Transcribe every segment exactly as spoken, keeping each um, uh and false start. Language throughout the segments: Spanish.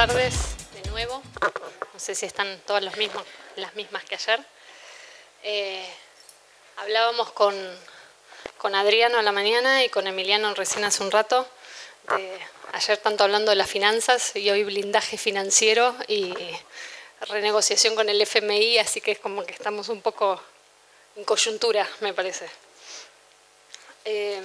tardes de nuevo. No sé si están todas los mismos, las mismas que ayer. Eh, hablábamos con, con Adriano a la mañana y con Emiliano recién hace un rato. De, ayer tanto hablando de las finanzas y hoy blindaje financiero y renegociación con el F M I, así que es como que estamos un poco en coyuntura, me parece. Eh,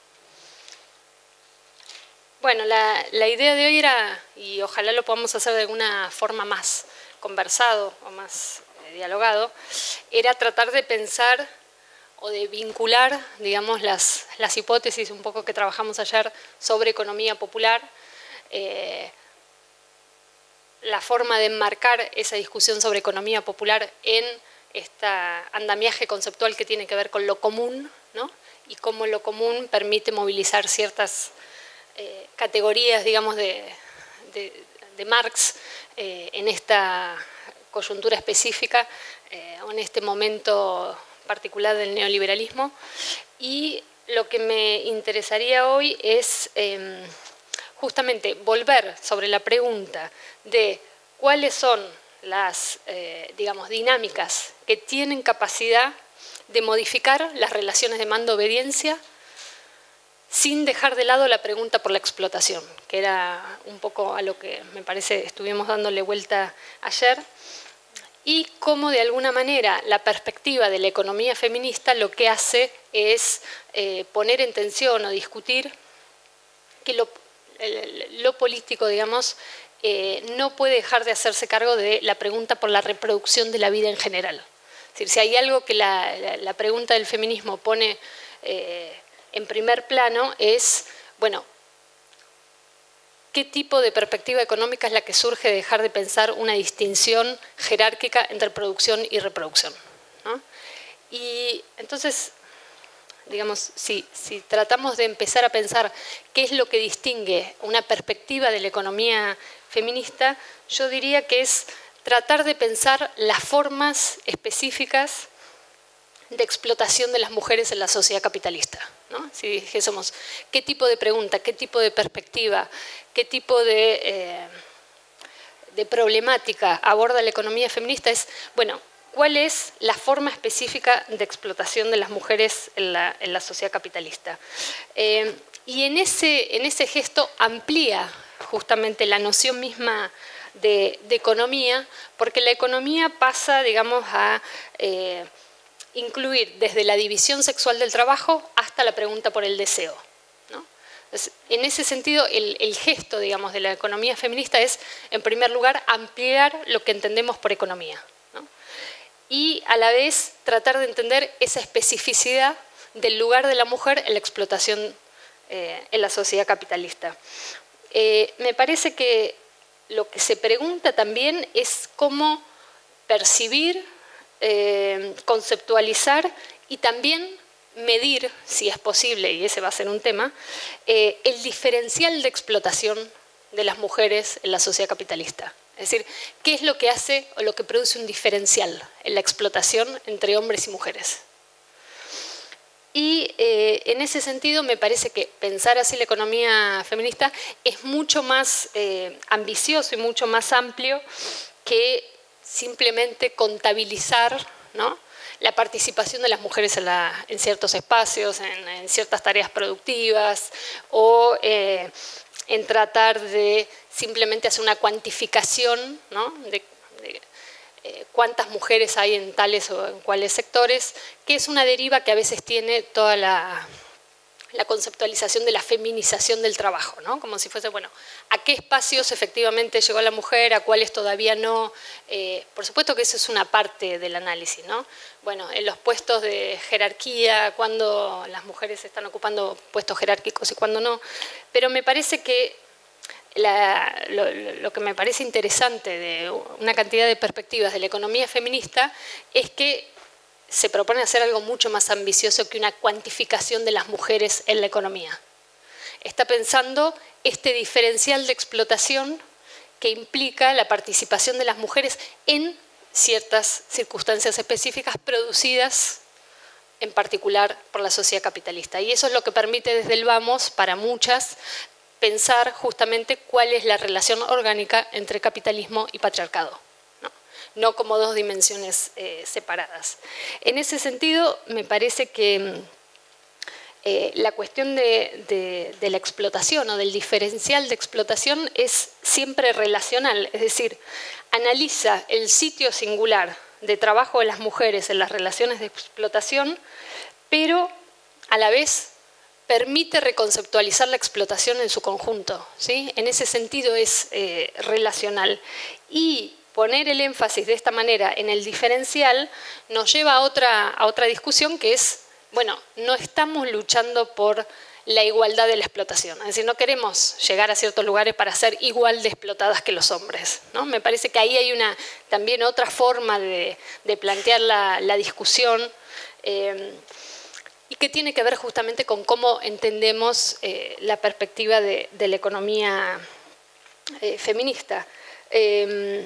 bueno, la, la idea de hoy era, y ojalá lo podamos hacer de alguna forma más conversado o más eh, dialogado, era tratar de pensar o de vincular, digamos, las, las hipótesis un poco que trabajamos ayer sobre economía popular, eh, la forma de enmarcar esa discusión sobre economía popular en este andamiaje conceptual que tiene que ver con lo común, ¿no? Y cómo lo común permite movilizar ciertas eh, categorías, digamos, de, de, de Marx eh, en esta coyuntura específica eh, o en este momento particular del neoliberalismo. Y lo que me interesaría hoy es eh, justamente volver sobre la pregunta de cuáles son las, eh, digamos, dinámicas que tienen capacidad de modificar las relaciones de mando-obediencia sin dejar de lado la pregunta por la explotación, que era un poco a lo que me parece estuvimos dándole vuelta ayer, y cómo de alguna manera la perspectiva de la economía feminista lo que hace es eh, poner en tensión o discutir que lo, lo político, digamos, eh, no puede dejar de hacerse cargo de la pregunta por la reproducción de la vida en general. Es decir, si hay algo que la, la, la pregunta del feminismo pone eh, en primer plano es, bueno, ¿qué tipo de perspectiva económica es la que surge de dejar de pensar una distinción jerárquica entre producción y reproducción, ¿no? Y entonces, digamos, si, si tratamos de empezar a pensar qué es lo que distingue una perspectiva de la economía feminista, yo diría que es tratar de pensar las formas específicas de explotación de las mujeres en la sociedad capitalista, ¿no? Si dijésemos qué tipo de pregunta, qué tipo de perspectiva, qué tipo de, eh, de problemática aborda la economía feminista, es, bueno, ¿cuál es la forma específica de explotación de las mujeres en la, en la sociedad capitalista? Eh, y en ese, en ese gesto amplía justamente la noción misma de, de economía, porque la economía pasa, digamos, a eh, incluir desde la división sexual del trabajo hasta la pregunta por el deseo, ¿no? Entonces, en ese sentido, el, el gesto, digamos, de la economía feminista es, en primer lugar, ampliar lo que entendemos por economía, ¿no? Y a la vez tratar de entender esa especificidad del lugar de la mujer en la explotación eh, en la sociedad capitalista. Eh, me parece que lo que se pregunta también es cómo percibir, eh, conceptualizar y también medir, si es posible, y ese va a ser un tema, eh, el diferencial de explotación de las mujeres en la sociedad capitalista. Es decir, ¿qué es lo que hace o lo que produce un diferencial en la explotación entre hombres y mujeres? Y eh, en ese sentido me parece que pensar así la economía feminista es mucho más eh, ambicioso y mucho más amplio que simplemente contabilizar, ¿no?, la participación de las mujeres en, la, en ciertos espacios, en, en ciertas tareas productivas, o eh, en tratar de simplemente hacer una cuantificación, ¿no?, de, de eh, cuántas mujeres hay en tales o en cuáles sectores, que es una deriva que a veces tiene toda la, la conceptualización de la feminización del trabajo, ¿no? Como si fuese, bueno, ¿a qué espacios efectivamente llegó la mujer, a cuáles todavía no? Eh, por supuesto que eso es una parte del análisis, ¿no? Bueno, en los puestos de jerarquía, cuándo las mujeres están ocupando puestos jerárquicos y cuándo no, pero me parece que La, lo, lo que me parece interesante de una cantidad de perspectivas de la economía feminista es que se propone hacer algo mucho más ambicioso que una cuantificación de las mujeres en la economía. Está pensando este diferencial de explotación que implica la participación de las mujeres en ciertas circunstancias específicas producidas en particular por la sociedad capitalista. Y eso es lo que permite desde el vamos, para muchas, pensar justamente cuál es la relación orgánica entre capitalismo y patriarcado, no, no como dos dimensiones eh, separadas. En ese sentido, me parece que eh, la cuestión de, de, de la explotación o del diferencial de explotación es siempre relacional, es decir, analiza el sitio singular de trabajo de las mujeres en las relaciones de explotación, pero a la vez permite reconceptualizar la explotación en su conjunto, ¿sí? En ese sentido es eh, relacional. Y poner el énfasis de esta manera en el diferencial nos lleva a otra, a otra discusión que es, bueno, no estamos luchando por la igualdad de la explotación. Es decir, no queremos llegar a ciertos lugares para ser igual de explotadas que los hombres, ¿no? Me parece que ahí hay una, también otra forma de, de plantear la, la discusión, eh, y que tiene que ver justamente con cómo entendemos eh, la perspectiva de, de la economía eh, feminista. Eh,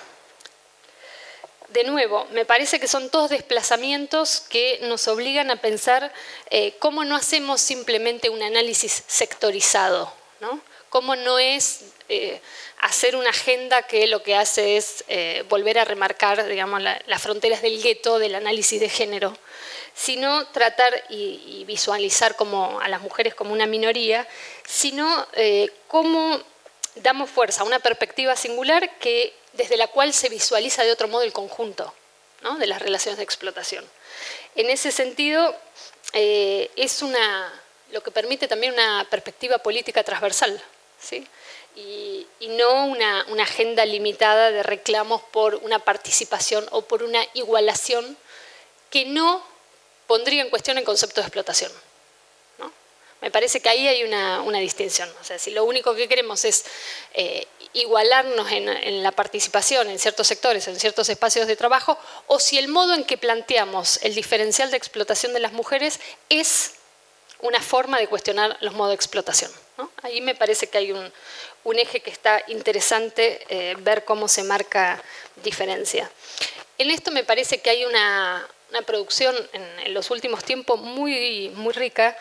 de nuevo, me parece que son todos desplazamientos que nos obligan a pensar eh, cómo no hacemos simplemente un análisis sectorizado, ¿no? Cómo no es eh, hacer una agenda que lo que hace es eh, volver a remarcar, digamos, la, las fronteras del gueto del análisis de género, sino tratar y, y visualizar como a las mujeres como una minoría, sino eh, cómo damos fuerza a una perspectiva singular que, desde la cual se visualiza de otro modo el conjunto, ¿no? De las relaciones de explotación. En ese sentido, eh, es una, lo que permite también una perspectiva política transversal, ¿sí? Y, y no una, una agenda limitada de reclamos por una participación o por una igualación que no pondría en cuestión el concepto de explotación, ¿no? Me parece que ahí hay una, una distinción. O sea, si lo único que queremos es eh, igualarnos en, en la participación en ciertos sectores, en ciertos espacios de trabajo, o si el modo en que planteamos el diferencial de explotación de las mujeres es una forma de cuestionar los modos de explotación, ¿no? Ahí me parece que hay un, un eje que está interesante eh, ver cómo se marca diferencia. En esto me parece que hay una... una producción en, en los últimos tiempos muy, muy rica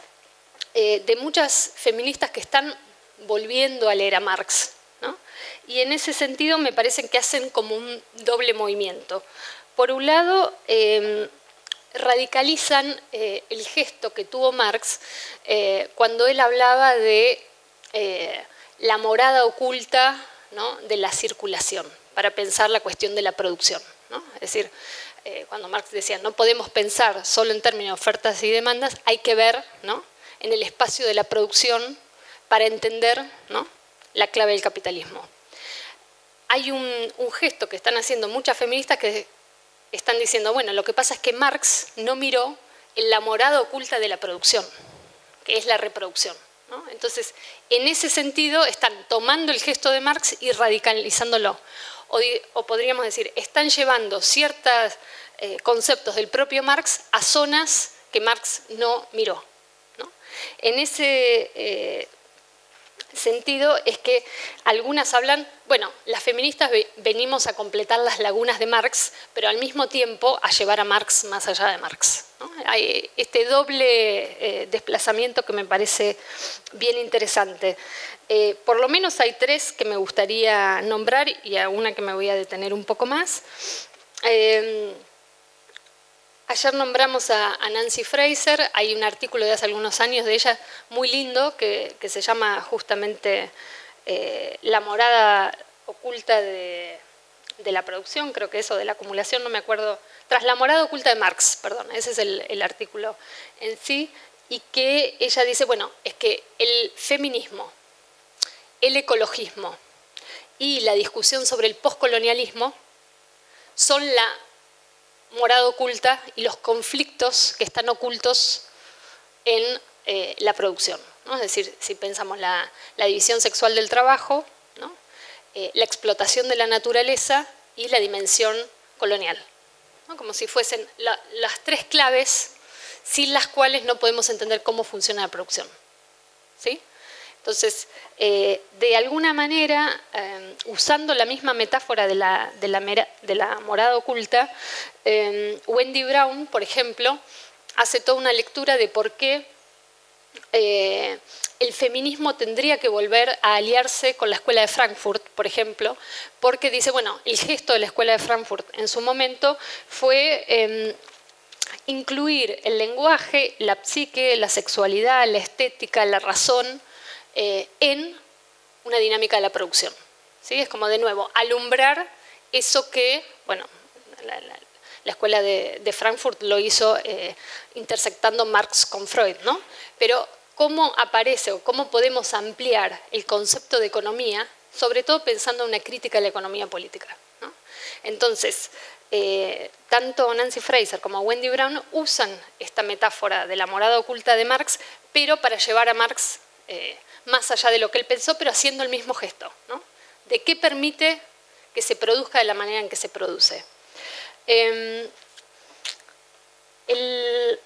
eh, de muchas feministas que están volviendo a leer a Marx, ¿no? Y en ese sentido me parece que hacen como un doble movimiento. Por un lado, eh, radicalizan eh, el gesto que tuvo Marx eh, cuando él hablaba de eh, la morada oculta, ¿no? De la circulación, para pensar la cuestión de la producción, ¿no? Es decir, Eh, cuando Marx decía, no podemos pensar solo en términos de ofertas y demandas, hay que ver, ¿no? En el espacio de la producción para entender, ¿no? La clave del capitalismo. Hay un, un gesto que están haciendo muchas feministas que están diciendo, bueno, lo que pasa es que Marx no miró en la morada oculta de la producción, que es la reproducción, ¿no? Entonces, en ese sentido, están tomando el gesto de Marx y radicalizándolo. O, o podríamos decir, están llevando ciertos eh, conceptos del propio Marx a zonas que Marx no miró, ¿no? En ese eh, sentido es que algunas hablan, bueno, las feministas venimos a completar las lagunas de Marx, pero al mismo tiempo a llevar a Marx más allá de Marx, ¿no? Hay este doble eh, desplazamiento que me parece bien interesante. Eh, por lo menos hay tres que me gustaría nombrar y a una que me voy a detener un poco más. Eh, ayer nombramos a, a Nancy Fraser, hay un artículo de hace algunos años de ella muy lindo que, que se llama justamente eh, La morada oculta de, de la producción, creo que eso, de la acumulación, no me acuerdo, tras la morada oculta de Marx, perdón, ese es el, el artículo en sí, y que ella dice, bueno, es que el feminismo, el ecologismo y la discusión sobre el poscolonialismo son la morada oculta y los conflictos que están ocultos en eh, la producción, ¿no? Es decir, si pensamos la, la división sexual del trabajo, ¿no? eh, la explotación de la naturaleza y la dimensión colonial, ¿no? Como si fuesen la, las tres claves sin las cuales no podemos entender cómo funciona la producción, ¿sí? Entonces, eh, de alguna manera, eh, usando la misma metáfora de la, de la, mera, de la morada oculta, eh, Wendy Brown, por ejemplo, hace toda una lectura de por qué eh, el feminismo tendría que volver a aliarse con la Escuela de Frankfurt, por ejemplo, porque dice, bueno, el gesto de la Escuela de Frankfurt en su momento fue eh, incluir el lenguaje, la psique, la sexualidad, la estética, la razón eh, en una dinámica de la producción. ¿Sí? Es como, de nuevo, alumbrar eso que, bueno, la, la, la Escuela de, de Frankfurt lo hizo eh, intersectando Marx con Freud, ¿no? Pero cómo aparece o cómo podemos ampliar el concepto de economía, sobre todo pensando en una crítica de la economía política, ¿no? Entonces, eh, tanto Nancy Fraser como Wendy Brown usan esta metáfora de la morada oculta de Marx, pero para llevar a Marx eh, más allá de lo que él pensó, pero haciendo el mismo gesto, ¿no? De qué permite que se produzca de la manera en que se produce. Eh, el,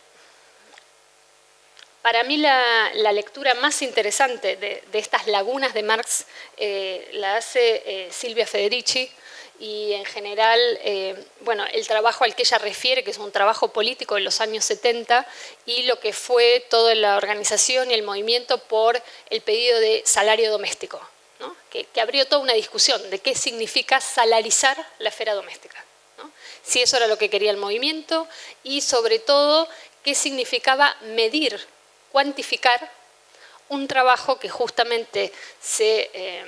Para mí la, la lectura más interesante de, de estas lagunas de Marx eh, la hace eh, Silvia Federici, y en general, eh, bueno, el trabajo al que ella refiere, que es un trabajo político de los años setenta, y lo que fue toda la organización y el movimiento por el pedido de salario doméstico, ¿no? que, que abrió toda una discusión de qué significa salarizar la esfera doméstica, ¿no? Si eso era lo que quería el movimiento, y sobre todo, qué significaba medir, cuantificar un trabajo que justamente se eh,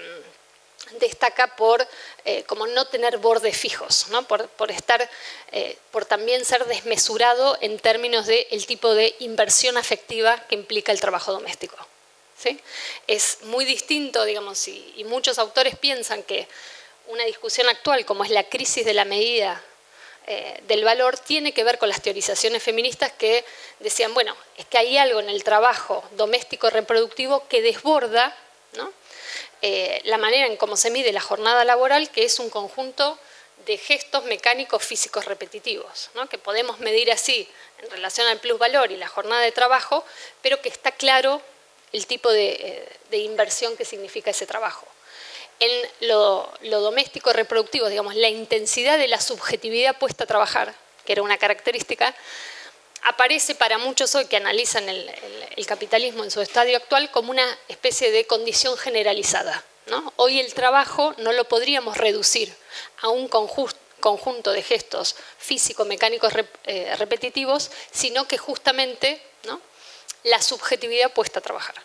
destaca por eh, como no tener bordes fijos, ¿no? por, por, estar, eh, por también ser desmesurado en términos del tipo de inversión afectiva que implica el trabajo doméstico. ¿Sí? Es muy distinto, digamos, y, y muchos autores piensan que una discusión actual como es la crisis de la medida Eh, del valor tiene que ver con las teorizaciones feministas que decían, bueno, es que hay algo en el trabajo doméstico reproductivo que desborda, ¿no? eh, la manera en cómo se mide la jornada laboral, que es un conjunto de gestos mecánicos físicos repetitivos, ¿no? Que podemos medir así en relación al plusvalor y la jornada de trabajo, pero que está claro el tipo de, eh, de inversión que significa ese trabajo. En lo, lo doméstico reproductivo, digamos, la intensidad de la subjetividad puesta a trabajar, que era una característica, aparece para muchos hoy que analizan el, el, el capitalismo en su estadio actual como una especie de condición generalizada, ¿no? Hoy el trabajo no lo podríamos reducir a un conjunto, conjunto de gestos físico-mecánicos rep, eh, repetitivos, sino que justamente, ¿no?, la subjetividad puesta a trabajar.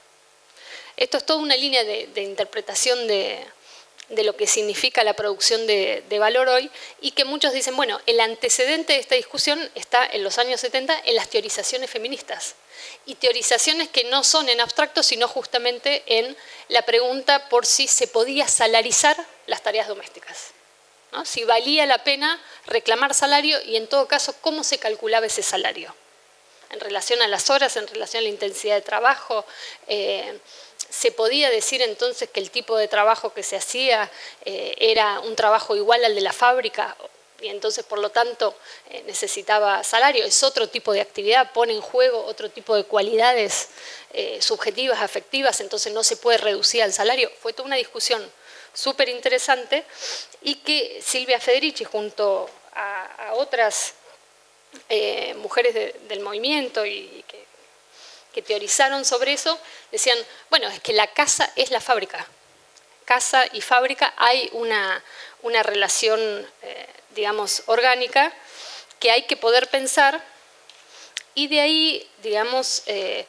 Esto es toda una línea de, de interpretación de, de lo que significa la producción de, de valor hoy, y que muchos dicen, bueno, el antecedente de esta discusión está en los años setenta en las teorizaciones feministas, y teorizaciones que no son en abstracto, sino justamente en la pregunta por si se podía salarizar las tareas domésticas, ¿no? Si valía la pena reclamar salario, y en todo caso, cómo se calculaba ese salario, en relación a las horas, en relación a la intensidad de trabajo. eh, ¿Se podía decir entonces que el tipo de trabajo que se hacía eh, era un trabajo igual al de la fábrica y entonces por lo tanto eh, necesitaba salario? Es otro tipo de actividad, pone en juego otro tipo de cualidades eh, subjetivas, afectivas, entonces no se puede reducir al salario. Fue toda una discusión súper interesante, y que Silvia Federici junto a, a otras eh, mujeres de, del movimiento y, y que que teorizaron sobre eso, decían, bueno, es que la casa es la fábrica. Casa y fábrica hay una, una relación, eh, digamos, orgánica que hay que poder pensar, y de ahí, digamos, eh,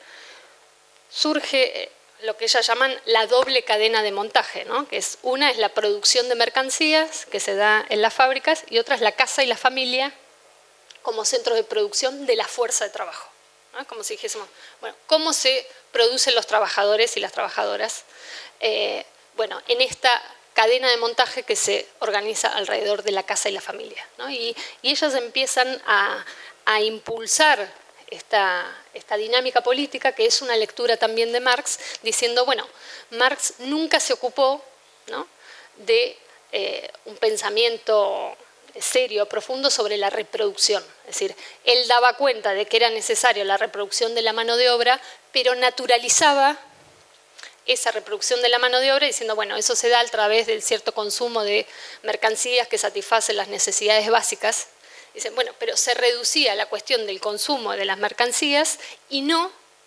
surge lo que ellas llaman la doble cadena de montaje, ¿no? Que es, una es la producción de mercancías que se da en las fábricas, y otra es la casa y la familia como centros de producción de la fuerza de trabajo, ¿no? Como si dijésemos, bueno, ¿cómo se producen los trabajadores y las trabajadoras? Eh, bueno, en esta cadena de montaje que se organiza alrededor de la casa y la familia, ¿no? Y, y ellas empiezan a, a impulsar esta, esta dinámica política, que es una lectura también de Marx, diciendo, bueno, Marx nunca se ocupó, ¿no?, de eh, un pensamiento serio, profundo sobre la reproducción. Es decir, él daba cuenta de que era necesaria la reproducción de la mano de obra, pero naturalizaba esa reproducción de la mano de obra diciendo, bueno, eso se da a través del cierto consumo de mercancías que satisfacen las necesidades básicas. Dicen, bueno, pero se reducía la cuestión del consumo de las mercancías y no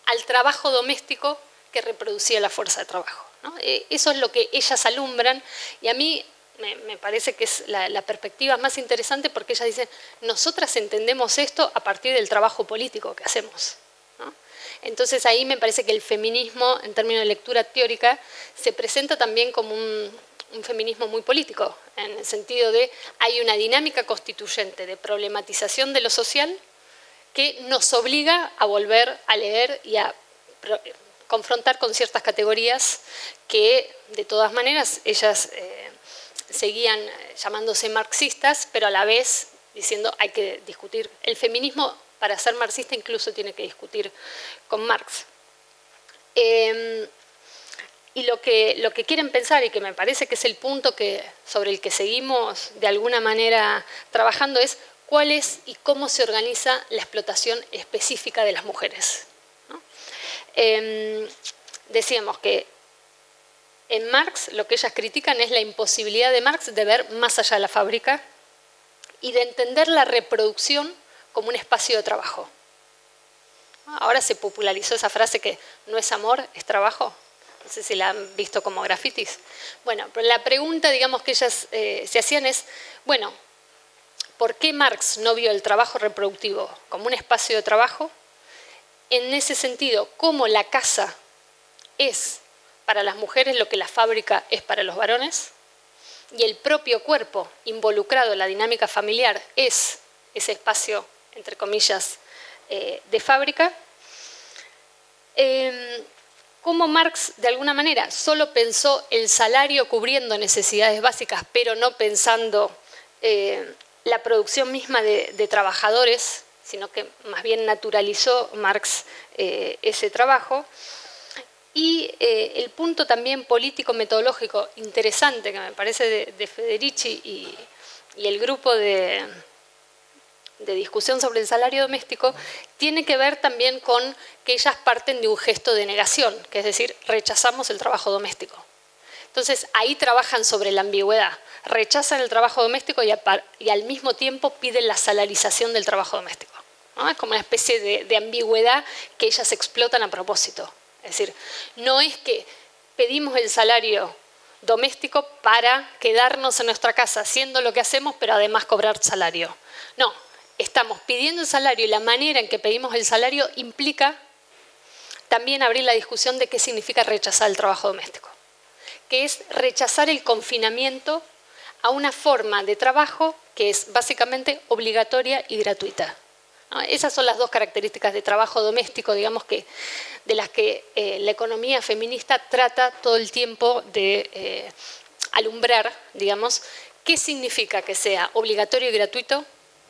al trabajo doméstico que reproducía la fuerza de trabajo, ¿no? Eso es lo que ellas alumbran, y a mí me, me parece que es la, la perspectiva más interesante, porque ellas dicen, nosotras entendemos esto a partir del trabajo político que hacemos, ¿no? Entonces ahí me parece que el feminismo, en términos de lectura teórica, se presenta también como un, un feminismo muy político, en el sentido de hay una dinámica constituyente de problematización de lo social que nos obliga a volver a leer y a confrontar con ciertas categorías que, de todas maneras, ellas eh, seguían llamándose marxistas, pero a la vez diciendo hay que discutir. El feminismo, para ser marxista, incluso tiene que discutir con Marx. Eh, y lo que, lo que quieren pensar, y que me parece que es el punto que, sobre el que seguimos de alguna manera trabajando, es cuál es y cómo se organiza la explotación específica de las mujeres, ¿no? Eh, decíamos que en Marx lo que ellas critican es la imposibilidad de Marx de ver más allá de la fábrica y de entender la reproducción como un espacio de trabajo. Ahora se popularizó esa frase que no es amor, es trabajo. No sé si la han visto como grafitis. Bueno, pero la pregunta, digamos, que ellas eh, se hacían es, bueno, ¿por qué Marx no vio el trabajo reproductivo como un espacio de trabajo? En ese sentido, ¿cómo la casa es para las mujeres lo que la fábrica es para los varones? Y el propio cuerpo involucrado en la dinámica familiar es ese espacio, entre comillas, eh, de fábrica. Eh, ¿Cómo Marx, de alguna manera, solo pensó el salario cubriendo necesidades básicas, pero no pensando eh, la producción misma de, de trabajadores, sino que más bien naturalizó Marx eh, ese trabajo? Y eh, el punto también político-metodológico interesante que me parece de, de Federici y, y el grupo de, de discusión sobre el salario doméstico tiene que ver también con que ellas parten de un gesto de negación, que es decir, rechazamos el trabajo doméstico. Entonces ahí trabajan sobre la ambigüedad, rechazan el trabajo doméstico y, a, y al mismo tiempo piden la salarización del trabajo doméstico, ¿no? Es como una especie de, de ambigüedad que ellas explotan a propósito. Es decir, no es que pedimos el salario doméstico para quedarnos en nuestra casa haciendo lo que hacemos, pero además cobrar salario. No, estamos pidiendo el salario y la manera en que pedimos el salario implica también abrir la discusión de qué significa rechazar el trabajo doméstico, que es rechazar el confinamiento a una forma de trabajo que es básicamente obligatoria y gratuita. ¿No? Esas son las dos características de trabajo doméstico, digamos, que, de las que eh, la economía feminista trata todo el tiempo de eh, alumbrar, digamos, qué significa que sea obligatorio y gratuito,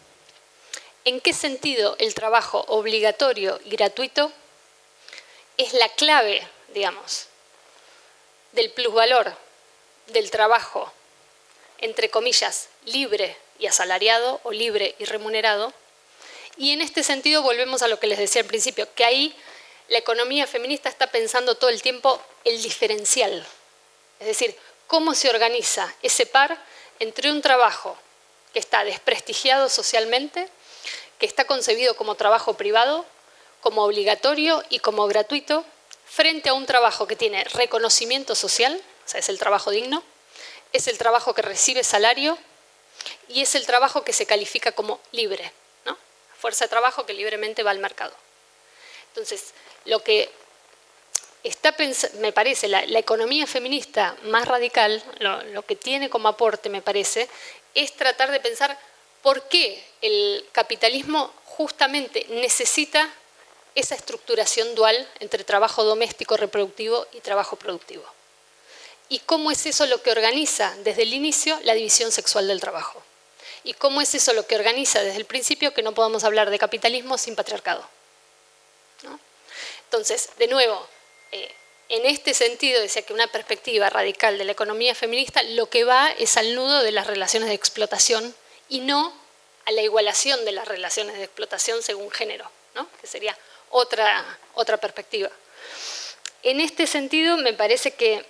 en qué sentido el trabajo obligatorio y gratuito es la clave, digamos, del plusvalor del trabajo, entre comillas, libre y asalariado o libre y remunerado. Y en este sentido volvemos a lo que les decía al principio, que ahí la economía feminista está pensando todo el tiempo el diferencial. Es decir, cómo se organiza ese par entre un trabajo que está desprestigiado socialmente, que está concebido como trabajo privado, como obligatorio y como gratuito, frente a un trabajo que tiene reconocimiento social, o sea, es el trabajo digno, es el trabajo que recibe salario y es el trabajo que se califica como libre, ¿no? Fuerza de trabajo que libremente va al mercado. Entonces, lo que está me parece, la, la economía feminista más radical, lo, lo que tiene como aporte, me parece, es tratar de pensar por qué el capitalismo justamente necesita esa estructuración dual entre trabajo doméstico reproductivo y trabajo productivo. Y cómo es eso lo que organiza desde el inicio la división sexual del trabajo. Y cómo es eso lo que organiza desde el principio que no podamos hablar de capitalismo sin patriarcado, ¿no? Entonces, de nuevo, eh, en este sentido, decía que una perspectiva radical de la economía feminista lo que va es al nudo de las relaciones de explotación y no a la igualación de las relaciones de explotación según género, ¿no? Que sería otra, otra perspectiva. En este sentido, me parece que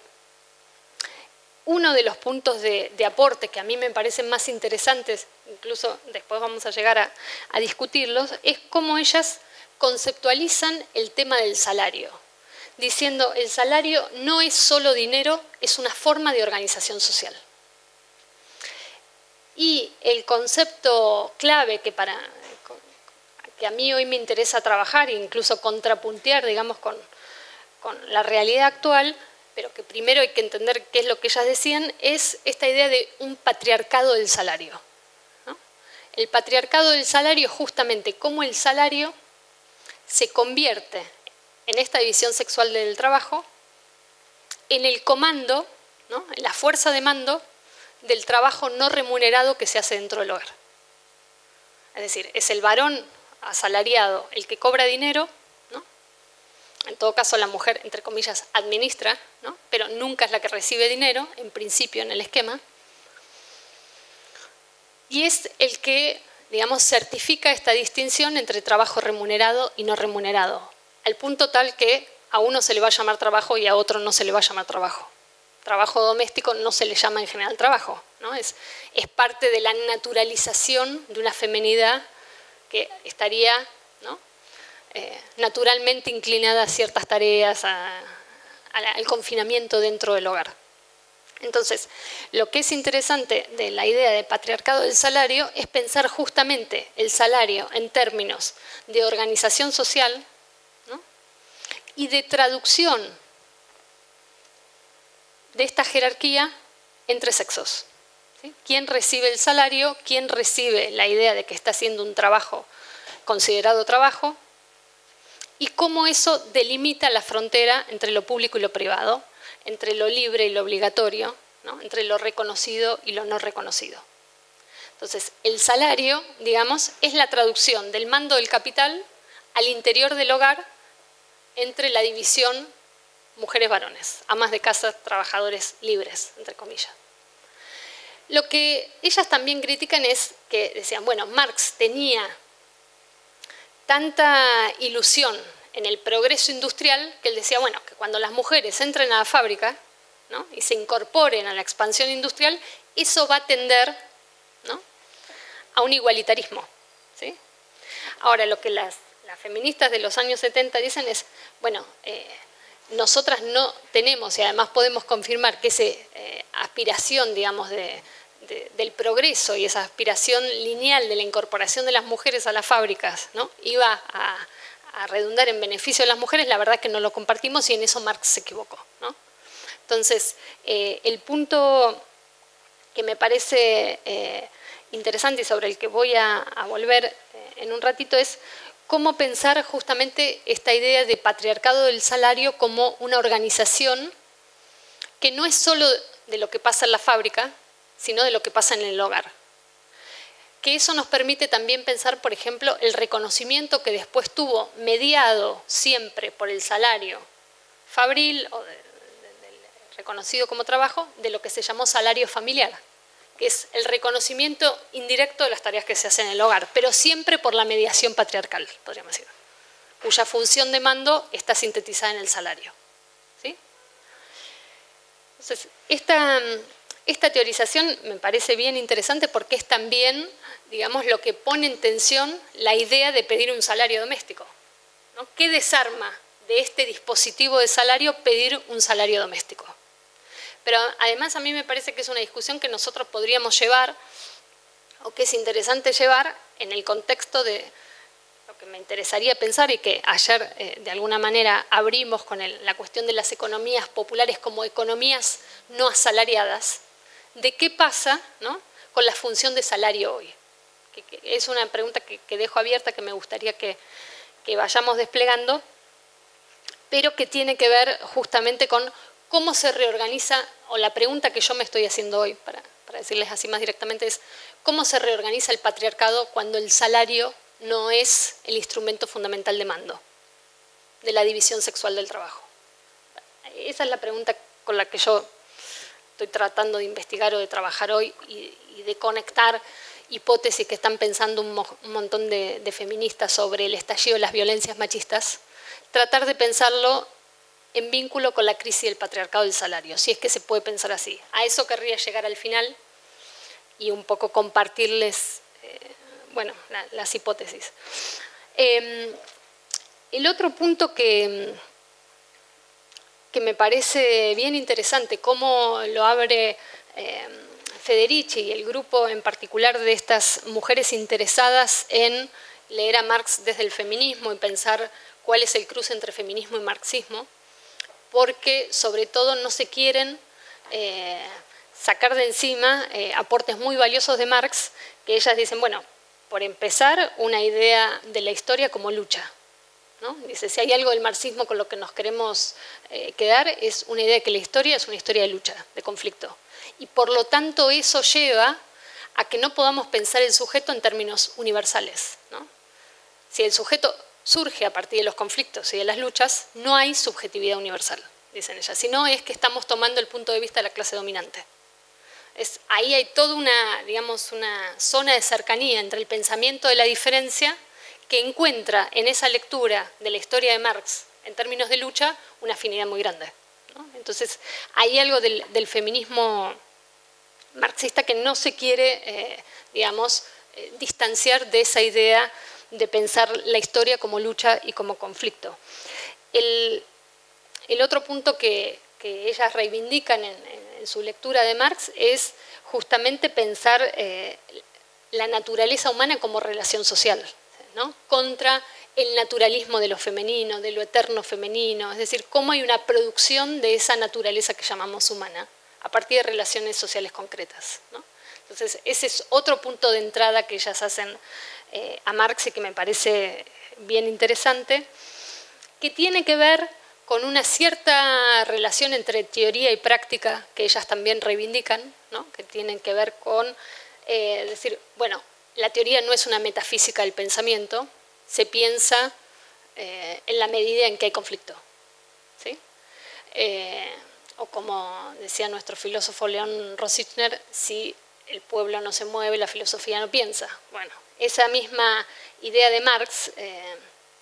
uno de los puntos de, de aporte que a mí me parecen más interesantes, incluso después vamos a llegar a, a discutirlos, es cómo ellas conceptualizan el tema del salario, diciendo el salario no es solo dinero, es una forma de organización social. Y el concepto clave que, para, que a mí hoy me interesa trabajar e incluso contrapuntear, digamos, con, con la realidad actual, pero que primero hay que entender qué es lo que ellas decían, es esta idea de un patriarcado del salario, ¿no? El patriarcado del salario es justamente cómo el salario se convierte en esta división sexual del trabajo, en el comando, ¿no? En la fuerza de mando del trabajo no remunerado que se hace dentro del hogar. Es decir, es el varón asalariado el que cobra dinero, ¿no? En todo caso la mujer, entre comillas, administra, ¿no? Pero nunca es la que recibe dinero, en principio en el esquema, y es el que, digamos, certifica esta distinción entre trabajo remunerado y no remunerado, al punto tal que a uno se le va a llamar trabajo y a otro no se le va a llamar trabajo. Trabajo doméstico no se le llama en general trabajo, ¿no? Es, es parte de la naturalización de una feminidad que estaría, ¿no? eh, naturalmente inclinada a ciertas tareas, a, a la, al confinamiento dentro del hogar. Entonces, lo que es interesante de la idea de patriarcado del salario es pensar justamente el salario en términos de organización social, ¿no? Y de traducción de esta jerarquía entre sexos, ¿sí? ¿Quién recibe el salario? ¿Quién recibe la idea de que está haciendo un trabajo considerado trabajo? Y cómo eso delimita la frontera entre lo público y lo privado, entre lo libre y lo obligatorio, ¿no? Entre lo reconocido y lo no reconocido. Entonces, el salario, digamos, es la traducción del mando del capital al interior del hogar entre la división mujeres-varones, amas de casa, trabajadores libres, entre comillas. Lo que ellas también critican es que decían, bueno, Marx tenía tanta ilusión en el progreso industrial que él decía, bueno, que cuando las mujeres entren a la fábrica, ¿no? Y se incorporen a la expansión industrial, eso va a tender, ¿no? A un igualitarismo, ¿sí? Ahora, lo que las, las feministas de los años setenta dicen es, bueno, eh, nosotras no tenemos, y además podemos confirmar que esa eh, aspiración, digamos, de, de, del progreso y esa aspiración lineal de la incorporación de las mujeres a las fábricas, ¿no? Iba a, a redundar en beneficio de las mujeres, la verdad es que no lo compartimos y en eso Marx se equivocó, ¿no? Entonces, eh, el punto que me parece eh, interesante y sobre el que voy a, a volver eh, en un ratito es cómo pensar justamente esta idea de patriarcado del salario como una organización que no es solo de lo que pasa en la fábrica, sino de lo que pasa en el hogar. Que eso nos permite también pensar, por ejemplo, el reconocimiento que después tuvo, mediado siempre por el salario fabril o de, de, de, reconocido como trabajo, de lo que se llamó salario familiar, que es el reconocimiento indirecto de las tareas que se hacen en el hogar, pero siempre por la mediación patriarcal, podríamos decir, cuya función de mando está sintetizada en el salario, ¿sí? Entonces, esta, esta teorización me parece bien interesante porque es también, digamos, lo que pone en tensión la idea de pedir un salario doméstico, ¿no? ¿Qué desarma de este dispositivo de salario pedir un salario doméstico? Pero además a mí me parece que es una discusión que nosotros podríamos llevar, o que es interesante llevar, en el contexto de lo que me interesaría pensar y que ayer eh, de alguna manera abrimos con el, la cuestión de las economías populares como economías no asalariadas, de qué pasa, ¿no? Con la función de salario hoy. Que, que es una pregunta que, que dejo abierta, que me gustaría que, que vayamos desplegando, pero que tiene que ver justamente con cómo se reorganiza, o la pregunta que yo me estoy haciendo hoy, para, para decirles así más directamente, es cómo se reorganiza el patriarcado cuando el salario no es el instrumento fundamental de mando de la división sexual del trabajo. Esa es la pregunta con la que yo estoy tratando de investigar o de trabajar hoy y, y de conectar hipótesis que están pensando un, mo un montón de, de feministas sobre el estallido de las violencias machistas, tratar de pensarlo en vínculo con la crisis del patriarcado del salario, si es que se puede pensar así. A eso querría llegar al final y un poco compartirles eh, bueno, la, las hipótesis. Eh, El otro punto que, que me parece bien interesante, cómo lo abre eh, Federici y el grupo en particular de estas mujeres interesadas en leer a Marx desde el feminismo y pensar cuál es el cruce entre feminismo y marxismo, porque sobre todo no se quieren eh, sacar de encima eh, aportes muy valiosos de Marx, que ellas dicen, bueno, por empezar, una idea de la historia como lucha, ¿no? Dice, si hay algo del marxismo con lo que nos queremos eh, quedar, es una idea de que la historia es una historia de lucha, de conflicto. Y por lo tanto eso lleva a que no podamos pensar el sujeto en términos universales, ¿no? Si el sujeto surge a partir de los conflictos y de las luchas, no hay subjetividad universal, dicen ellas, sino es que estamos tomando el punto de vista de la clase dominante. Es, ahí hay toda una, digamos, una zona de cercanía entre el pensamiento de la diferencia que encuentra en esa lectura de la historia de Marx en términos de lucha una afinidad muy grande, ¿no? Entonces hay algo del, del feminismo marxista que no se quiere, eh, digamos, eh, distanciar de esa idea de pensar la historia como lucha y como conflicto. El, el otro punto que, que ellas reivindican en, en su lectura de Marx es justamente pensar eh, la naturaleza humana como relación social, ¿no? Contra el naturalismo de lo femenino, de lo eterno femenino, es decir, cómo hay una producción de esa naturaleza que llamamos humana a partir de relaciones sociales concretas, ¿no? Entonces, ese es otro punto de entrada que ellas hacen eh, a Marx y que me parece bien interesante, que tiene que ver con una cierta relación entre teoría y práctica que ellas también reivindican, ¿no? Que tienen que ver con eh, decir, bueno, la teoría no es una metafísica del pensamiento, se piensa eh, en la medida en que hay conflicto, ¿sí? Eh, o como decía nuestro filósofo León Rosichner, si el pueblo no se mueve, la filosofía no piensa. Bueno, esa misma idea de Marx eh,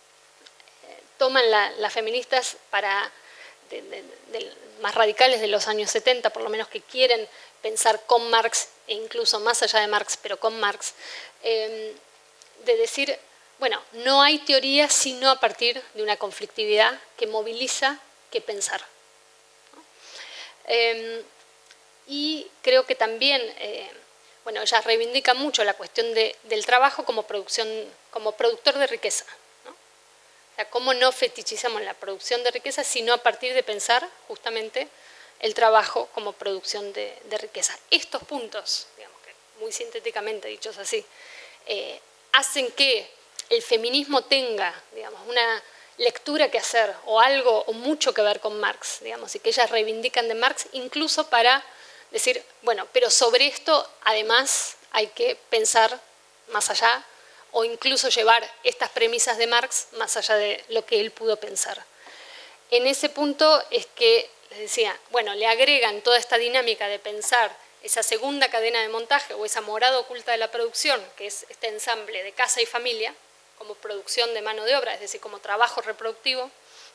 toman la, las feministas para, de, de, de, más radicales de los años setenta, por lo menos que quieren pensar con Marx, e incluso más allá de Marx, pero con Marx, eh, de decir, bueno, no hay teoría sino a partir de una conflictividad que moviliza que pensar, ¿no? Eh, y creo que también, eh, bueno, ellas reivindican mucho la cuestión de, del trabajo como producción, como productor de riqueza, ¿no? O sea, cómo no fetichizamos la producción de riqueza, sino a partir de pensar justamente el trabajo como producción de, de riqueza. Estos puntos, digamos que muy sintéticamente dichos así, eh, hacen que el feminismo tenga, digamos, una lectura que hacer o algo o mucho que ver con Marx, digamos, y que ellas reivindican de Marx incluso para decir, bueno, pero sobre esto además hay que pensar más allá o incluso llevar estas premisas de Marx más allá de lo que él pudo pensar. En ese punto es que, les decía, bueno, le agregan toda esta dinámica de pensar esa segunda cadena de montaje o esa morada oculta de la producción, que es este ensamble de casa y familia, como producción de mano de obra, es decir, como trabajo reproductivo,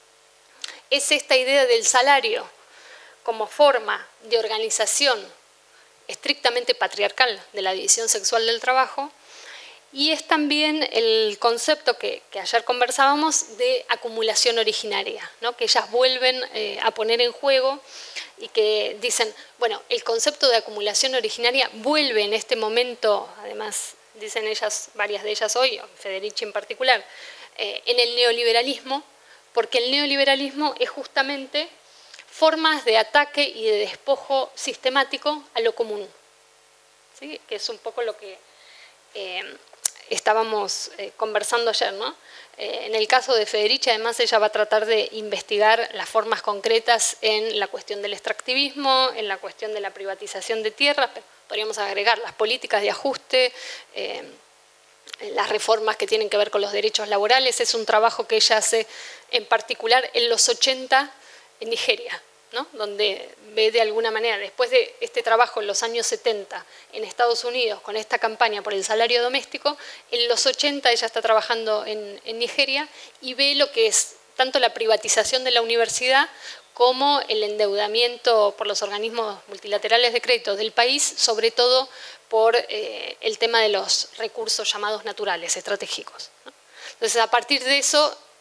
es esta idea del salario como forma de organización estrictamente patriarcal de la división sexual del trabajo, y es también el concepto que, que ayer conversábamos de acumulación originaria, ¿no? Que ellas vuelven eh, a poner en juego y que dicen, bueno, el concepto de acumulación originaria vuelve en este momento, además dicen ellas, varias de ellas hoy, Federici en particular, eh, en el neoliberalismo, porque el neoliberalismo es justamente formas de ataque y de despojo sistemático a lo común, ¿sí? Que es un poco lo que eh, estábamos eh, conversando ayer, ¿no? Eh, en el caso de Federici, además, ella va a tratar de investigar las formas concretas en la cuestión del extractivismo, en la cuestión de la privatización de tierras, pero podríamos agregar las políticas de ajuste, eh, las reformas que tienen que ver con los derechos laborales. Es un trabajo que ella hace en particular en los ochenta en Nigeria, ¿no? Donde ve de alguna manera, después de este trabajo en los años setenta en Estados Unidos con esta campaña por el salario doméstico, en los ochenta ella está trabajando en, en Nigeria y ve lo que es tanto la privatización de la universidad como el endeudamiento por los organismos multilaterales de crédito del país, sobre todo por eh, el tema de los recursos llamados naturales, estratégicos, ¿no? Entonces, a partir de eso,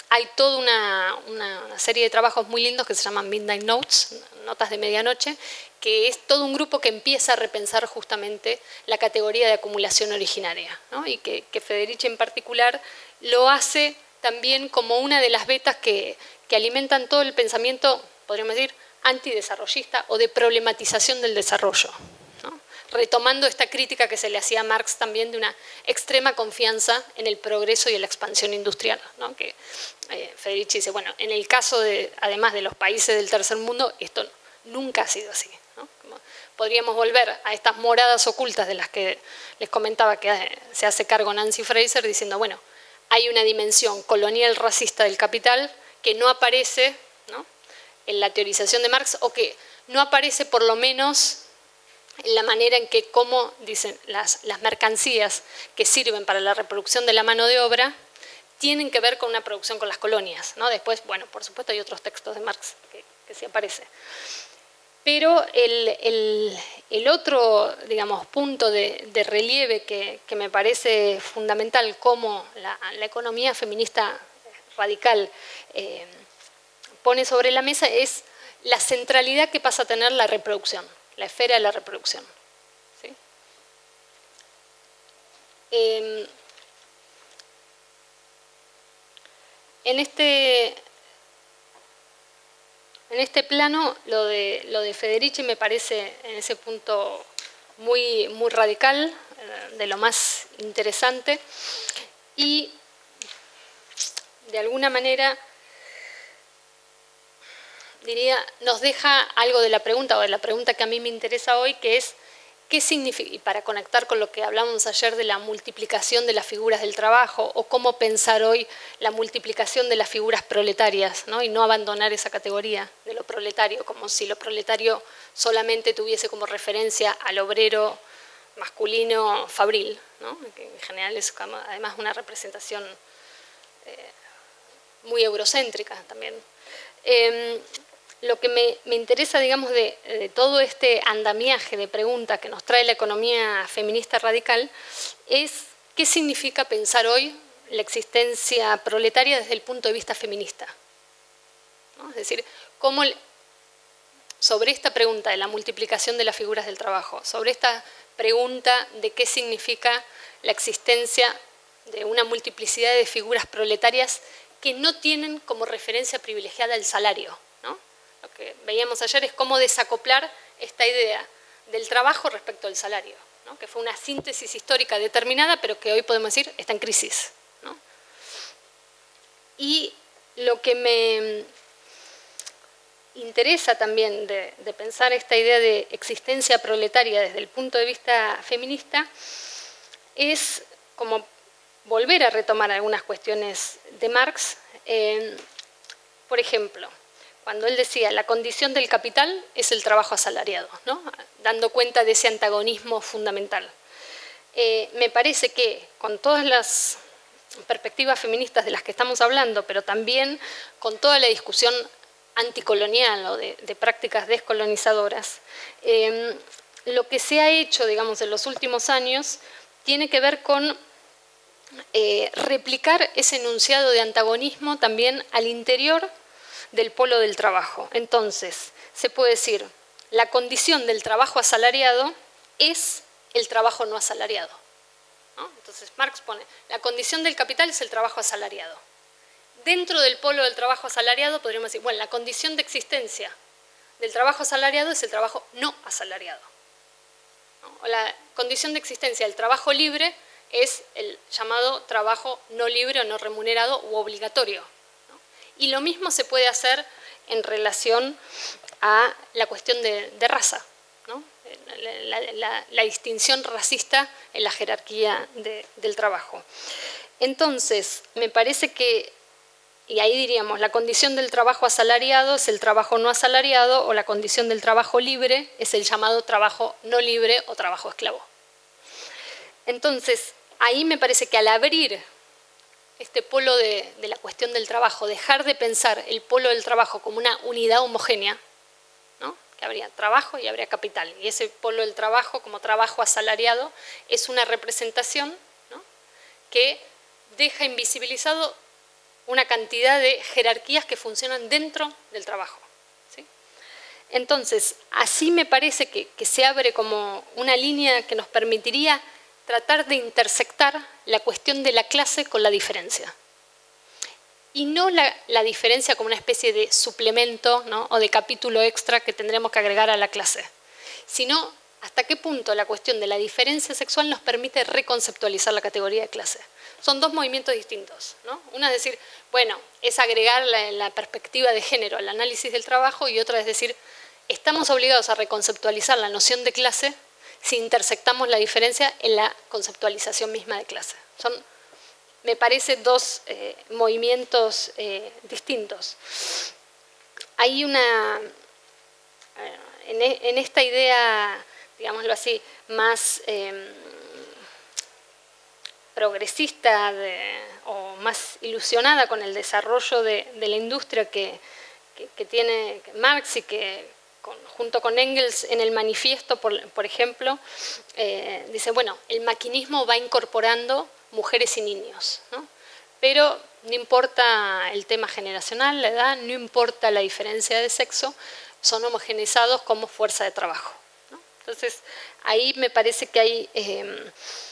hay toda una, una serie de trabajos muy lindos que se llaman Midnight Notes, notas de medianoche, que es todo un grupo que empieza a repensar justamente la categoría de acumulación originaria, ¿no? Y que, que Federici en particular lo hace también como una de las vetas que, que alimentan todo el pensamiento, podríamos decir, antidesarrollista o de problematización del desarrollo, ¿no? Retomando esta crítica que se le hacía a Marx también de una extrema confianza en el progreso y en la expansión industrial, ¿no? Que eh, Federici dice, bueno, en el caso de, además de los países del tercer mundo, esto nunca ha sido así, ¿no? Como podríamos volver a estas moradas ocultas de las que les comentaba que se hace cargo Nancy Fraser, diciendo, bueno, hay una dimensión colonial racista del capital que no aparece, ¿no?, en la teorización de Marx, o que no aparece por lo menos en la manera en que, como dicen, las, las mercancías que sirven para la reproducción de la mano de obra tienen que ver con una producción con las colonias, ¿no? Después, bueno, por supuesto hay otros textos de Marx que, que sí aparecen. Pero el, el, el otro, digamos, punto de, de relieve que, que me parece fundamental, como la, la economía feminista radical eh, pone sobre la mesa, es la centralidad que pasa a tener la reproducción, la esfera de la reproducción, ¿sí? Eh, en este, en este plano, lo de, lo de Federici me parece en ese punto muy, muy radical, eh, de lo más interesante, y de alguna manera diría, nos deja algo de la pregunta, o de la pregunta que a mí me interesa hoy, que es, ¿qué significa? Y para conectar con lo que hablamos ayer de la multiplicación de las figuras del trabajo, o cómo pensar hoy la multiplicación de las figuras proletarias, ¿no? Y no abandonar esa categoría de lo proletario, como si lo proletario solamente tuviese como referencia al obrero masculino fabril, ¿no? Que en general es como, además una representación eh, muy eurocéntrica también. Eh, Lo que me, me interesa, digamos, de, de todo este andamiaje de preguntas que nos trae la economía feminista radical es qué significa pensar hoy la existencia proletaria desde el punto de vista feminista, ¿no? Es decir, cómo sobre esta pregunta de la multiplicación de las figuras del trabajo, sobre esta pregunta de qué significa la existencia de una multiplicidad de figuras proletarias que no tienen como referencia privilegiada el salario, ¿no? Lo que veíamos ayer es cómo desacoplar esta idea del trabajo respecto al salario, ¿no? Que fue una síntesis histórica determinada, pero que hoy podemos decir está en crisis, ¿no? Y lo que me interesa también de, de pensar esta idea de existencia proletaria desde el punto de vista feminista es como volver a retomar algunas cuestiones de Marx. Eh, por ejemplo, cuando él decía, la condición del capital es el trabajo asalariado, ¿no? Dando cuenta de ese antagonismo fundamental. Eh, me parece que con todas las perspectivas feministas de las que estamos hablando, pero también con toda la discusión anticolonial o de, de prácticas descolonizadoras, eh, lo que se ha hecho, digamos, en los últimos años tiene que ver con eh, replicar ese enunciado de antagonismo también al interior del polo del trabajo. Entonces, se puede decir, la condición del trabajo asalariado es el trabajo no asalariado, ¿no? Entonces, Marx pone, la condición del capital es el trabajo asalariado. Dentro del polo del trabajo asalariado podríamos decir, bueno, la condición de existencia del trabajo asalariado es el trabajo no asalariado, ¿no? O la condición de existencia del trabajo libre es el llamado trabajo no libre o no remunerado u obligatorio. Y lo mismo se puede hacer en relación a la cuestión de, de raza, ¿no? La, la, la, la distinción racista en la jerarquía de, del trabajo. Entonces, me parece que, y ahí diríamos, la condición del trabajo asalariado es el trabajo no asalariado, o la condición del trabajo libre es el llamado trabajo no libre o trabajo esclavo. Entonces, ahí me parece que al abrir este polo de, de la cuestión del trabajo, dejar de pensar el polo del trabajo como una unidad homogénea, ¿no? Que habría trabajo y habría capital, y ese polo del trabajo como trabajo asalariado es una representación, ¿no?, que deja invisibilizado una cantidad de jerarquías que funcionan dentro del trabajo. ¿Sí? Entonces, así me parece que, que se abre como una línea que nos permitiría tratar de intersectar la cuestión de la clase con la diferencia. Y no la, la diferencia como una especie de suplemento, ¿no? O de capítulo extra que tendremos que agregar a la clase, sino hasta qué punto la cuestión de la diferencia sexual nos permite reconceptualizar la categoría de clase. Son dos movimientos distintos, ¿no? Una es decir, bueno, es agregar la, la perspectiva de género al análisis del trabajo, y otra es decir, estamos obligados a reconceptualizar la noción de clase si intersectamos la diferencia en la conceptualización misma de clase. Son, me parece, dos eh, movimientos eh, distintos. Hay una, en, en esta idea, digámoslo así, más eh, progresista de, o más ilusionada con el desarrollo de, de la industria que, que, que tiene Marx y que con, junto con Engels en el manifiesto, por, por ejemplo, eh, dice, bueno, el maquinismo va incorporando mujeres y niños, ¿no? Pero no importa el tema generacional, la edad, no importa la diferencia de sexo, son homogeneizados como fuerza de trabajo, ¿no? Entonces, ahí me parece que hay eh,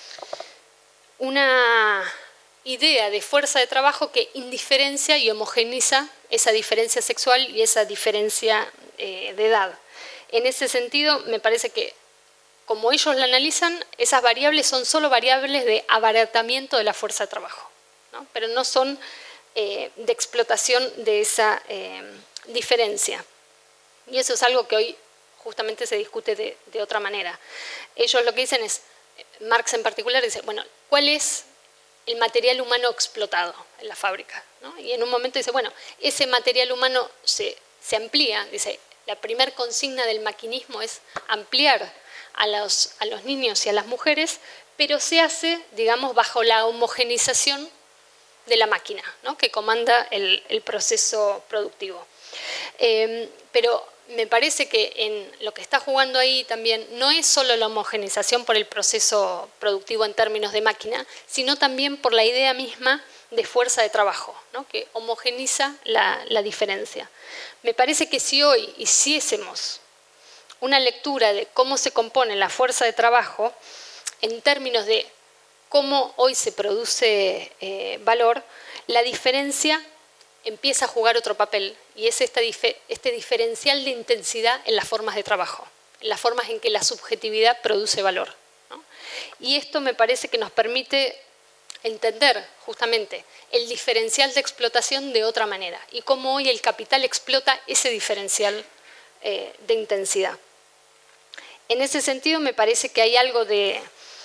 una idea de fuerza de trabajo que indiferencia y homogeneiza esa diferencia sexual y esa diferencia eh, de edad. En ese sentido, me parece que, como ellos la analizan, esas variables son solo variables de abaratamiento de la fuerza de trabajo, ¿no? Pero no son eh, de explotación de esa eh, diferencia. Y eso es algo que hoy justamente se discute de, de otra manera. Ellos lo que dicen es, Marx en particular dice, bueno, ¿cuál es el material humano explotado en la fábrica? ¿No? Y en un momento dice, bueno, ese material humano se, se amplía, dice, la primer consigna del maquinismo es ampliar a los, a los niños y a las mujeres, pero se hace, digamos, bajo la homogeneización de la máquina, ¿no? Que comanda el, el proceso productivo. Eh, pero me parece que en lo que está jugando ahí también no es solo la homogeneización por el proceso productivo en términos de máquina, sino también por la idea misma de fuerza de trabajo, ¿no? Que homogeneiza la, la diferencia. Me parece que si hoy hiciésemos una lectura de cómo se compone la fuerza de trabajo en términos de cómo hoy se produce eh, valor, la diferencia empieza a jugar otro papel, y es esta, este diferencial de intensidad en las formas de trabajo, en las formas en que la subjetividad produce valor, ¿no? Y esto me parece que nos permite entender justamente el diferencial de explotación de otra manera y cómo hoy el capital explota ese diferencial eh, de intensidad. En ese sentido, me parece que hay algo de,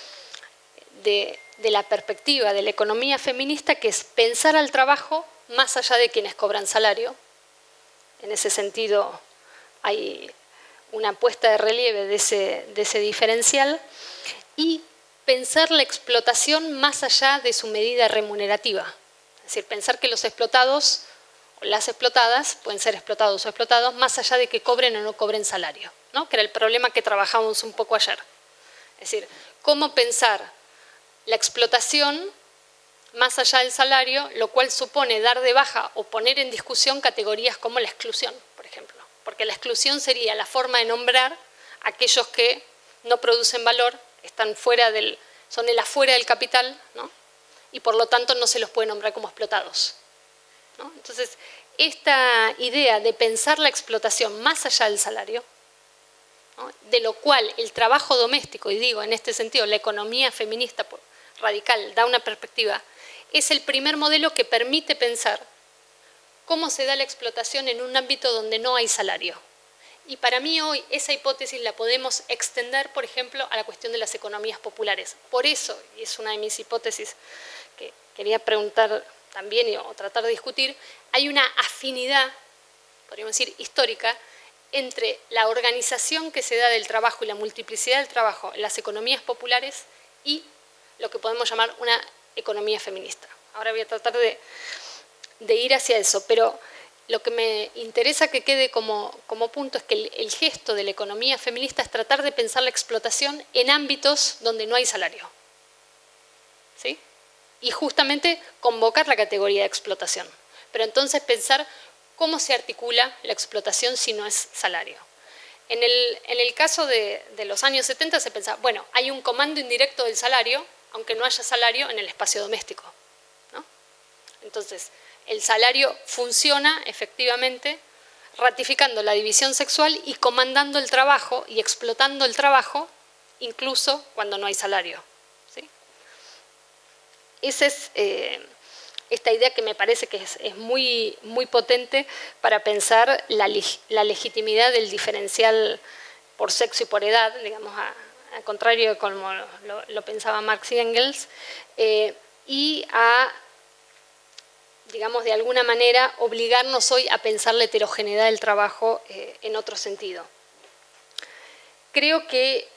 de, de la perspectiva de la economía feminista, que es pensar al trabajo más allá de quienes cobran salario. En ese sentido, hay una puesta de relieve de ese, de ese diferencial, y pensar la explotación más allá de su medida remunerativa. Es decir, pensar que los explotados o las explotadas pueden ser explotados o explotados más allá de que cobren o no cobren salario, ¿no? Que era el problema que trabajamos un poco ayer. Es decir, cómo pensar la explotación más allá del salario, lo cual supone dar de baja o poner en discusión categorías como la exclusión, por ejemplo. Porque la exclusión sería la forma de nombrar a aquellos que no producen valor, están fuera del, son el afuera del capital, ¿no? Y por lo tanto no se los puede nombrar como explotados, ¿no? Entonces, esta idea de pensar la explotación más allá del salario, ¿no? De lo cual el trabajo doméstico, y digo en este sentido la economía feminista radical da una perspectiva, es el primer modelo que permite pensar cómo se da la explotación en un ámbito donde no hay salario. Y para mí hoy esa hipótesis la podemos extender, por ejemplo, a la cuestión de las economías populares. Por eso, y es una de mis hipótesis que quería preguntar también o tratar de discutir, hay una afinidad, podríamos decir, histórica, entre la organización que se da del trabajo y la multiplicidad del trabajo en las economías populares y lo que podemos llamar una economía feminista. Ahora voy a tratar de, de ir hacia eso, pero lo que me interesa que quede como, como punto es que el, el gesto de la economía feminista es tratar de pensar la explotación en ámbitos donde no hay salario. ¿Sí? y justamente convocar la categoría de explotación. Pero entonces pensar cómo se articula la explotación si no es salario. En el, en el caso de, de los años setenta se pensaba, bueno, hay un comando indirecto del salario, aunque no haya salario en el espacio doméstico, ¿no? Entonces, el salario funciona efectivamente ratificando la división sexual y comandando el trabajo y explotando el trabajo, incluso cuando no hay salario, ¿sí? Esa es eh, esta idea que me parece que es, es muy, muy potente para pensar la, la legitimidad del diferencial por sexo y por edad, digamos, a, al contrario de como lo, lo pensaba Marx y Engels, eh, y a, digamos, de alguna manera obligarnos hoy a pensar la heterogeneidad del trabajo eh, en otro sentido. Creo que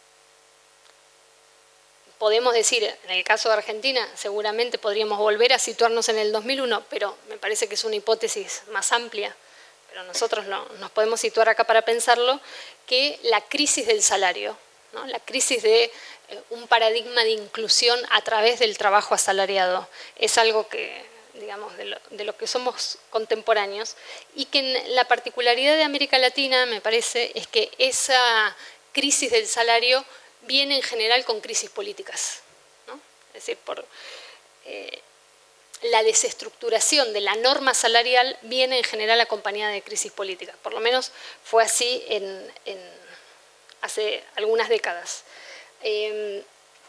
podemos decir, en el caso de Argentina, seguramente podríamos volver a situarnos en el dos mil uno, pero me parece que es una hipótesis más amplia, pero nosotros no, nos podemos situar acá para pensarlo, que la crisis del salario, ¿no? La crisis de eh, un paradigma de inclusión a través del trabajo asalariado, es algo que, digamos, de lo, de lo que somos contemporáneos, y que en la particularidad de América Latina, me parece, es que esa crisis del salario viene en general con crisis políticas, ¿no? Es decir, por eh, la desestructuración de la norma salarial viene en general acompañada de crisis políticas. Por lo menos fue así en, en hace algunas décadas. Eh,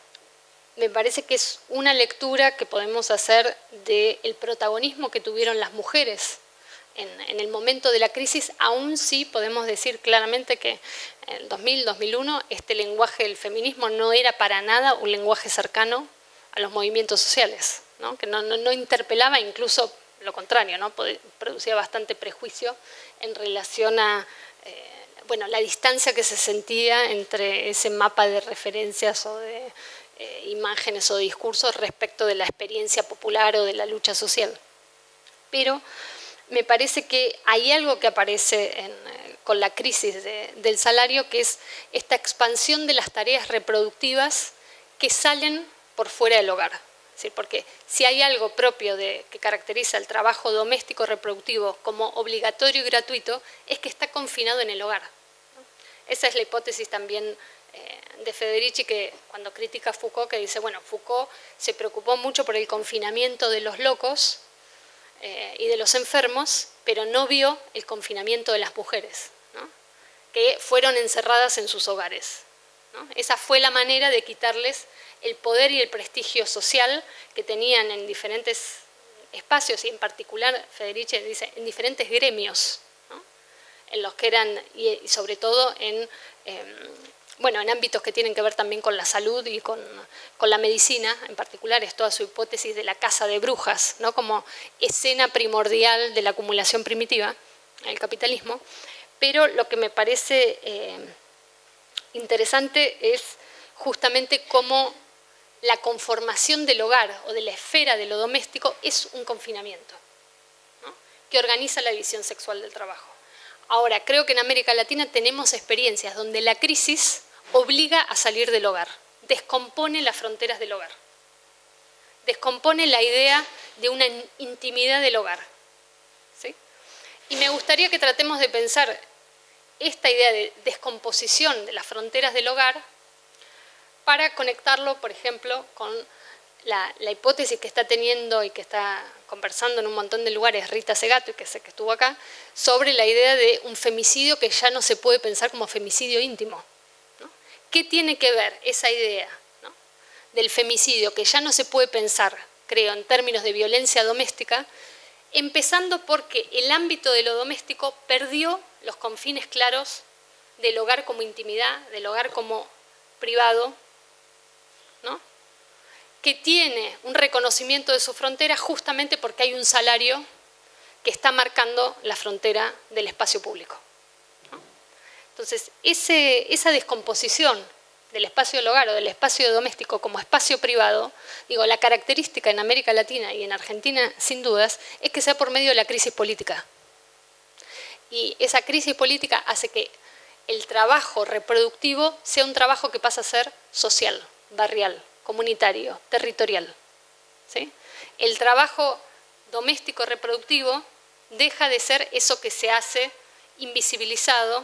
me parece que es una lectura que podemos hacer del protagonismo que tuvieron las mujeres En, en el momento de la crisis, aún sí podemos decir claramente que en el dos mil, dos mil uno este lenguaje del feminismo no era para nada un lenguaje cercano a los movimientos sociales, ¿no? Que no, no, no interpelaba, incluso lo contrario, ¿no? Producía bastante prejuicio en relación a eh, bueno, la distancia que se sentía entre ese mapa de referencias o de eh, imágenes o discursos respecto de la experiencia popular o de la lucha social. Pero me parece que hay algo que aparece en, eh, con la crisis de, del salario, que es esta expansión de las tareas reproductivas que salen por fuera del hogar. Es decir, porque si hay algo propio de, que caracteriza el trabajo doméstico reproductivo como obligatorio y gratuito, es que está confinado en el hogar, ¿no? Esa es la hipótesis también eh, de Federici, que cuando critica a Foucault, que dice, bueno, Foucault se preocupó mucho por el confinamiento de los locos, Eh, y de los enfermos, pero no vio el confinamiento de las mujeres, ¿no? Que fueron encerradas en sus hogares, ¿no? Esa fue la manera de quitarles el poder y el prestigio social que tenían en diferentes espacios, y en particular, Federici dice, en diferentes gremios, ¿no? En los que eran, y sobre todo en... Eh, bueno, en ámbitos que tienen que ver también con la salud y con, con la medicina, en particular es toda su hipótesis de la casa de brujas, ¿no? Como escena primordial de la acumulación primitiva, el capitalismo. Pero lo que me parece eh, interesante es justamente cómo la conformación del hogar o de la esfera de lo doméstico es un confinamiento, ¿no? Que organiza la división sexual del trabajo. Ahora, creo que en América Latina tenemos experiencias donde la crisis obliga a salir del hogar, descompone las fronteras del hogar, descompone la idea de una intimidad del hogar, ¿sí? Y me gustaría que tratemos de pensar esta idea de descomposición de las fronteras del hogar para conectarlo, por ejemplo, con la, la hipótesis que está teniendo y que está conversando en un montón de lugares Rita Segato, y que sé que estuvo acá, sobre la idea de un femicidio que ya no se puede pensar como femicidio íntimo, ¿no? ¿Qué tiene que ver esa idea, ¿no? del femicidio que ya no se puede pensar, creo, en términos de violencia doméstica, empezando porque el ámbito de lo doméstico perdió los confines claros del hogar como intimidad, del hogar como privado, ¿no? Que tiene un reconocimiento de su frontera justamente porque hay un salario que está marcando la frontera del espacio público, ¿no? Entonces, ese, esa descomposición del espacio del hogar o del espacio doméstico como espacio privado, digo, la característica en América Latina y en Argentina, sin dudas, es que sea por medio de la crisis política. Y esa crisis política hace que el trabajo reproductivo sea un trabajo que pasa a ser social, barrial, comunitario, territorial, ¿sí? El trabajo doméstico reproductivo deja de ser eso que se hace invisibilizado.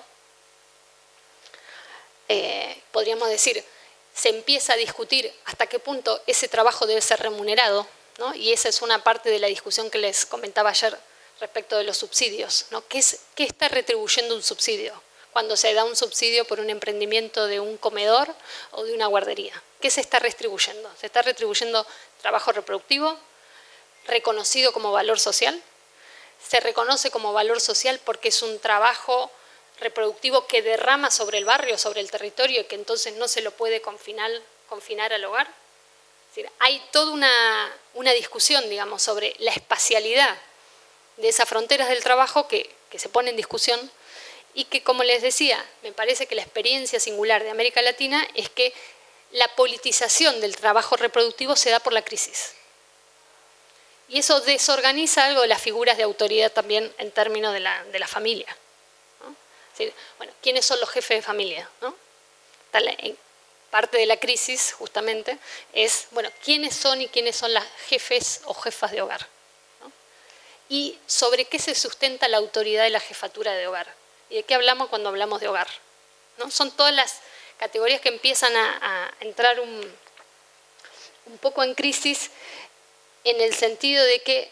Eh, podríamos decir, se empieza a discutir hasta qué punto ese trabajo debe ser remunerado, ¿no? Y esa es una parte de la discusión que les comentaba ayer respecto de los subsidios, ¿no? ¿Qué, es, ¿Qué está retribuyendo un subsidio? Cuando se da un subsidio por un emprendimiento de un comedor o de una guardería. ¿Qué se está retribuyendo? ¿Se está retribuyendo trabajo reproductivo, reconocido como valor social? Se reconoce como valor social porque es un trabajo reproductivo que derrama sobre el barrio, sobre el territorio, y que entonces no se lo puede confinar, confinar al hogar. Es decir, hay toda una, una discusión, digamos, sobre la espacialidad de esas fronteras del trabajo que, que se pone en discusión y que, como les decía, me parece que la experiencia singular de América Latina es que la politización del trabajo reproductivo se da por la crisis. Y eso desorganiza algo de las figuras de autoridad también en términos de la, de la familia. ¿No? Es decir, bueno, ¿quiénes son los jefes de familia? ¿No? Tal, parte de la crisis, justamente, es, bueno, ¿quiénes son y quiénes son las jefes o jefas de hogar? ¿No? Y sobre qué se sustenta la autoridad de la jefatura de hogar. ¿Y de qué hablamos cuando hablamos de hogar? ¿No? Son todas las categorías que empiezan a, a entrar un, un poco en crisis, en el sentido de que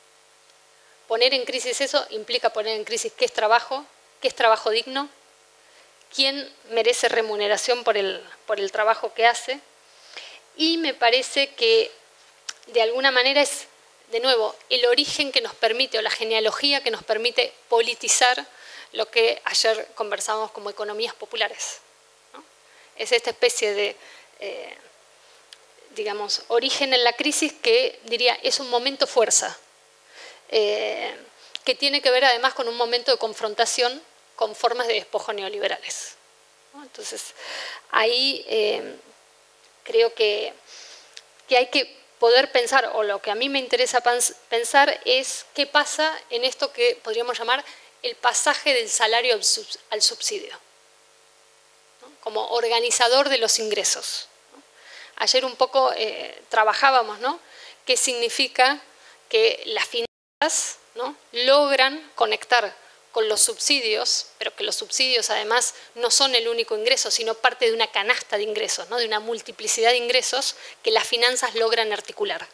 poner en crisis eso implica poner en crisis qué es trabajo, qué es trabajo digno, quién merece remuneración por el, por el trabajo que hace. Y me parece que de alguna manera es, de nuevo, el origen que nos permite, o la genealogía que nos permite politizar lo que ayer conversábamos como economías populares, ¿no? Es esta especie de, eh, digamos, origen en la crisis que, diría, es un momento fuerza, eh, que tiene que ver además con un momento de confrontación con formas de despojo neoliberales, ¿no? Entonces, ahí eh, creo que, que hay que poder pensar, o lo que a mí me interesa pensar es qué pasa en esto que podríamos llamar el pasaje del salario al subsidio, ¿no? Como organizador de los ingresos, ¿no? Ayer un poco eh, trabajábamos, ¿no? ¿Qué significa que las finanzas, ¿no? logran conectar con los subsidios, pero que los subsidios además no son el único ingreso, sino parte de una canasta de ingresos, ¿no? De una multiplicidad de ingresos que las finanzas logran articular?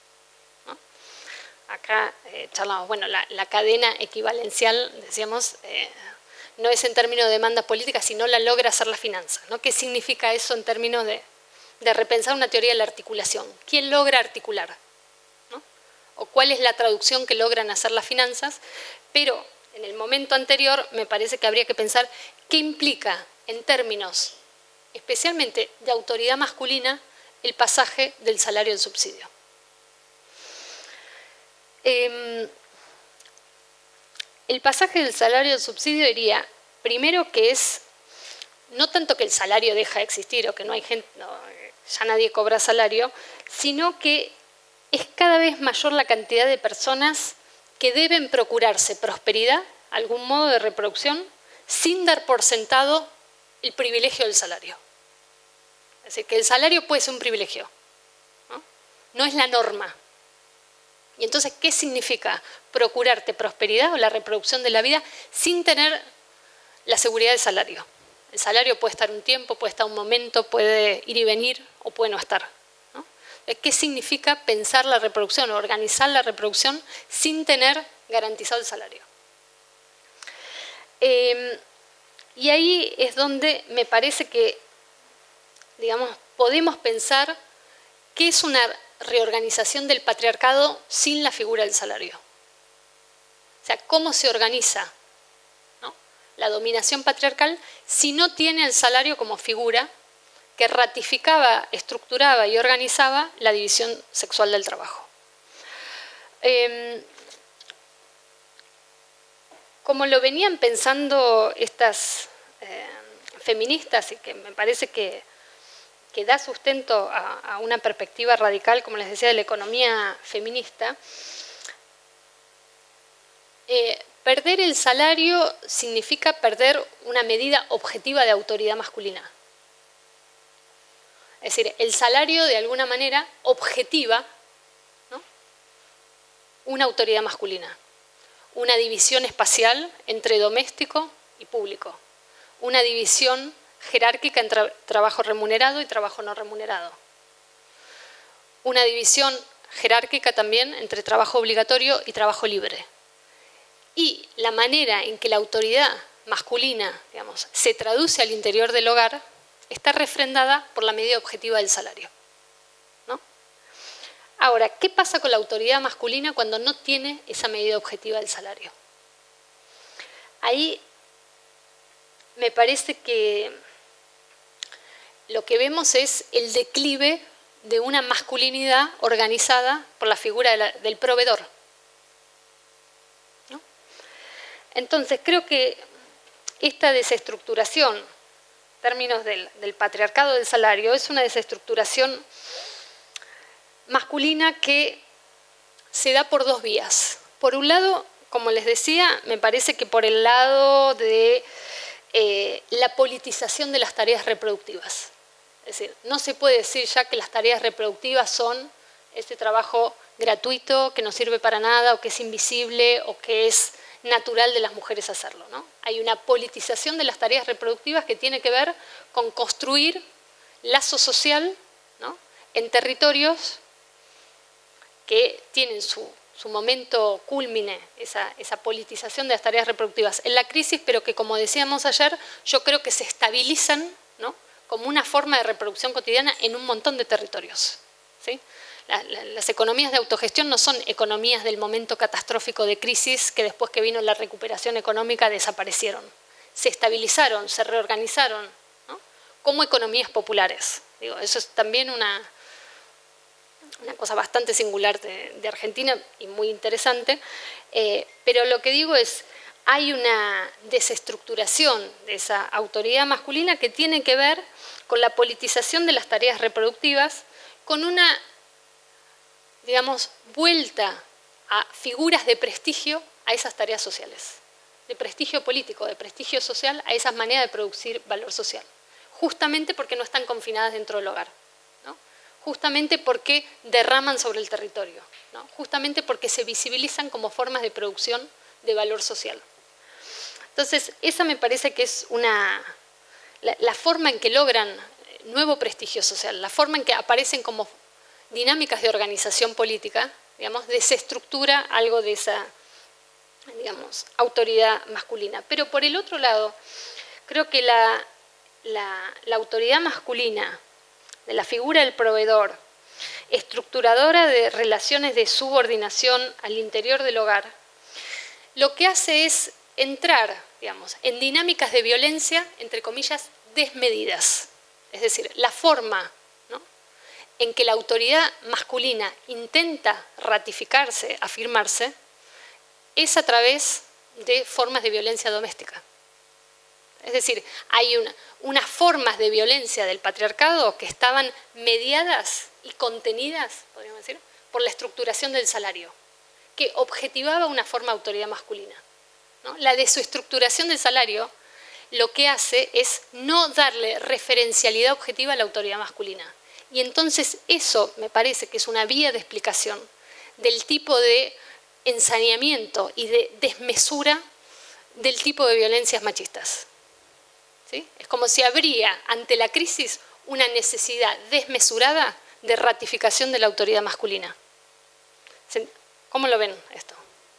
Acá eh, charlamos, bueno, la, la cadena equivalencial, decíamos, eh, no es en términos de demanda política, sino la logra hacer la finanza, ¿no? ¿Qué significa eso en términos de, de repensar una teoría de la articulación? ¿Quién logra articular? ¿No? ¿O cuál es la traducción que logran hacer las finanzas? Pero en el momento anterior me parece que habría que pensar qué implica en términos, especialmente de autoridad masculina, el pasaje del salario al subsidio. Eh, el pasaje del salario al subsidio diría, primero que es, no tanto que el salario deja de existir o que no hay gente, no, ya nadie cobra salario, sino que es cada vez mayor la cantidad de personas que deben procurarse prosperidad, algún modo de reproducción, sin dar por sentado el privilegio del salario. Es decir, que el salario puede ser un privilegio, ¿no? No es la norma. Y entonces, ¿qué significa procurarte prosperidad o la reproducción de la vida sin tener la seguridad del salario? El salario puede estar un tiempo, puede estar un momento, puede ir y venir o puede no estar, ¿no? ¿Qué significa pensar la reproducción o organizar la reproducción sin tener garantizado el salario? Eh, y ahí es donde me parece que, digamos, podemos pensar qué es una reorganización del patriarcado sin la figura del salario. O sea, ¿cómo se organiza, ¿no? la dominación patriarcal si no tiene el salario como figura que ratificaba, estructuraba y organizaba la división sexual del trabajo? Eh, como lo venían pensando estas eh, feministas, y que me parece que que da sustento a, a una perspectiva radical, como les decía, de la economía feminista, eh, perder el salario significa perder una medida objetiva de autoridad masculina. Es decir, el salario de alguna manera objetiva una autoridad masculina, una división espacial entre doméstico y público, una división jerárquica entre trabajo remunerado y trabajo no remunerado, una división jerárquica también entre trabajo obligatorio y trabajo libre. Y la manera en que la autoridad masculina, digamos, se traduce al interior del hogar está refrendada por la medida objetiva del salario, ¿no? Ahora, ¿qué pasa con la autoridad masculina cuando no tiene esa medida objetiva del salario? Ahí me parece que lo que vemos es el declive de una masculinidad organizada por la figura de la, del proveedor, ¿no? Entonces, creo que esta desestructuración, en términos del, del patriarcado del salario, es una desestructuración masculina que se da por dos vías. Por un lado, como les decía, me parece que por el lado de eh, la politización de las tareas reproductivas. Es decir, no se puede decir ya que las tareas reproductivas son ese trabajo gratuito que no sirve para nada o que es invisible o que es natural de las mujeres hacerlo, ¿no? Hay una politización de las tareas reproductivas que tiene que ver con construir lazo social, ¿no?, en territorios que tienen su, su momento cúlmine, esa, esa politización de las tareas reproductivas en la crisis, pero que, como decíamos ayer, yo creo que se estabilizan, ¿no?, como una forma de reproducción cotidiana en un montón de territorios, ¿sí? La, la, las economías de autogestión no son economías del momento catastrófico de crisis que después que vino la recuperación económica desaparecieron. Se estabilizaron, se reorganizaron, ¿no?, como economías populares. Digo, eso es también una, una cosa bastante singular de, de Argentina y muy interesante. Eh, pero lo que digo es, hay una desestructuración de esa autoridad masculina que tiene que ver con la politización de las tareas reproductivas, con una, digamos, vuelta a figuras de prestigio a esas tareas sociales, de prestigio político, de prestigio social a esas maneras de producir valor social, justamente porque no están confinadas dentro del hogar, ¿no?, justamente porque derraman sobre el territorio, ¿no?, justamente porque se visibilizan como formas de producción de valor social. Entonces, esa me parece que es una, la, la forma en que logran nuevo prestigio social, la forma en que aparecen como dinámicas de organización política, digamos, desestructura algo de esa, digamos, autoridad masculina. Pero por el otro lado, creo que la, la, la autoridad masculina, de la figura del proveedor, estructuradora de relaciones de subordinación al interior del hogar, lo que hace es entrar, digamos, en dinámicas de violencia, entre comillas, desmedidas. Es decir, la forma, ¿no?, en que la autoridad masculina intenta ratificarse, afirmarse, es a través de formas de violencia doméstica. Es decir, hay una, unas formas de violencia del patriarcado que estaban mediadas y contenidas, podríamos decir, por la estructuración del salario, que objetivaba una forma de autoridad masculina, ¿no? La desestructuración del salario lo que hace es no darle referencialidad objetiva a la autoridad masculina. Y entonces eso me parece que es una vía de explicación del tipo de ensañamiento y de desmesura del tipo de violencias machistas, ¿sí? Es como si habría ante la crisis una necesidad desmesurada de ratificación de la autoridad masculina. ¿Cómo lo ven esto?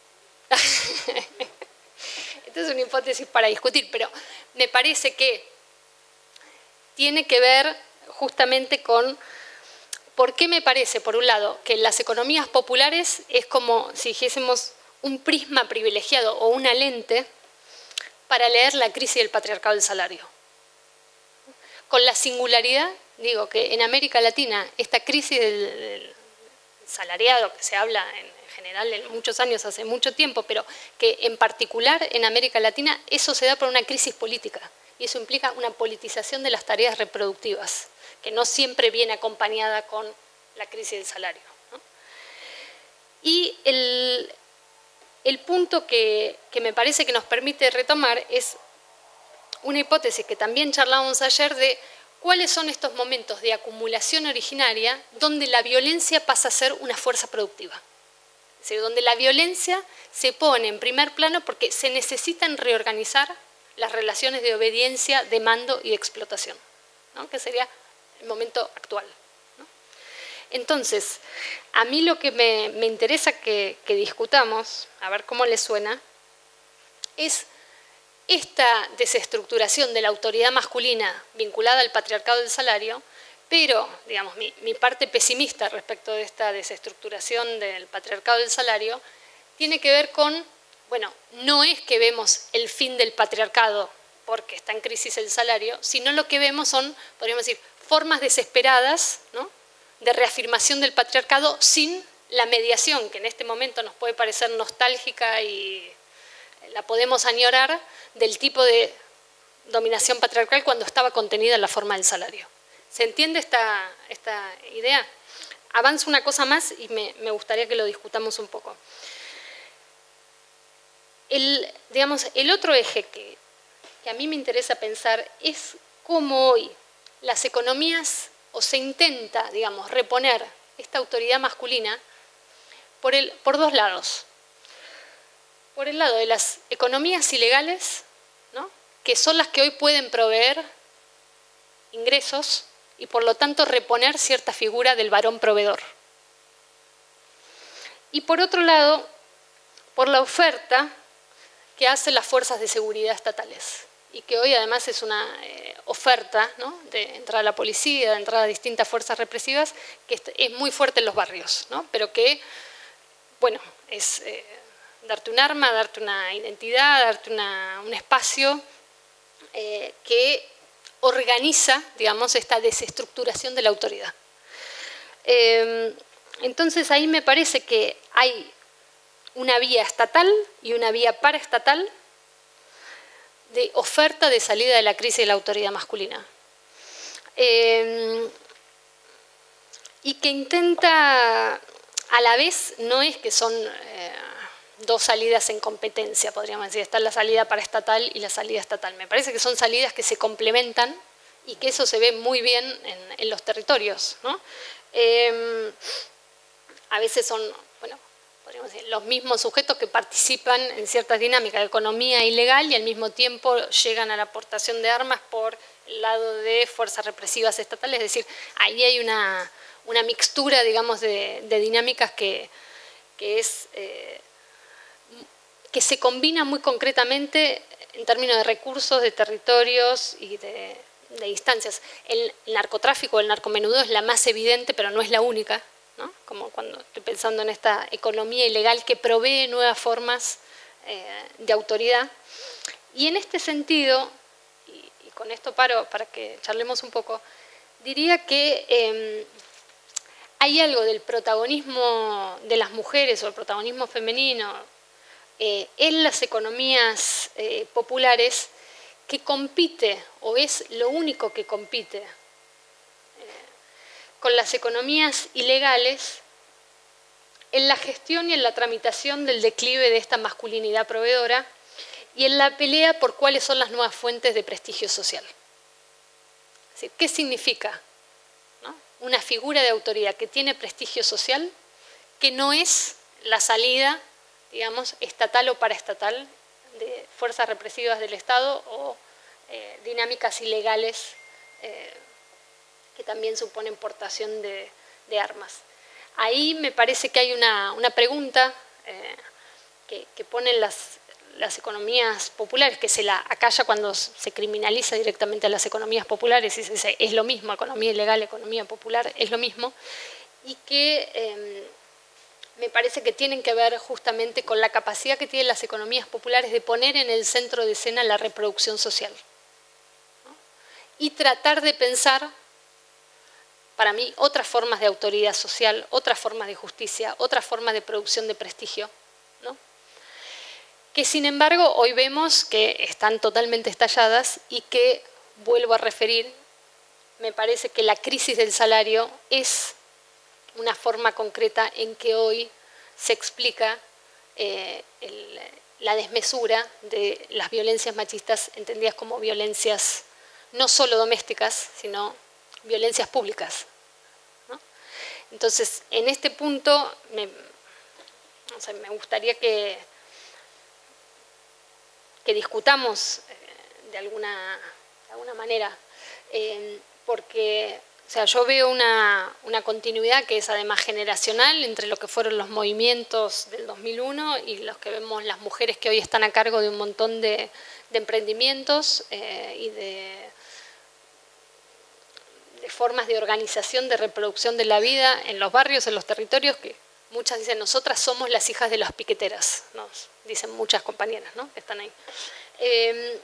Esta es una hipótesis para discutir, pero me parece que tiene que ver justamente con por qué me parece, por un lado, que en las economías populares es como si dijésemos un prisma privilegiado o una lente para leer la crisis del patriarcado del salario. Con la singularidad, digo, que en América Latina esta crisis del, del salariado, que se habla en general en muchos años, hace mucho tiempo, pero que en particular en América Latina eso se da por una crisis política y eso implica una politización de las tareas reproductivas, que no siempre viene acompañada con la crisis del salario, ¿no? Y el, el punto que, que me parece que nos permite retomar es una hipótesis que también charlábamos ayer de cuáles son estos momentos de acumulación originaria donde la violencia pasa a ser una fuerza productiva. Es decir, donde la violencia se pone en primer plano porque se necesitan reorganizar las relaciones de obediencia, de mando y de explotación, ¿no? Que sería el momento actual, ¿no? Entonces, a mí lo que me, me interesa que, que discutamos, a ver cómo les suena, es esta desestructuración de la autoridad masculina vinculada al patriarcado del salario, pero, digamos, mi, mi parte pesimista respecto de esta desestructuración del patriarcado del salario tiene que ver con, bueno, no es que vemos el fin del patriarcado porque está en crisis el salario, sino lo que vemos son, podríamos decir, formas desesperadas, ¿no?, de reafirmación del patriarcado sin la mediación, que en este momento nos puede parecer nostálgica y la podemos añorar, del tipo de dominación patriarcal cuando estaba contenida en la forma del salario. ¿Se entiende esta, esta idea? Avanzo una cosa más y me, me gustaría que lo discutamos un poco. El, digamos, el otro eje que, que a mí me interesa pensar es cómo hoy las economías, o se intenta, digamos, reponer esta autoridad masculina por, el, por dos lados. Por el lado de las economías ilegales, ¿no?, que son las que hoy pueden proveer ingresos y por lo tanto reponer cierta figura del varón proveedor. Y por otro lado, por la oferta que hacen las fuerzas de seguridad estatales y que hoy además es una eh, oferta, ¿no?, de entrada a la policía, de entrada a distintas fuerzas represivas, que es muy fuerte en los barrios, ¿no?, pero que, bueno, es eh, darte un arma, darte una identidad, darte una, un espacio eh, que organiza, digamos, esta desestructuración de la autoridad. Eh, entonces ahí me parece que hay una vía estatal y una vía paraestatal de oferta de salida de la crisis de la autoridad masculina. Eh, y que intenta, a la vez, no es que son eh, dos salidas en competencia, podríamos decir, está la salida paraestatal y la salida estatal. Me parece que son salidas que se complementan y que eso se ve muy bien en, en los territorios, ¿no? Eh, a veces son, bueno, podríamos decir, los mismos sujetos que participan en ciertas dinámicas de economía ilegal y al mismo tiempo llegan a la aportación de armas por el lado de fuerzas represivas estatales. Es decir, ahí hay una, una mixtura, digamos, de, de dinámicas que, que es... Eh, que se combina muy concretamente en términos de recursos, de territorios y de, de instancias. El, el narcotráfico, el narcomenudeo es la más evidente, pero no es la única, ¿no? Como cuando estoy pensando en esta economía ilegal que provee nuevas formas eh, de autoridad. Y en este sentido, y, y con esto paro para que charlemos un poco, diría que eh, hay algo del protagonismo de las mujeres o el protagonismo femenino Eh, en las economías eh, populares que compite, o es lo único que compite, eh, con las economías ilegales en la gestión y en la tramitación del declive de esta masculinidad proveedora y en la pelea por cuáles son las nuevas fuentes de prestigio social. Es decir, ¿qué significa, ¿no?, una figura de autoridad que tiene prestigio social que no es la salida, digamos, estatal o paraestatal de fuerzas represivas del Estado o eh, dinámicas ilegales eh, que también suponen portación de, de armas? Ahí me parece que hay una, una pregunta eh, que, que ponen las, las economías populares, que se la acalla cuando se criminaliza directamente a las economías populares y se dice es lo mismo, economía ilegal, economía popular, es lo mismo, y que eh, me parece que tienen que ver justamente con la capacidad que tienen las economías populares de poner en el centro de escena la reproducción social, ¿no?, y tratar de pensar, para mí, otras formas de autoridad social, otras formas de justicia, otras formas de producción de prestigio, ¿no?, que sin embargo hoy vemos que están totalmente estalladas y que, vuelvo a referir, me parece que la crisis del salario es una forma concreta en que hoy se explica eh, el, la desmesura de las violencias machistas entendidas como violencias no solo domésticas, sino violencias públicas, ¿no? Entonces, en este punto, me, o sea, me gustaría que, que discutamos eh, de, alguna, de alguna manera, eh, porque o sea, yo veo una, una continuidad que es además generacional entre lo que fueron los movimientos del dos mil uno y los que vemos las mujeres que hoy están a cargo de un montón de, de emprendimientos eh, y de, de formas de organización, de reproducción de la vida en los barrios, en los territorios, que muchas dicen, nosotras somos las hijas de las piqueteras, nos dicen muchas compañeras, ¿no?, que están ahí. Eh,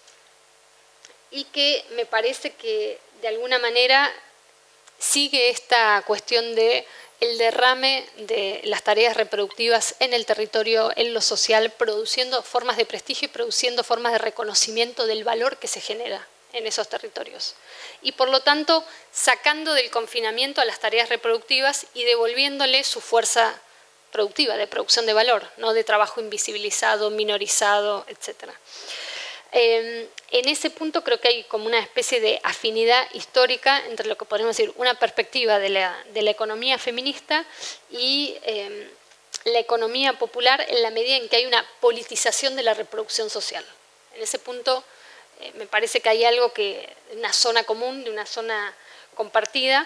y que me parece que de alguna manera sigue esta cuestión de el derrame de las tareas reproductivas en el territorio, en lo social, produciendo formas de prestigio y produciendo formas de reconocimiento del valor que se genera en esos territorios. Y por lo tanto, sacando del confinamiento a las tareas reproductivas y devolviéndole su fuerza productiva, de producción de valor, no de trabajo invisibilizado, minorizado, etcétera. Eh, en ese punto creo que hay como una especie de afinidad histórica entre lo que podemos decir una perspectiva de la, de la economía feminista y eh, la economía popular en la medida en que hay una politización de la reproducción social. En ese punto eh, me parece que hay algo que, una zona común, de una zona compartida,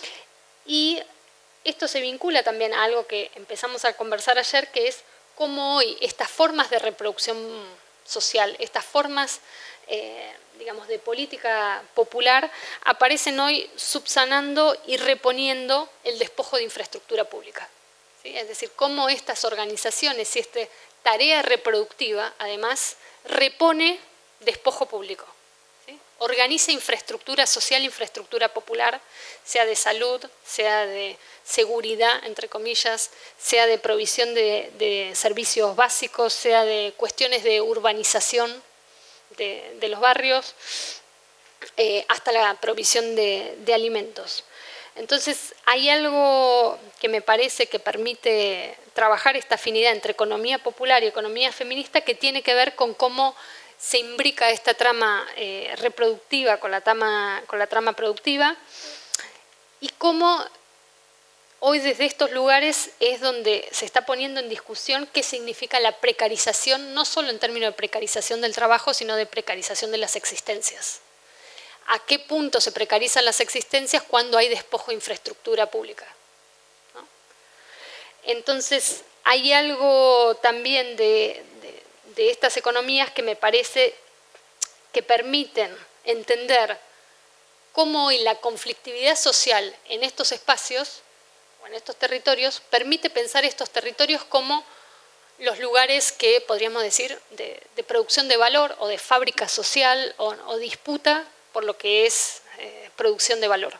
y esto se vincula también a algo que empezamos a conversar ayer, que es cómo hoy estas formas de reproducción social, estas formas, eh, digamos, de política popular aparecen hoy subsanando y reponiendo el despojo de infraestructura pública. ¿Sí? Es decir, cómo estas organizaciones y esta tarea reproductiva, además, repone despojo público. ¿Sí? Organiza infraestructura social, infraestructura popular, sea de salud, sea de seguridad, entre comillas, sea de provisión de, de servicios básicos, sea de cuestiones de urbanización de, de los barrios, eh, hasta la provisión de, de alimentos. Entonces, hay algo que me parece que permite trabajar esta afinidad entre economía popular y economía feminista que tiene que ver con cómo se imbrica esta trama eh, reproductiva con la trama, con la trama productiva y cómo hoy desde estos lugares es donde se está poniendo en discusión qué significa la precarización, no solo en términos de precarización del trabajo, sino de precarización de las existencias. ¿A qué punto se precarizan las existencias cuando hay despojo de infraestructura pública? ¿No? Entonces, hay algo también de, de, de estas economías que me parece que permiten entender cómo hoy la conflictividad social en estos espacios en estos territorios, permite pensar estos territorios como los lugares que podríamos decir de, de producción de valor o de fábrica social o, o disputa por lo que es eh, producción de valor.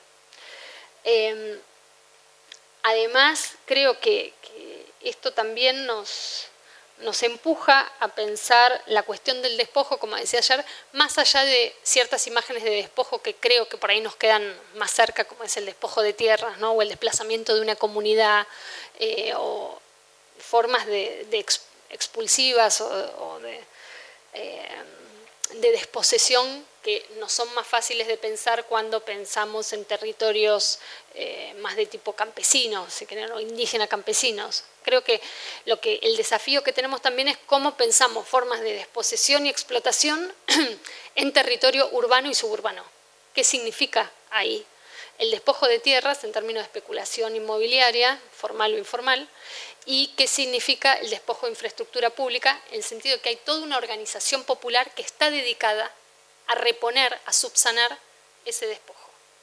Eh, además, creo que, que esto también nos, nos empuja a pensar la cuestión del despojo, como decía ayer, más allá de ciertas imágenes de despojo que creo que por ahí nos quedan más cerca, como es el despojo de tierras, ¿no? O el desplazamiento de una comunidad, eh, o formas de, de ex, expulsivas o, o de, eh, de desposesión que nos son más fáciles de pensar cuando pensamos en territorios eh, más de tipo campesino, si quieren, o indígena campesinos. Creo que, lo que el desafío que tenemos también es cómo pensamos formas de desposesión y explotación en territorio urbano y suburbano. ¿Qué significa ahí el despojo de tierras en términos de especulación inmobiliaria, formal o informal? ¿Y qué significa el despojo de infraestructura pública? En el sentido de que hay toda una organización popular que está dedicada a reponer, a subsanar ese despojo.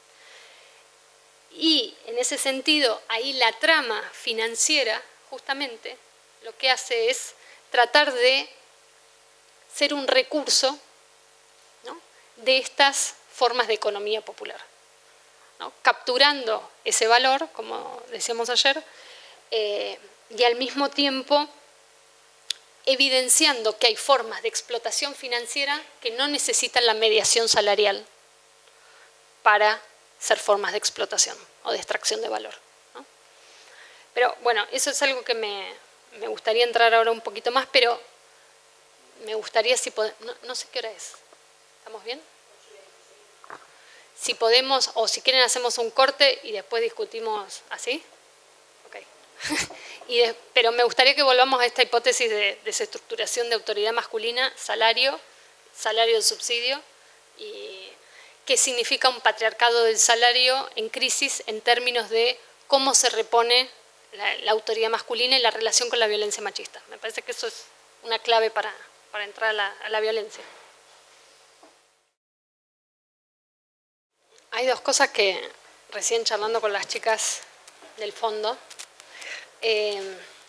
Y en ese sentido, ahí la trama financiera, justamente, lo que hace es tratar de ser un recurso, ¿no?, de estas formas de economía popular, ¿no?, capturando ese valor, como decíamos ayer, eh, y al mismo tiempo evidenciando que hay formas de explotación financiera que no necesitan la mediación salarial para ser formas de explotación o de extracción de valor, ¿no? Pero bueno, eso es algo que me, me gustaría entrar ahora un poquito más, pero me gustaría si podemos, no, no sé qué hora es, ¿estamos bien? Si podemos, o si quieren hacemos un corte y después discutimos así. Ok. Y de, pero me gustaría que volvamos a esta hipótesis de desestructuración de autoridad masculina, salario, salario del subsidio, y qué significa un patriarcado del salario en crisis en términos de cómo se repone la, la autoridad masculina y la relación con la violencia machista. Me parece que eso es una clave para, para entrar a la, a la violencia. Hay dos cosas que recién charlando con las chicas del fondo, eh,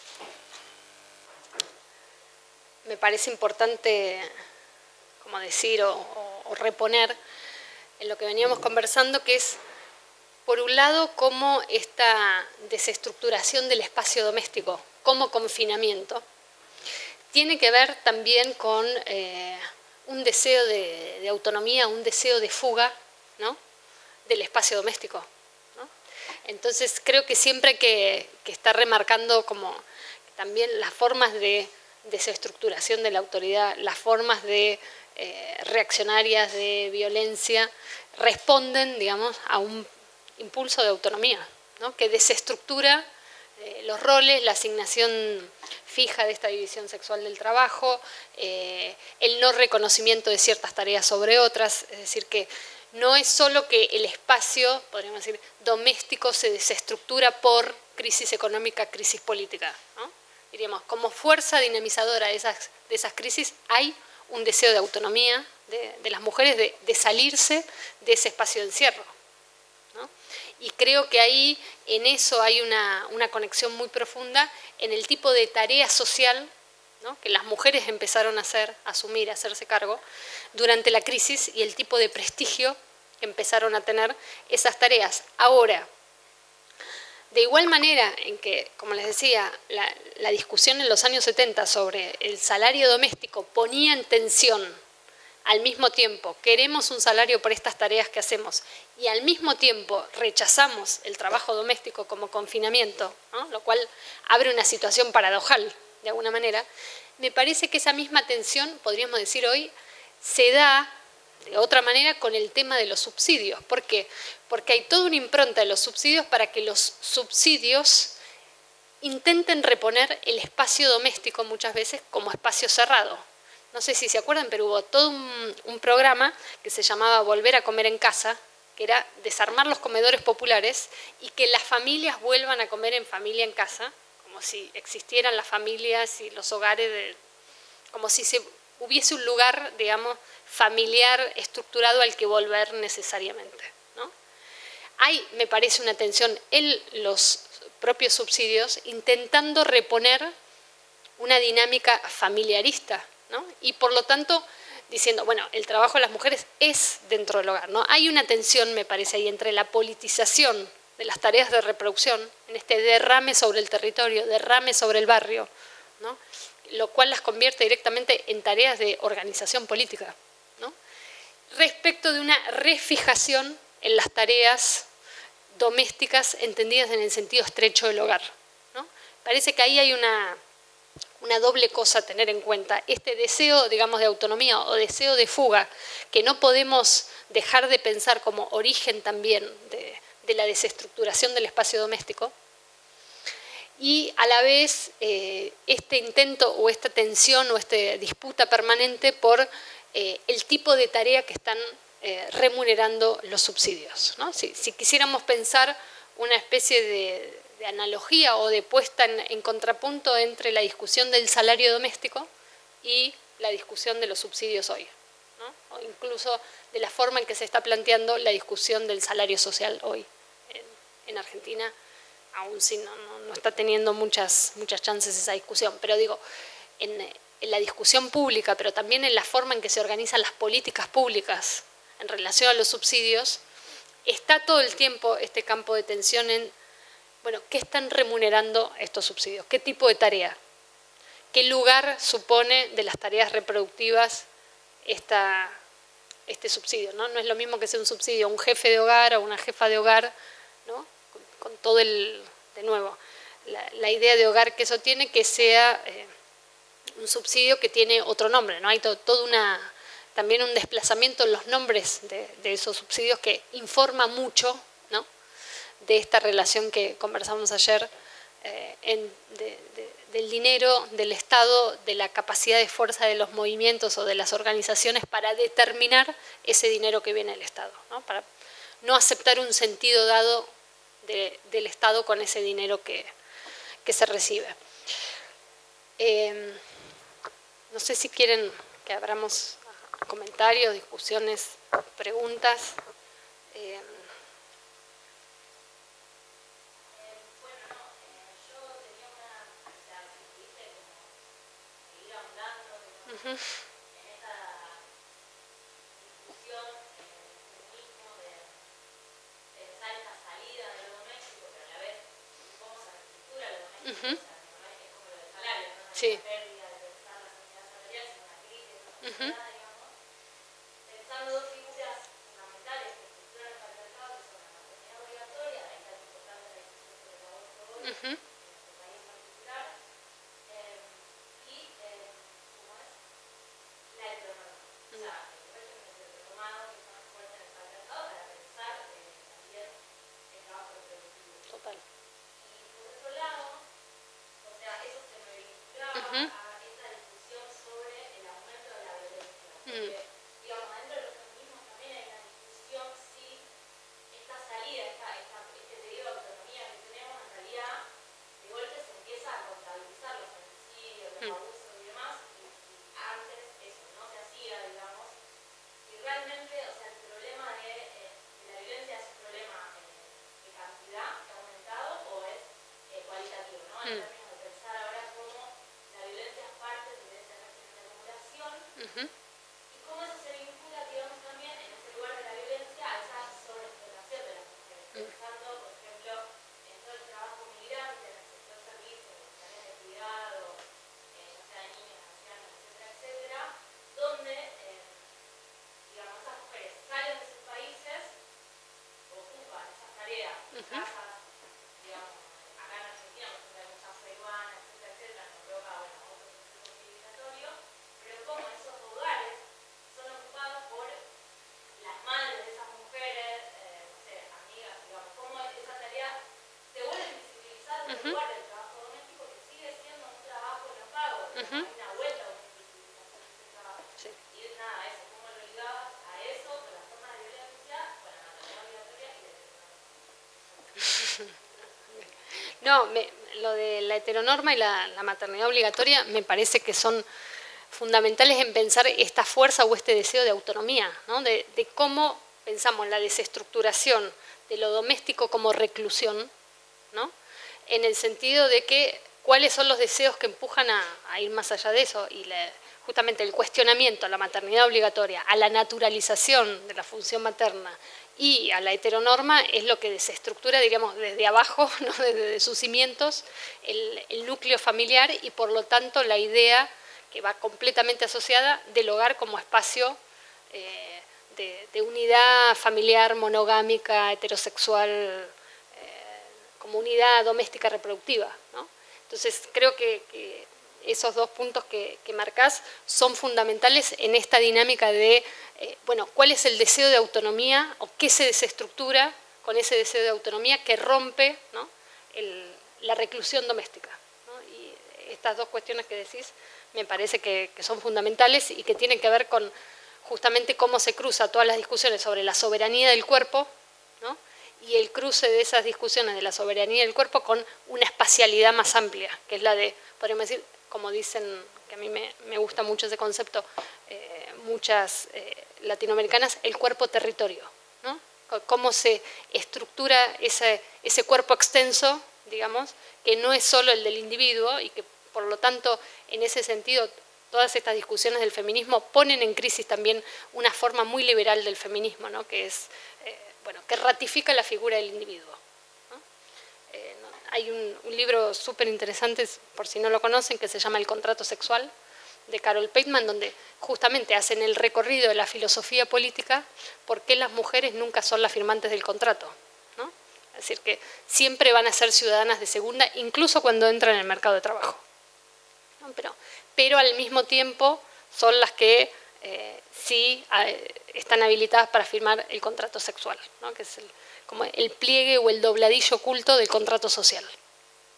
me parece importante como decir o, o, o reponer en lo que veníamos conversando, que es, por un lado, cómo esta desestructuración del espacio doméstico como confinamiento tiene que ver también con eh, un deseo de, de autonomía, un deseo de fuga, ¿no?, del espacio doméstico, ¿no? Entonces creo que siempre hay que, que estar remarcando como también las formas de desestructuración de la autoridad, las formas de eh, reaccionarias de violencia responden, digamos, a un impulso de autonomía, ¿no?, que desestructura eh, los roles, la asignación fija de esta división sexual del trabajo, eh, el no reconocimiento de ciertas tareas sobre otras, es decir, que no es solo que el espacio, podríamos decir, doméstico se desestructura por crisis económica, crisis política, ¿no? Diríamos, como fuerza dinamizadora de esas, de esas crisis hay un deseo de autonomía de, de las mujeres, de, de salirse de ese espacio de encierro, ¿no? Y creo que ahí, en eso hay una, una conexión muy profunda en el tipo de tarea social, ¿no?, que las mujeres empezaron a hacer, a asumir, a hacerse cargo durante la crisis, y el tipo de prestigio que empezaron a tener esas tareas. Ahora, de igual manera en que, como les decía, la, la discusión en los años setenta sobre el salario doméstico ponía en tensión al mismo tiempo, queremos un salario por estas tareas que hacemos, y al mismo tiempo rechazamos el trabajo doméstico como confinamiento, ¿no?, lo cual abre una situación paradojal, de alguna manera, me parece que esa misma tensión, podríamos decir hoy, se da de otra manera con el tema de los subsidios. ¿Por qué? Porque hay toda una impronta de los subsidios para que los subsidios intenten reponer el espacio doméstico muchas veces como espacio cerrado. No sé si se acuerdan, pero hubo todo un, un programa que se llamaba Volver a comer en casa, que era desarmar los comedores populares y que las familias vuelvan a comer en familia en casa, como si existieran las familias y los hogares, de, como si se, hubiese un lugar, digamos, familiar estructurado al que volver necesariamente, ¿no? Hay, me parece, una tensión en los propios subsidios intentando reponer una dinámica familiarista, ¿no?, y por lo tanto diciendo, bueno, el trabajo de las mujeres es dentro del hogar, ¿no? Hay una tensión, me parece, ahí entre la politización de las tareas de reproducción, en este derrame sobre el territorio, derrame sobre el barrio, ¿no?, lo cual las convierte directamente en tareas de organización política, ¿no?, respecto de una refijación en las tareas domésticas entendidas en el sentido estrecho del hogar, ¿no? Parece que ahí hay una, una doble cosa a tener en cuenta, este deseo, digamos, de autonomía o deseo de fuga, que no podemos dejar de pensar como origen también de de la desestructuración del espacio doméstico, y a la vez eh, este intento o esta tensión o esta disputa permanente por eh, el tipo de tarea que están eh, remunerando los subsidios, ¿no? Si, si quisiéramos pensar una especie de, de analogía o de puesta en, en contrapunto entre la discusión del salario doméstico y la discusión de los subsidios hoy, ¿no?, o incluso de la forma en que se está planteando la discusión del salario social hoy en, en Argentina, aún si no, no, no está teniendo muchas, muchas chances esa discusión, pero digo, en, en la discusión pública, pero también en la forma en que se organizan las políticas públicas en relación a los subsidios, está todo el tiempo este campo de tensión en, bueno, ¿qué están remunerando estos subsidios? ¿Qué tipo de tarea? ¿Qué lugar supone de las tareas reproductivas esta, este subsidio, ¿no? No es lo mismo que sea un subsidio a un jefe de hogar o una jefa de hogar, ¿no?, con, con todo el, de nuevo, la, la idea de hogar que eso tiene, que sea eh, un subsidio que tiene otro nombre, ¿no? Hay to, todo una, también un desplazamiento en los nombres de, de esos subsidios que informa mucho, ¿no?, de esta relación que conversamos ayer eh, en, de, de, del dinero, del Estado, de la capacidad de fuerza de los movimientos o de las organizaciones para determinar ese dinero que viene del Estado, ¿no? Para no aceptar un sentido dado de, del Estado con ese dinero que, que se recibe. Eh, no sé si quieren que abramos comentarios, discusiones, preguntas. Eh, Uh-huh. En esta discusión en el feminismo de pensar esta salida de lo doméstico, pero a la vez cómo se reestructura lo doméstico, uh-huh. O sea, no es, es como lo del salario, no, no sí. Es una pérdida de pensar la sociedad salarial, sino una crisis de la sociedad, uh-huh. Digamos, pensando dos figuras fundamentales que estructuran el patriarcado, que son la maternidad obligatoria, ahí está importante la discusión sobre el aborto hoy, uh-huh. En nuestro país en particular, eh, y eh, la heteronorma, o sea, el régimen heteronormado que está más fuerte en el patriarcado para pensar eh, también el trabajo reproductivo. Total. Y por otro lado, o sea, eso se me vinculaba uh-huh. A esta discusión sobre el aumento de la violencia. Porque, uh-huh. Digamos, dentro de los feminismos también hay una discusión si esta salida, esta, esta, este periodo de autonomía que tenemos, en realidad, de golpe se empieza a contabilizar los femicidios, los uh-huh. abusos y demás, y, y antes eso no se hacía, digamos, y realmente, o sea, el problema de, eh, de la violencia es un problema eh, de cantidad que ha aumentado o es eh, cualitativo, ¿no? En mm. términos de pensar ahora cómo la violencia es parte de ese régimen de acumulación uh-huh. Y cómo eso se vincula, digamos, también en ese lugar de la violencia a esa sobreexplotación de las mujeres, mm. Pensando, por ejemplo, en todo el trabajo migrante, en el sector servicios, en las tareas de cuidado, eh, ya sea de niños, ancianos, etcétera, etcétera, donde, eh, digamos, esas mujeres salen de sus países, ocupan esas tareas, uh-huh. Casas, digamos, acá en Argentina, por ejemplo, hay muchas peruanas, etcétera, etcétera, nos provoca, bueno, otro proceso civilizatorio, pero como esos hogares son ocupados por las madres de esas mujeres, eh, no sé, amigas, digamos, cómo esa tarea se vuelve invisibilizada en uh-huh. El lugar del trabajo doméstico que sigue siendo un trabajo no pago, uh-huh. Hay una vuelta a una invisibilización de ese trabajo. Sí. Y es nada, eso, cómo lo ligabas a eso, con las formas de violencia, con la maternidad obligatoria y la heteronorma. No, me, lo de la heteronorma y la, la maternidad obligatoria me parece que son fundamentales en pensar esta fuerza o este deseo de autonomía, ¿no? de, de cómo pensamos la desestructuración de lo doméstico como reclusión, ¿no? En el sentido de que cuáles son los deseos que empujan a, a ir más allá de eso, y la, justamente el cuestionamiento a la maternidad obligatoria, a la naturalización de la función materna y a la heteronorma es lo que desestructura, digamos, desde abajo, ¿no? Desde sus cimientos, el, el núcleo familiar y por lo tanto la idea que va completamente asociada del hogar como espacio eh, de, de unidad familiar, monogámica, heterosexual, eh, como unidad doméstica reproductiva, ¿no? Entonces creo que, que esos dos puntos que, que marcás son fundamentales en esta dinámica de, eh, bueno, cuál es el deseo de autonomía o qué se desestructura con ese deseo de autonomía que rompe, ¿no? el, la reclusión doméstica, ¿no? Y estas dos cuestiones que decís me parece que, que son fundamentales y que tienen que ver con justamente cómo se cruza todas las discusiones sobre la soberanía del cuerpo, ¿no? Y el cruce de esas discusiones de la soberanía del cuerpo con una espacialidad más amplia, que es la de, podríamos decir, como dicen, que a mí me, me gusta mucho ese concepto, eh, muchas eh, latinoamericanas, el cuerpo-territorio, ¿no? Cómo se estructura ese, ese cuerpo extenso, digamos, que no es solo el del individuo y que, por lo tanto, en ese sentido, todas estas discusiones del feminismo ponen en crisis también una forma muy liberal del feminismo, ¿no? Que es, eh, bueno, que ratifica la figura del individuo, ¿no? Eh, no, hay un, un libro súper interesante, por si no lo conocen, que se llama El contrato sexual, de Carol Pateman, donde justamente hacen el recorrido de la filosofía política, por qué las mujeres nunca son las firmantes del contrato, ¿no? Es decir, que siempre van a ser ciudadanas de segunda, incluso cuando entran en el mercado de trabajo, ¿no? Pero, pero al mismo tiempo son las que eh, sí eh, están habilitadas para firmar el contrato sexual, ¿no? Que es el, como el pliegue o el dobladillo oculto del contrato social,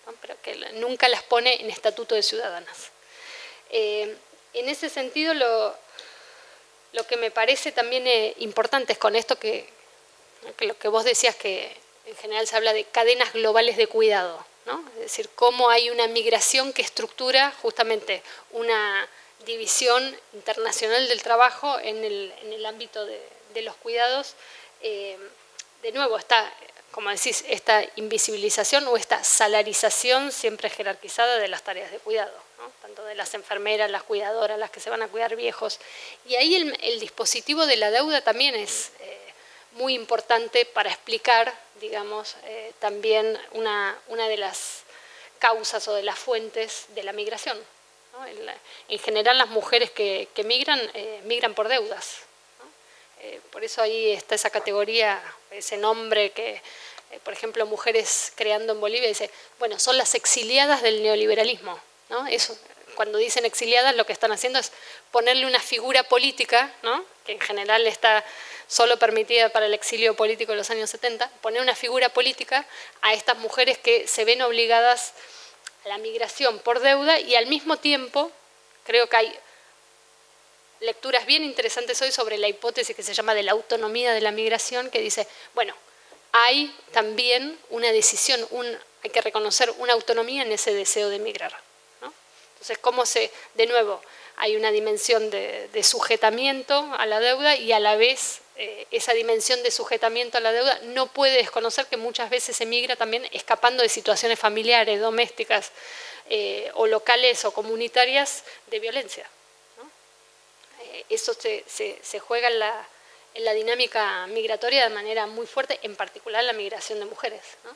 ¿no? Pero que nunca las pone en estatuto de ciudadanas. Eh, en ese sentido, lo, lo que me parece también eh, importante es con esto que, que lo que vos decías, que en general se habla de cadenas globales de cuidado, ¿no? Es decir, cómo hay una migración que estructura justamente una división internacional del trabajo en el, en el ámbito de, de los cuidados. Eh, de nuevo, está, como decís, esta invisibilización o esta salarización siempre jerarquizada de las tareas de cuidado, ¿no? Tanto de las enfermeras, las cuidadoras, las que se van a cuidar viejos. Y ahí el, el dispositivo de la deuda también es eh, muy importante para explicar, digamos, eh, también una, una de las causas o de las fuentes de la migración, ¿no? En, la, en general, las mujeres que, que migran, eh, migran por deudas, ¿no? Eh, por eso ahí está esa categoría, ese nombre que, eh, por ejemplo, Mujeres Creando en Bolivia dice, bueno, son las exiliadas del neoliberalismo, ¿no? Eso, cuando dicen exiliadas, lo que están haciendo es ponerle una figura política, ¿no? Que en general está solo permitida para el exilio político de los años setenta, poner una figura política a estas mujeres que se ven obligadas a la migración por deuda, y al mismo tiempo creo que hay lecturas bien interesantes hoy sobre la hipótesis que se llama de la autonomía de la migración, que dice, bueno, hay también una decisión, un, hay que reconocer una autonomía en ese deseo de migrar, ¿no? Entonces, cómo se, de nuevo, hay una dimensión de, de sujetamiento a la deuda, y a la vez eh, esa dimensión de sujetamiento a la deuda no puede desconocer que muchas veces se migra también escapando de situaciones familiares, domésticas eh, o locales o comunitarias de violencia, ¿no? Eh, eso se, se, se juega en la, en la dinámica migratoria de manera muy fuerte, en particular la migración de mujeres, ¿no?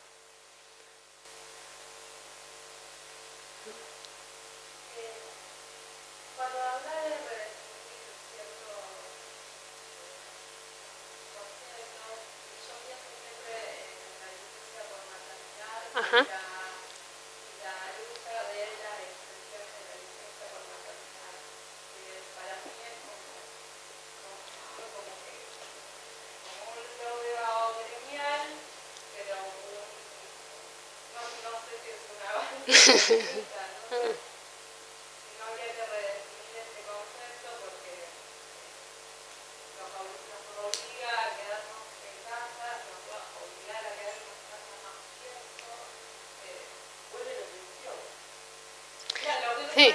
Ajá. Sí.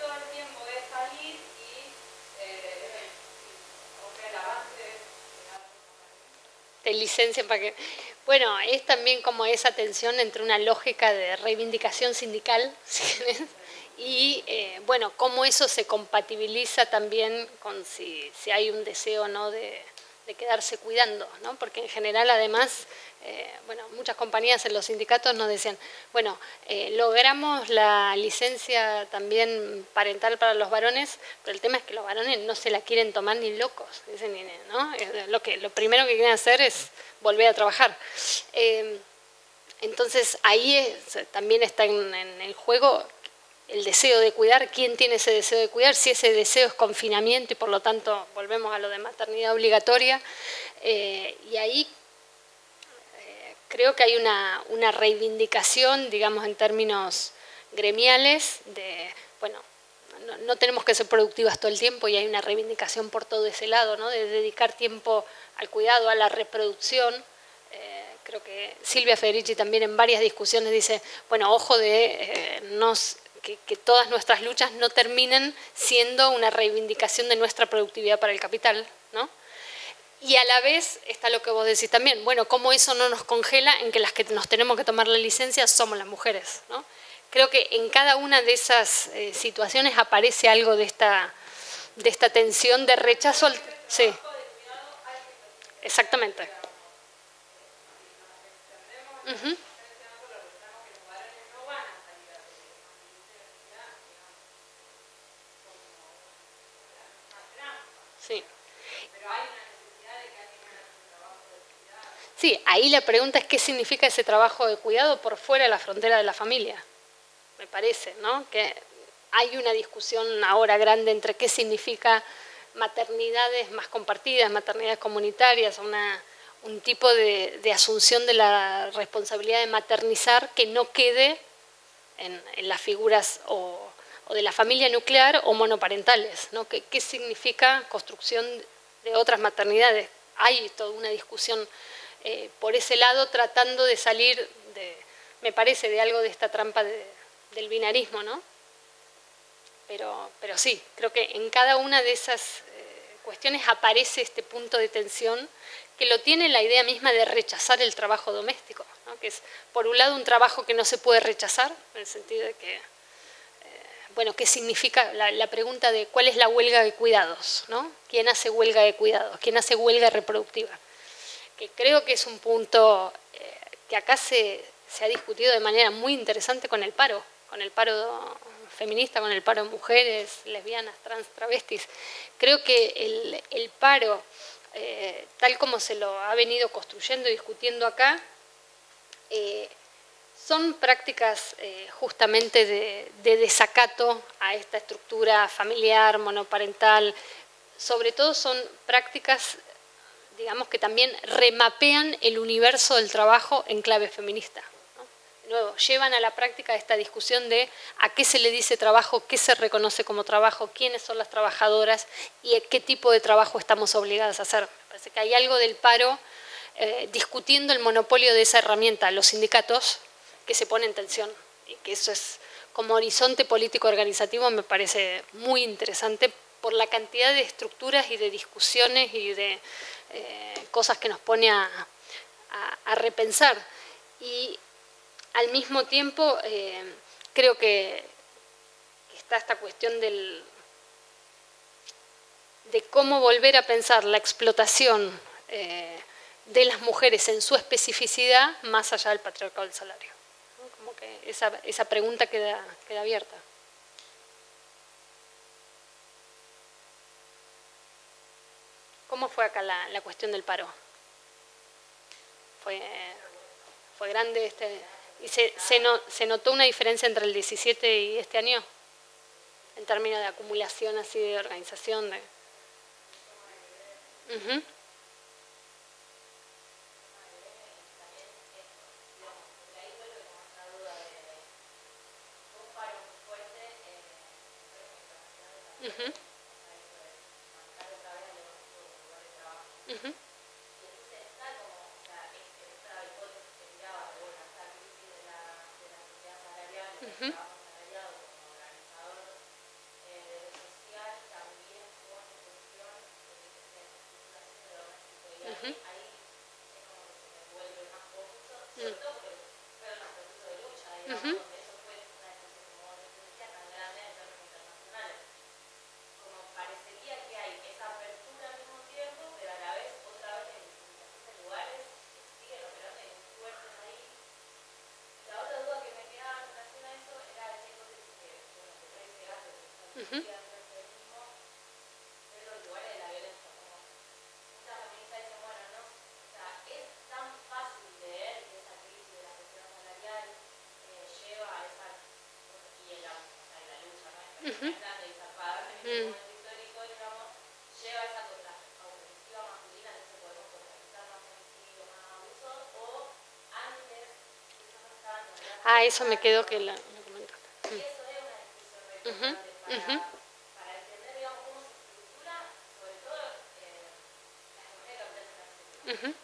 Te licencian para que... Bueno, es también como esa tensión entre una lógica de reivindicación sindical, ¿sí? Y, eh, bueno, cómo eso se compatibiliza también con si, si hay un deseo o no de, de quedarse cuidando, ¿no? Porque en general, además, eh, bueno, muchas compañías en los sindicatos nos decían, bueno, eh, logramos la licencia también parental para los varones, pero el tema es que los varones no se la quieren tomar ni locos, dicen, ¿no? Lo, que, lo primero que quieren hacer es volver a trabajar. Eh, entonces, ahí es, también está en, en el juego el deseo de cuidar, quién tiene ese deseo de cuidar, si ese deseo es confinamiento y por lo tanto volvemos a lo de maternidad obligatoria. Eh, y ahí eh, creo que hay una, una reivindicación, digamos, en términos gremiales, de, bueno, no, no tenemos que ser productivas todo el tiempo, y hay una reivindicación por todo ese lado, ¿no? De dedicar tiempo al cuidado, a la reproducción. Eh, creo que Silvia Federici también en varias discusiones dice, bueno, ojo de eh, nos... Que, que todas nuestras luchas no terminen siendo una reivindicación de nuestra productividad para el capital, ¿no? Y a la vez está lo que vos decís también, bueno, cómo eso no nos congela en que las que nos tenemos que tomar la licencia somos las mujeres, ¿no? Creo que en cada una de esas eh, situaciones aparece algo de esta, de esta tensión de rechazo al... Sí, exactamente. Uh-huh. Sí. Sí, ahí la pregunta es qué significa ese trabajo de cuidado por fuera de la frontera de la familia, me parece, ¿no? Que hay una discusión ahora grande entre qué significa maternidades más compartidas, maternidades comunitarias, una, un tipo de, de asunción de la responsabilidad de maternizar que no quede en, en las figuras o, o de la familia nuclear o monoparentales, ¿no? ¿Qué, qué significa construcción de otras maternidades? Hay toda una discusión eh, por ese lado, tratando de salir, de, me parece, de algo de esta trampa de, del binarismo, ¿no? Pero, pero sí, creo que en cada una de esas eh, cuestiones aparece este punto de tensión que lo tiene la idea misma de rechazar el trabajo doméstico, ¿no? Que es, por un lado, un trabajo que no se puede rechazar, en el sentido de que, eh, bueno, ¿qué significa la, la pregunta de cuál es la huelga de cuidados, ¿no? ¿Quién hace huelga de cuidados? ¿Quién hace huelga reproductiva? Que creo que es un punto eh, que acá se, se ha discutido de manera muy interesante con el paro, con el paro feminista, con el paro de mujeres, lesbianas, trans, travestis. Creo que el, el paro, eh, tal como se lo ha venido construyendo y discutiendo acá, eh, son prácticas eh, justamente de, de desacato a esta estructura familiar, monoparental. Sobre todo son prácticas, digamos, que también remapean el universo del trabajo en clave feminista. Nuevo, llevan a la práctica esta discusión de a qué se le dice trabajo, qué se reconoce como trabajo, quiénes son las trabajadoras y qué tipo de trabajo estamos obligadas a hacer. Me parece que hay algo del paro eh, discutiendo el monopolio de esa herramienta, los sindicatos, que se pone en tensión. Y que eso es, como horizonte político organizativo, me parece muy interesante por la cantidad de estructuras y de discusiones y de eh, cosas que nos pone a, a, a repensar. Y al mismo tiempo, eh, creo que está esta cuestión del, de cómo volver a pensar la explotación eh, de las mujeres en su especificidad más allá del patriarcado del salario. ¿No? Como que esa, esa pregunta queda, queda abierta. ¿Cómo fue acá la, la cuestión del paro? ¿Fue, fue grande este...? ¿Y se, se, no, se notó una diferencia entre el diecisiete y este año? En términos de acumulación así de organización. De... Uh-huh. Uh-huh. Uh-huh. Uh-huh. Uh-huh. Uh-huh. Uh-huh. Uh-huh. Mm. Ah, eso me quedó que la, lo comentaste. Mm. Uh-huh. Uh-huh. Uh-huh.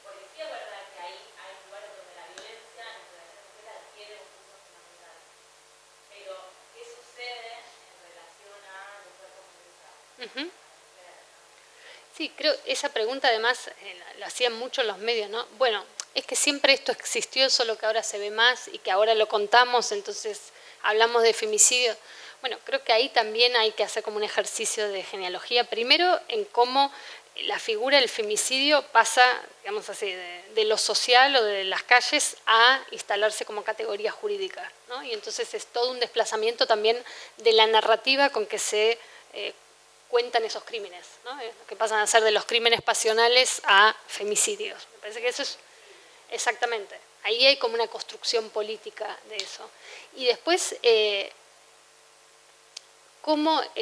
Uh-huh. Sí, creo esa pregunta además eh, la, la hacían mucho los medios, ¿no? Bueno, es que siempre esto existió, solo que ahora se ve más y que ahora lo contamos, entonces hablamos de femicidio. Bueno, creo que ahí también hay que hacer como un ejercicio de genealogía, primero en cómo la figura del femicidio pasa, digamos así, de, de lo social o de las calles a instalarse como categoría jurídica, ¿no? Y entonces es todo un desplazamiento también de la narrativa con que se eh, cuentan esos crímenes, ¿no? Que pasan a ser de los crímenes pasionales a femicidios. Me parece que eso es exactamente. Ahí hay como una construcción política de eso. Y después, eh, cómo, eh,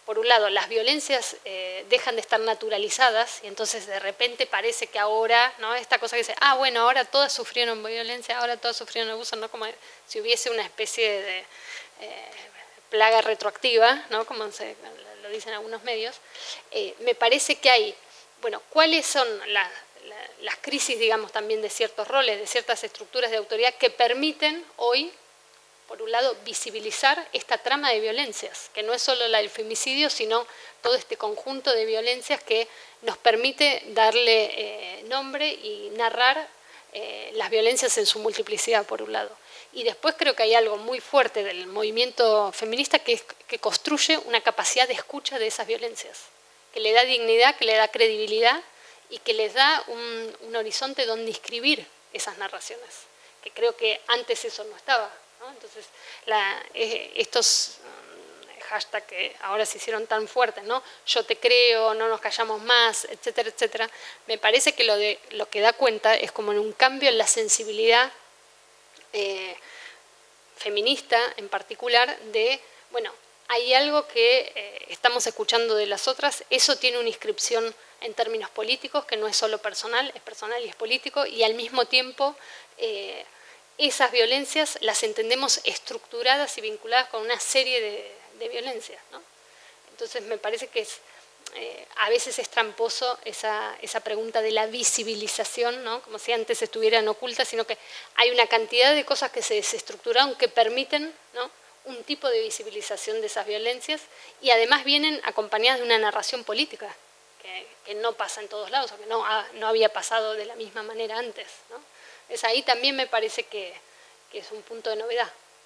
por un lado, las violencias eh, dejan de estar naturalizadas y entonces de repente parece que ahora, ¿no? Esta cosa que dice, ah, bueno, ahora todas sufrieron violencia, ahora todas sufrieron abuso, ¿no? Como si hubiese una especie de eh, plaga retroactiva, ¿no? Como se, lo dicen algunos medios. Eh, me parece que hay, bueno, ¿cuáles son las, las, las crisis, digamos, también de ciertos roles, de ciertas estructuras de autoridad que permiten hoy, por un lado, visibilizar esta trama de violencias, que no es solo la del femicidio, sino todo este conjunto de violencias que nos permite darle eh, nombre y narrar eh, las violencias en su multiplicidad, por un lado. Y después creo que hay algo muy fuerte del movimiento feminista que, es, que construye una capacidad de escucha de esas violencias, que le da dignidad, que le da credibilidad y que les da un, un horizonte donde inscribir esas narraciones, que creo que antes eso no estaba. ¿no? Entonces, la, eh, estos um, hashtags que ahora se hicieron tan fuertes, ¿no? Yo te creo, no nos callamos más, etcétera, etcétera, me parece que lo, de, lo que da cuenta es como en un cambio en la sensibilidad eh, feminista en particular de, bueno, hay algo que eh, estamos escuchando de las otras, eso tiene una inscripción en términos políticos que no es solo personal, es personal y es político, y al mismo tiempo eh, esas violencias las entendemos estructuradas y vinculadas con una serie de, de violencias, ¿no? Entonces me parece que es, eh, a veces es tramposo esa, esa pregunta de la visibilización, ¿no? Como si antes estuvieran ocultas, sino que hay una cantidad de cosas que se desestructuraron que permiten, ¿no? un tipo de visibilización de esas violencias y además vienen acompañadas de una narración política que, que no pasa en todos lados o que no, ha, no había pasado de la misma manera antes, ¿no? Es ahí también me parece que, que es un punto de novedad.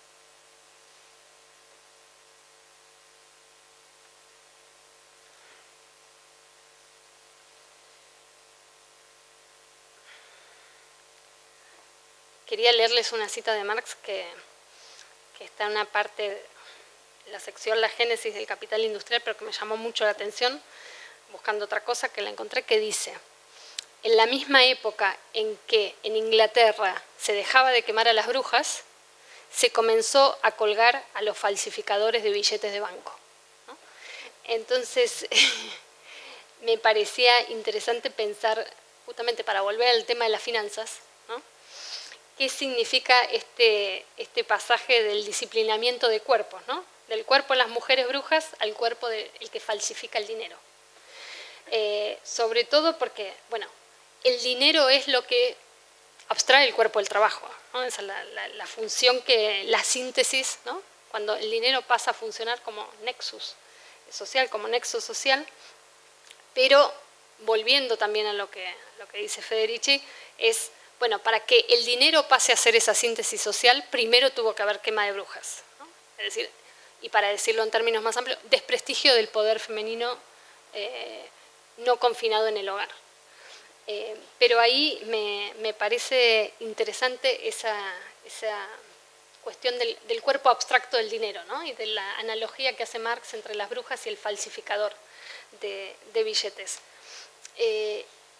Quería leerles una cita de Marx que, que está en una parte de la sección La Génesis del Capital Industrial, pero que me llamó mucho la atención, buscando otra cosa que la encontré, que dice: en la misma época en que en Inglaterra se dejaba de quemar a las brujas, se comenzó a colgar a los falsificadores de billetes de banco, ¿no? Entonces, me parecía interesante pensar, justamente para volver al tema de las finanzas, ¿no? ¿Qué significa este, este pasaje del disciplinamiento de cuerpos, ¿no? Del cuerpo de las mujeres brujas al cuerpo del que falsifica el dinero? Eh, sobre todo porque, bueno, el dinero es lo que abstrae el cuerpo del trabajo, ¿no? Esa es la, la, la función que, la síntesis, ¿no? Cuando el dinero pasa a funcionar como nexus social, como nexo social, pero volviendo también a lo que, lo que dice Federici, es, bueno, para que el dinero pase a ser esa síntesis social, primero tuvo que haber quema de brujas, ¿no? Es decir, y para decirlo en términos más amplios, desprestigio del poder femenino eh, no confinado en el hogar. Eh, pero ahí me, me parece interesante esa, esa cuestión del, del cuerpo abstracto del dinero, ¿no? Y de la analogía que hace Marx entre las brujas y el falsificador de, de billetes. Eh,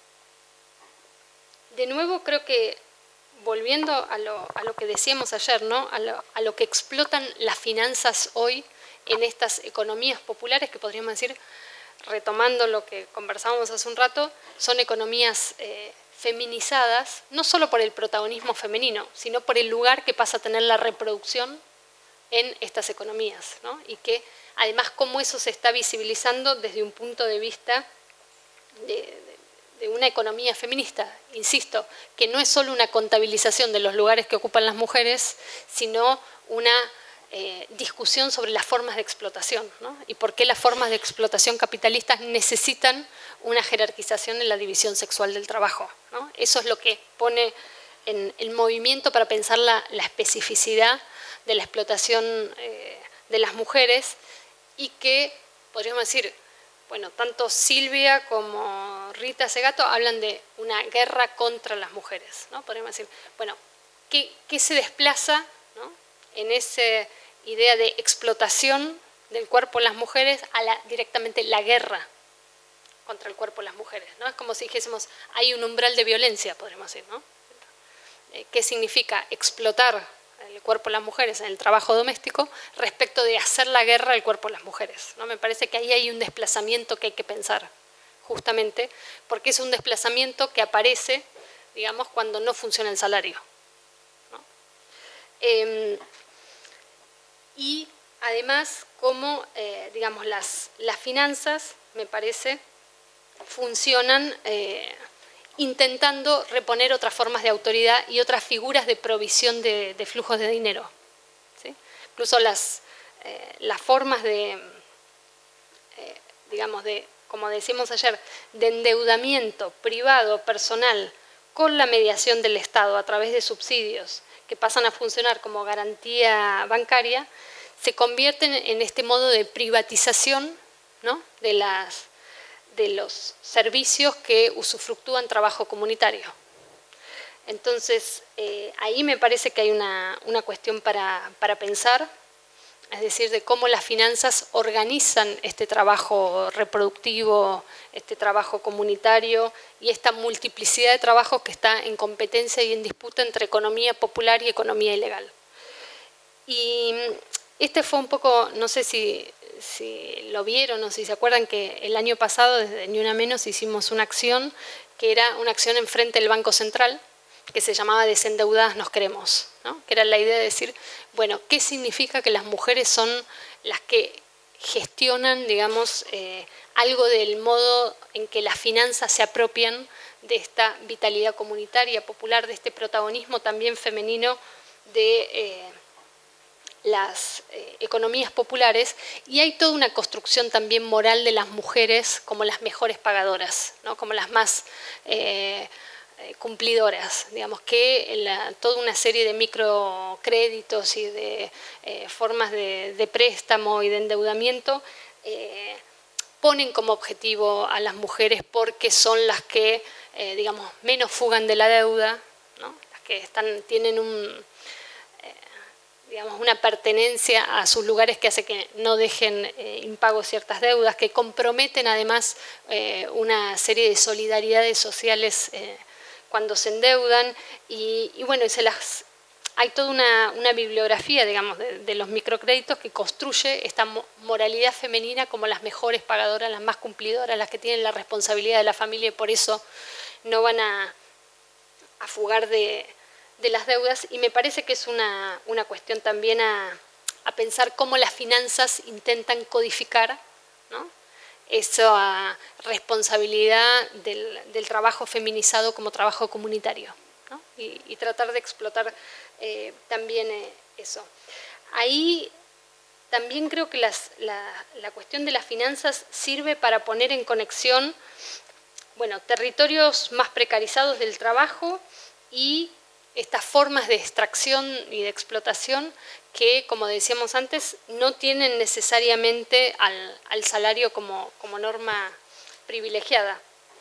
de nuevo, creo que volviendo a lo, a lo que decíamos ayer, ¿no? a, lo, a lo que explotan las finanzas hoy en estas economías populares, que podríamos decir, retomando lo que conversábamos hace un rato, son economías eh, feminizadas, no solo por el protagonismo femenino, sino por el lugar que pasa a tener la reproducción en estas economías, ¿no? Y que además cómo eso se está visibilizando desde un punto de vista de, de, de una economía feminista, insisto, que no es solo una contabilización de los lugares que ocupan las mujeres, sino una Eh, discusión sobre las formas de explotación, ¿no? Y por qué las formas de explotación capitalistas necesitan una jerarquización en la división sexual del trabajo, ¿no? Eso es lo que pone en el movimiento para pensar la, la especificidad de la explotación eh, de las mujeres y que, podríamos decir, bueno, tanto Silvia como Rita Segato hablan de una guerra contra las mujeres, ¿no? Podríamos decir, bueno, ¿qué, qué se desplaza, ¿no? en esa idea de explotación del cuerpo de las mujeres a la, directamente la guerra contra el cuerpo de las mujeres, ¿no? Es como si dijésemos, hay un umbral de violencia, podríamos decir, ¿no? ¿Qué significa explotar el cuerpo de las mujeres en el trabajo doméstico respecto de hacer la guerra al cuerpo de las mujeres, ¿no? Me parece que ahí hay un desplazamiento que hay que pensar, justamente, porque es un desplazamiento que aparece, digamos, cuando no funciona el salario, ¿no? Eh, y además, cómo, eh, digamos, las, las finanzas, me parece, funcionan eh, intentando reponer otras formas de autoridad y otras figuras de provisión de, de flujos de dinero, ¿sí? Incluso las, eh, las formas de, eh, digamos, de, como decíamos ayer, de endeudamiento privado, personal, con la mediación del Estado a través de subsidios que pasan a funcionar como garantía bancaria, se convierten en este modo de privatización, ¿no?, de, las, de los servicios que usufructúan trabajo comunitario. Entonces, eh, ahí me parece que hay una, una cuestión para, para pensar, es decir, de cómo las finanzas organizan este trabajo reproductivo, este trabajo comunitario y esta multiplicidad de trabajos que está en competencia y en disputa entre economía popular y economía ilegal. Y este fue un poco, no sé si, si lo vieron o si se acuerdan que el año pasado desde Ni Una Menos hicimos una acción que era una acción enfrente del Banco Central, que se llamaba Desendeudadas nos queremos, ¿no? Que era la idea de decir, bueno, ¿qué significa que las mujeres son las que gestionan, digamos, eh, algo del modo en que las finanzas se apropian de esta vitalidad comunitaria, popular, de este protagonismo también femenino de eh, las eh, economías populares? Y hay toda una construcción también moral de las mujeres como las mejores pagadoras, ¿no?, como las más eh, cumplidoras, digamos, que la, toda una serie de microcréditos y de eh, formas de, de préstamo y de endeudamiento eh, ponen como objetivo a las mujeres porque son las que, eh, digamos, menos fugan de la deuda, ¿no?, las que están, tienen un, eh, digamos, una pertenencia a sus lugares que hace que no dejen eh, impagos ciertas deudas, que comprometen además eh, una serie de solidaridades sociales eh, cuando se endeudan, y, y bueno, se las, hay toda una, una bibliografía, digamos, de, de los microcréditos que construye esta moralidad femenina como las mejores pagadoras, las más cumplidoras, las que tienen la responsabilidad de la familia y por eso no van a, a fugar de, de las deudas. Y me parece que es una, una cuestión también a, a pensar cómo las finanzas intentan codificar, ¿no?, esa responsabilidad del, del trabajo feminizado como trabajo comunitario, ¿no?, y, y tratar de explotar eh, también eh, eso. Ahí también creo que las, la, la cuestión de las finanzas sirve para poner en conexión, bueno, territorios más precarizados del trabajo y estas formas de extracción y de explotación que, como decíamos antes, no tienen necesariamente al, al salario como, como norma privilegiada.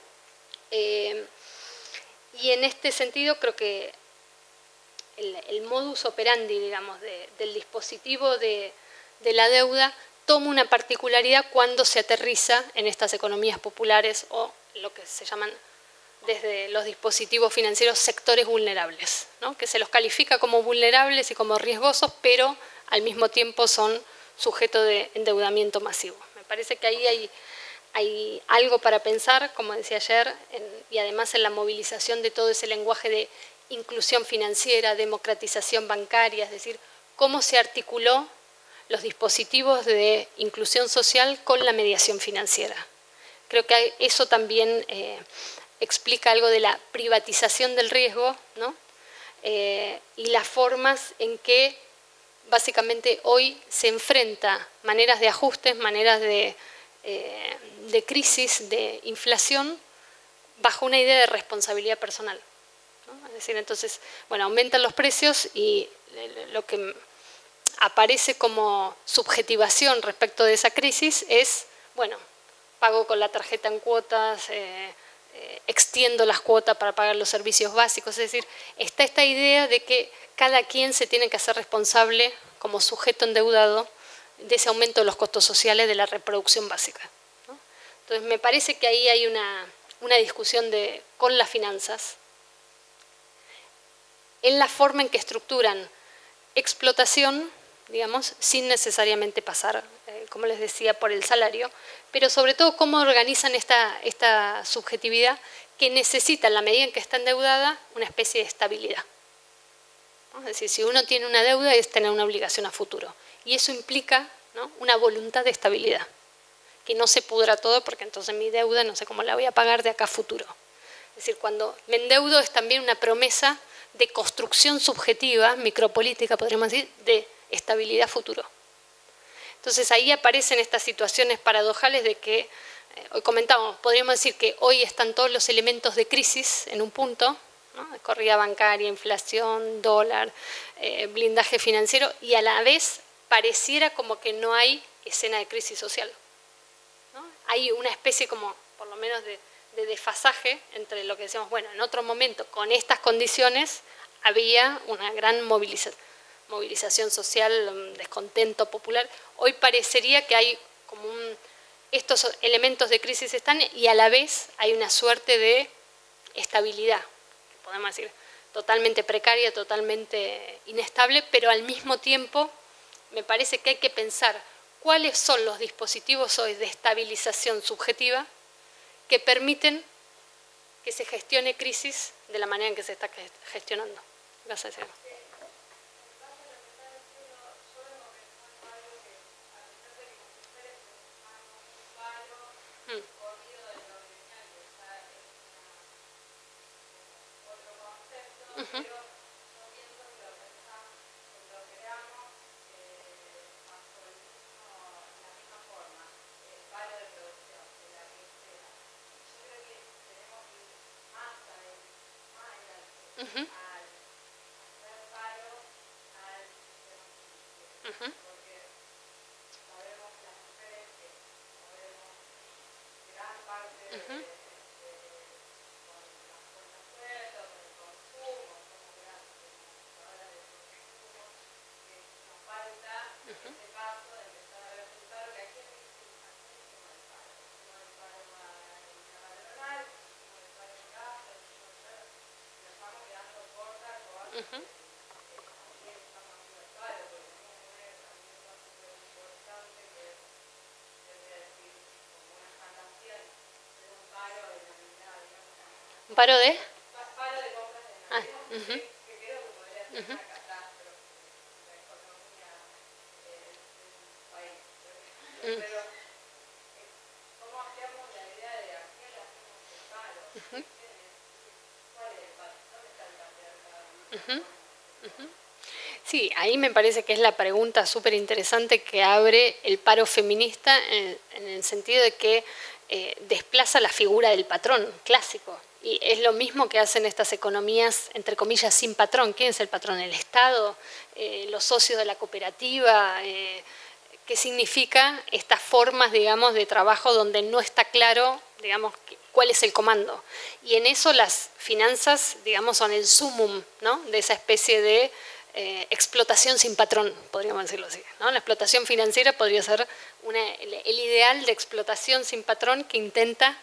Eh, y en este sentido creo que el, el modus operandi, digamos, de, del dispositivo de, de la deuda toma una particularidad cuando se aterriza en estas economías populares o lo que se llaman desde los dispositivos financieros sectores vulnerables, ¿no?, que se los califica como vulnerables y como riesgosos, pero al mismo tiempo son sujetos de endeudamiento masivo. Me parece que ahí hay, hay algo para pensar, como decía ayer, en, y además en la movilización de todo ese lenguaje de inclusión financiera, democratización bancaria, es decir, cómo se articuló los dispositivos de inclusión social con la mediación financiera. Creo que eso también eh, explica algo de la privatización del riesgo, ¿no?, eh, y las formas en que básicamente hoy se enfrenta maneras de ajustes, maneras de, eh, de crisis, de inflación, bajo una idea de responsabilidad personal, ¿no? Es decir, entonces, bueno, aumentan los precios y lo que aparece como subjetivación respecto de esa crisis es, bueno, pago con la tarjeta en cuotas, eh, eh, extiendo las cuotas para pagar los servicios básicos, es decir, está esta idea de que cada quien se tiene que hacer responsable como sujeto endeudado de ese aumento de los costos sociales de la reproducción básica, ¿no? Entonces me parece que ahí hay una, una discusión de, con las finanzas, en la forma en que estructuran explotación, digamos, sin necesariamente pasar, eh, como les decía, por el salario, pero sobre todo cómo organizan esta, esta subjetividad que necesita, en la medida en que está endeudada, una especie de estabilidad. ¿No? Es decir, si uno tiene una deuda es tener una obligación a futuro. Y eso implica, ¿no?, una voluntad de estabilidad. Que no se pudra todo porque entonces mi deuda no sé cómo la voy a pagar de acá a futuro. Es decir, cuando me endeudo es también una promesa de construcción subjetiva, micropolítica, podríamos decir, de estabilidad futuro. Entonces ahí aparecen estas situaciones paradojales de que, eh, hoy comentábamos, podríamos decir que hoy están todos los elementos de crisis en un punto, ¿no?, corrida bancaria, inflación, dólar, eh, blindaje financiero, y a la vez pareciera como que no hay escena de crisis social. ¿No? Hay una especie como, por lo menos, de, de desfasaje entre lo que decíamos, bueno, en otro momento, con estas condiciones, había una gran moviliza, movilización social, un descontento popular. Hoy parecería que hay como un, estos elementos de crisis están y a la vez hay una suerte de estabilidad, podemos decir, totalmente precaria, totalmente inestable, pero al mismo tiempo me parece que hay que pensar cuáles son los dispositivos hoy de estabilización subjetiva que permiten que se gestione crisis de la manera en que se está gestionando. Gracias. Mm. Uh-huh. Uh-huh. Uh-huh. Uh-huh. Uh-huh. ¿Un paro de? Ah, uh-huh. Uh-huh. Mm. Uh-huh. Uh-huh. Uh-huh. Sí, ahí me parece que es la pregunta súper interesante que abre el paro feminista en, en el sentido de que eh, desplaza la figura del patrón clásico. Y es lo mismo que hacen estas economías, entre comillas, sin patrón. ¿Quién es el patrón? El Estado, eh, los socios de la cooperativa. Eh, ¿Qué significa estas formas, digamos, de trabajo donde no está claro, digamos, cuál es el comando? Y en eso las finanzas, digamos, son el sumum, ¿no?, de esa especie de eh, explotación sin patrón, podríamos decirlo así, ¿no? La explotación financiera podría ser una, el, el ideal de explotación sin patrón que intenta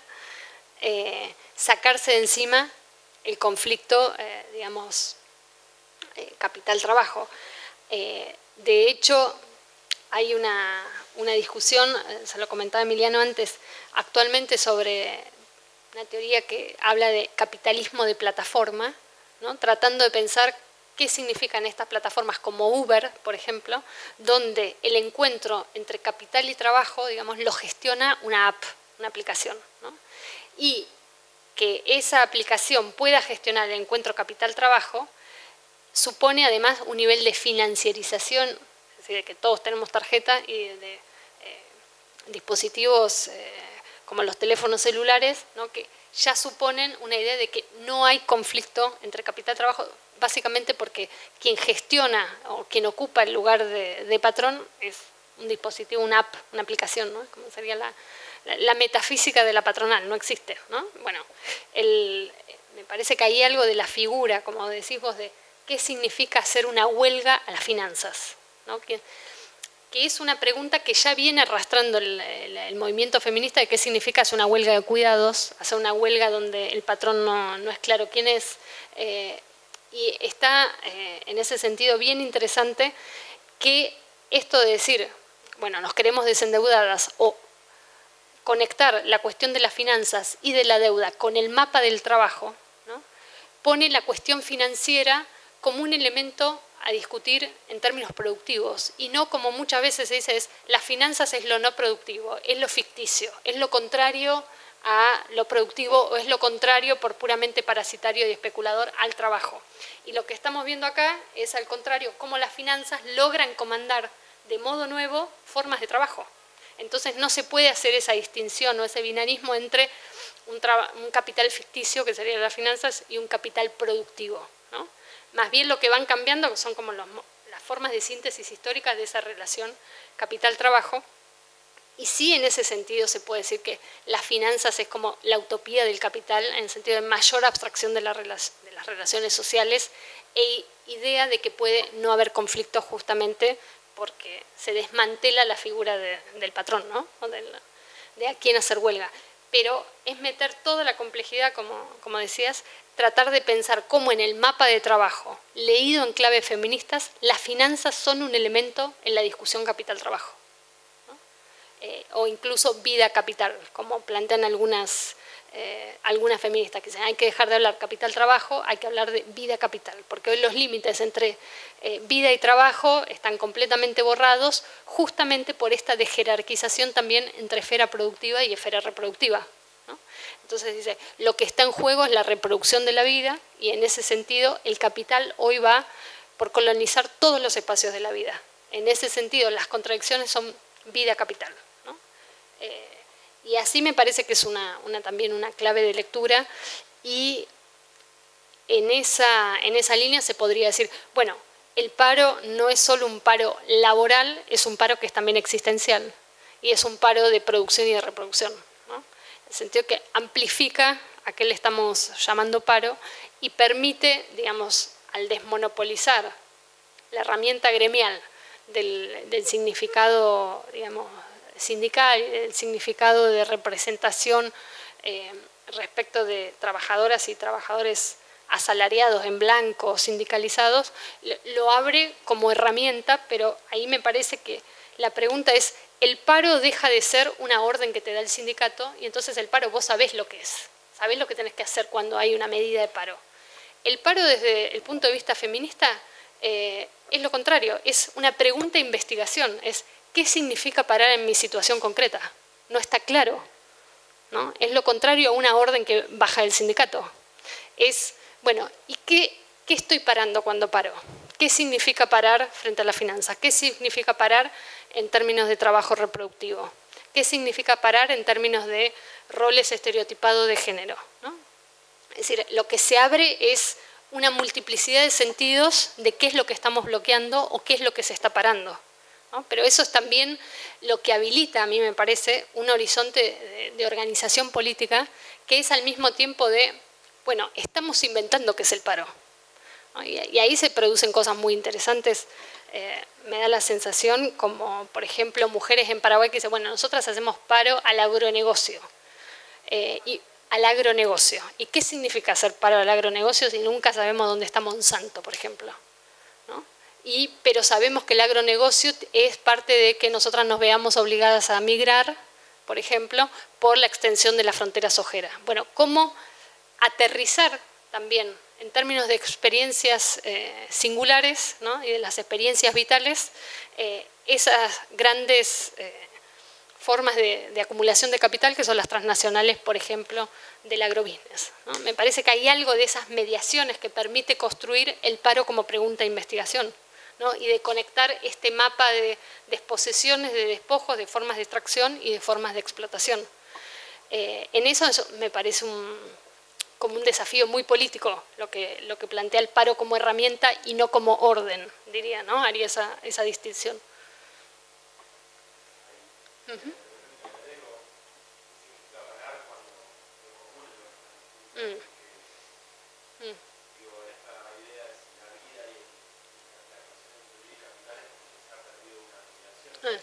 eh, sacarse de encima el conflicto, eh, digamos, eh, capital-trabajo. Eh, de hecho, hay una, una discusión, se lo comentaba Emiliano antes, actualmente sobre una teoría que habla de capitalismo de plataforma, ¿no?, tratando de pensar qué significan estas plataformas como Uber, por ejemplo, donde el encuentro entre capital y trabajo, digamos, lo gestiona una app, una aplicación, ¿no? Y que esa aplicación pueda gestionar el encuentro capital-trabajo supone además un nivel de financiarización, es decir, de que todos tenemos tarjeta y de eh, dispositivos eh, como los teléfonos celulares, ¿no?, que ya suponen una idea de que no hay conflicto entre capital y trabajo, básicamente porque quien gestiona o quien ocupa el lugar de, de patrón es un dispositivo, una app, una aplicación, ¿no? Como sería la, la, la metafísica de la patronal, no existe, ¿no? Bueno, el, me parece que hay algo de la figura, como decís vos, de qué significa hacer una huelga a las finanzas, ¿no? Que, que es una pregunta que ya viene arrastrando el, el, el movimiento feminista de qué significa hacer una huelga de cuidados, hacer una huelga donde el patrón no, no es claro quién es, eh, y está eh, en ese sentido bien interesante que esto de decir, bueno, nos queremos desendeudadas o conectar la cuestión de las finanzas y de la deuda con el mapa del trabajo, ¿no? Pone la cuestión financiera como un elemento a discutir en términos productivos y no como muchas veces se dice, es las finanzas es lo no productivo, es lo ficticio, es lo contrario a lo productivo o es lo contrario por puramente parasitario y especulador al trabajo. Y lo que estamos viendo acá es al contrario, cómo las finanzas logran comandar de modo nuevo formas de trabajo. Entonces no se puede hacer esa distinción o ese binarismo entre un, un capital ficticio, que serían las finanzas, y un capital productivo, ¿no? Más bien lo que van cambiando son como los, las formas de síntesis históricas de esa relación capital-trabajo. Y sí, en ese sentido se puede decir que las finanzas es como la utopía del capital en el sentido de mayor abstracción de, la, de las relaciones sociales e idea de que puede no haber conflictos justamente porque se desmantela la figura de, del patrón, ¿no? O de, la, de a quién hacer huelga. Pero es meter toda la complejidad, como, como decías, tratar de pensar cómo en el mapa de trabajo, leído en clave feministas, las finanzas son un elemento en la discusión capital-trabajo. ¿No? Eh, o incluso vida-capital, como plantean algunas, eh, algunas feministas, que dicen hay que dejar de hablar capital-trabajo, hay que hablar de vida-capital, porque hoy los límites entre eh, vida y trabajo están completamente borrados justamente por esta dejerarquización también entre esfera productiva y esfera reproductiva. ¿No? Entonces dice, lo que está en juego es la reproducción de la vida y en ese sentido el capital hoy va por colonizar todos los espacios de la vida. En ese sentido las contradicciones son vida-capital. ¿No? Eh, y así me parece que es una, una, también una clave de lectura y en esa, en esa línea se podría decir, bueno, el paro no es solo un paro laboral, es un paro que es también existencial y es un paro de producción y de reproducción. ¿No? En el sentido que amplifica a qué le estamos llamando paro y permite, digamos, al desmonopolizar la herramienta gremial del, del significado, digamos, sindical, el significado de representación eh, respecto de trabajadoras y trabajadores asalariados en blanco, sindicalizados, lo abre como herramienta, pero ahí me parece que la pregunta es, el paro deja de ser una orden que te da el sindicato y entonces el paro vos sabés lo que es, sabés lo que tenés que hacer cuando hay una medida de paro. El paro desde el punto de vista feminista eh, es lo contrario, es una pregunta e investigación, es ¿qué significa parar en mi situación concreta? No está claro, ¿no? Es lo contrario a una orden que baja del sindicato. Es, bueno, ¿y qué, qué estoy parando cuando paro? ¿Qué significa parar frente a la finanza? ¿Qué significa parar en términos de trabajo reproductivo? ¿Qué significa parar en términos de roles estereotipados de género? ¿No? Es decir, lo que se abre es una multiplicidad de sentidos de qué es lo que estamos bloqueando o qué es lo que se está parando. ¿No? Pero eso es también lo que habilita, a mí me parece, un horizonte de, de organización política que es al mismo tiempo de, bueno, estamos inventando qué es el paro. ¿No? Y, y ahí se producen cosas muy interesantes. Eh, me da la sensación, como por ejemplo mujeres en Paraguay que dicen, bueno, nosotras hacemos paro al agronegocio. Eh, y al agronegocio. ¿Y qué significa hacer paro al agronegocio si nunca sabemos dónde está Monsanto, por ejemplo? ¿No? Y, pero sabemos que el agronegocio es parte de que nosotras nos veamos obligadas a migrar, por ejemplo, por la extensión de la frontera sojera. Bueno, ¿cómo aterrizar también en términos de experiencias eh, singulares, ¿no? Y de las experiencias vitales, eh, esas grandes eh, formas de, de acumulación de capital que son las transnacionales, por ejemplo, del agrobusiness, ¿no? Me parece que hay algo de esas mediaciones que permite construir el paro como pregunta de investigación, ¿no? Y de conectar este mapa de desposesiones, de despojos, de formas de extracción y de formas de explotación. Eh, en eso, eso me parece un, como un desafío muy político lo que, lo que plantea el paro como herramienta y no como orden, diría, ¿no? Haría esa, esa distinción. Uh-huh. Mm. Mm. Ah.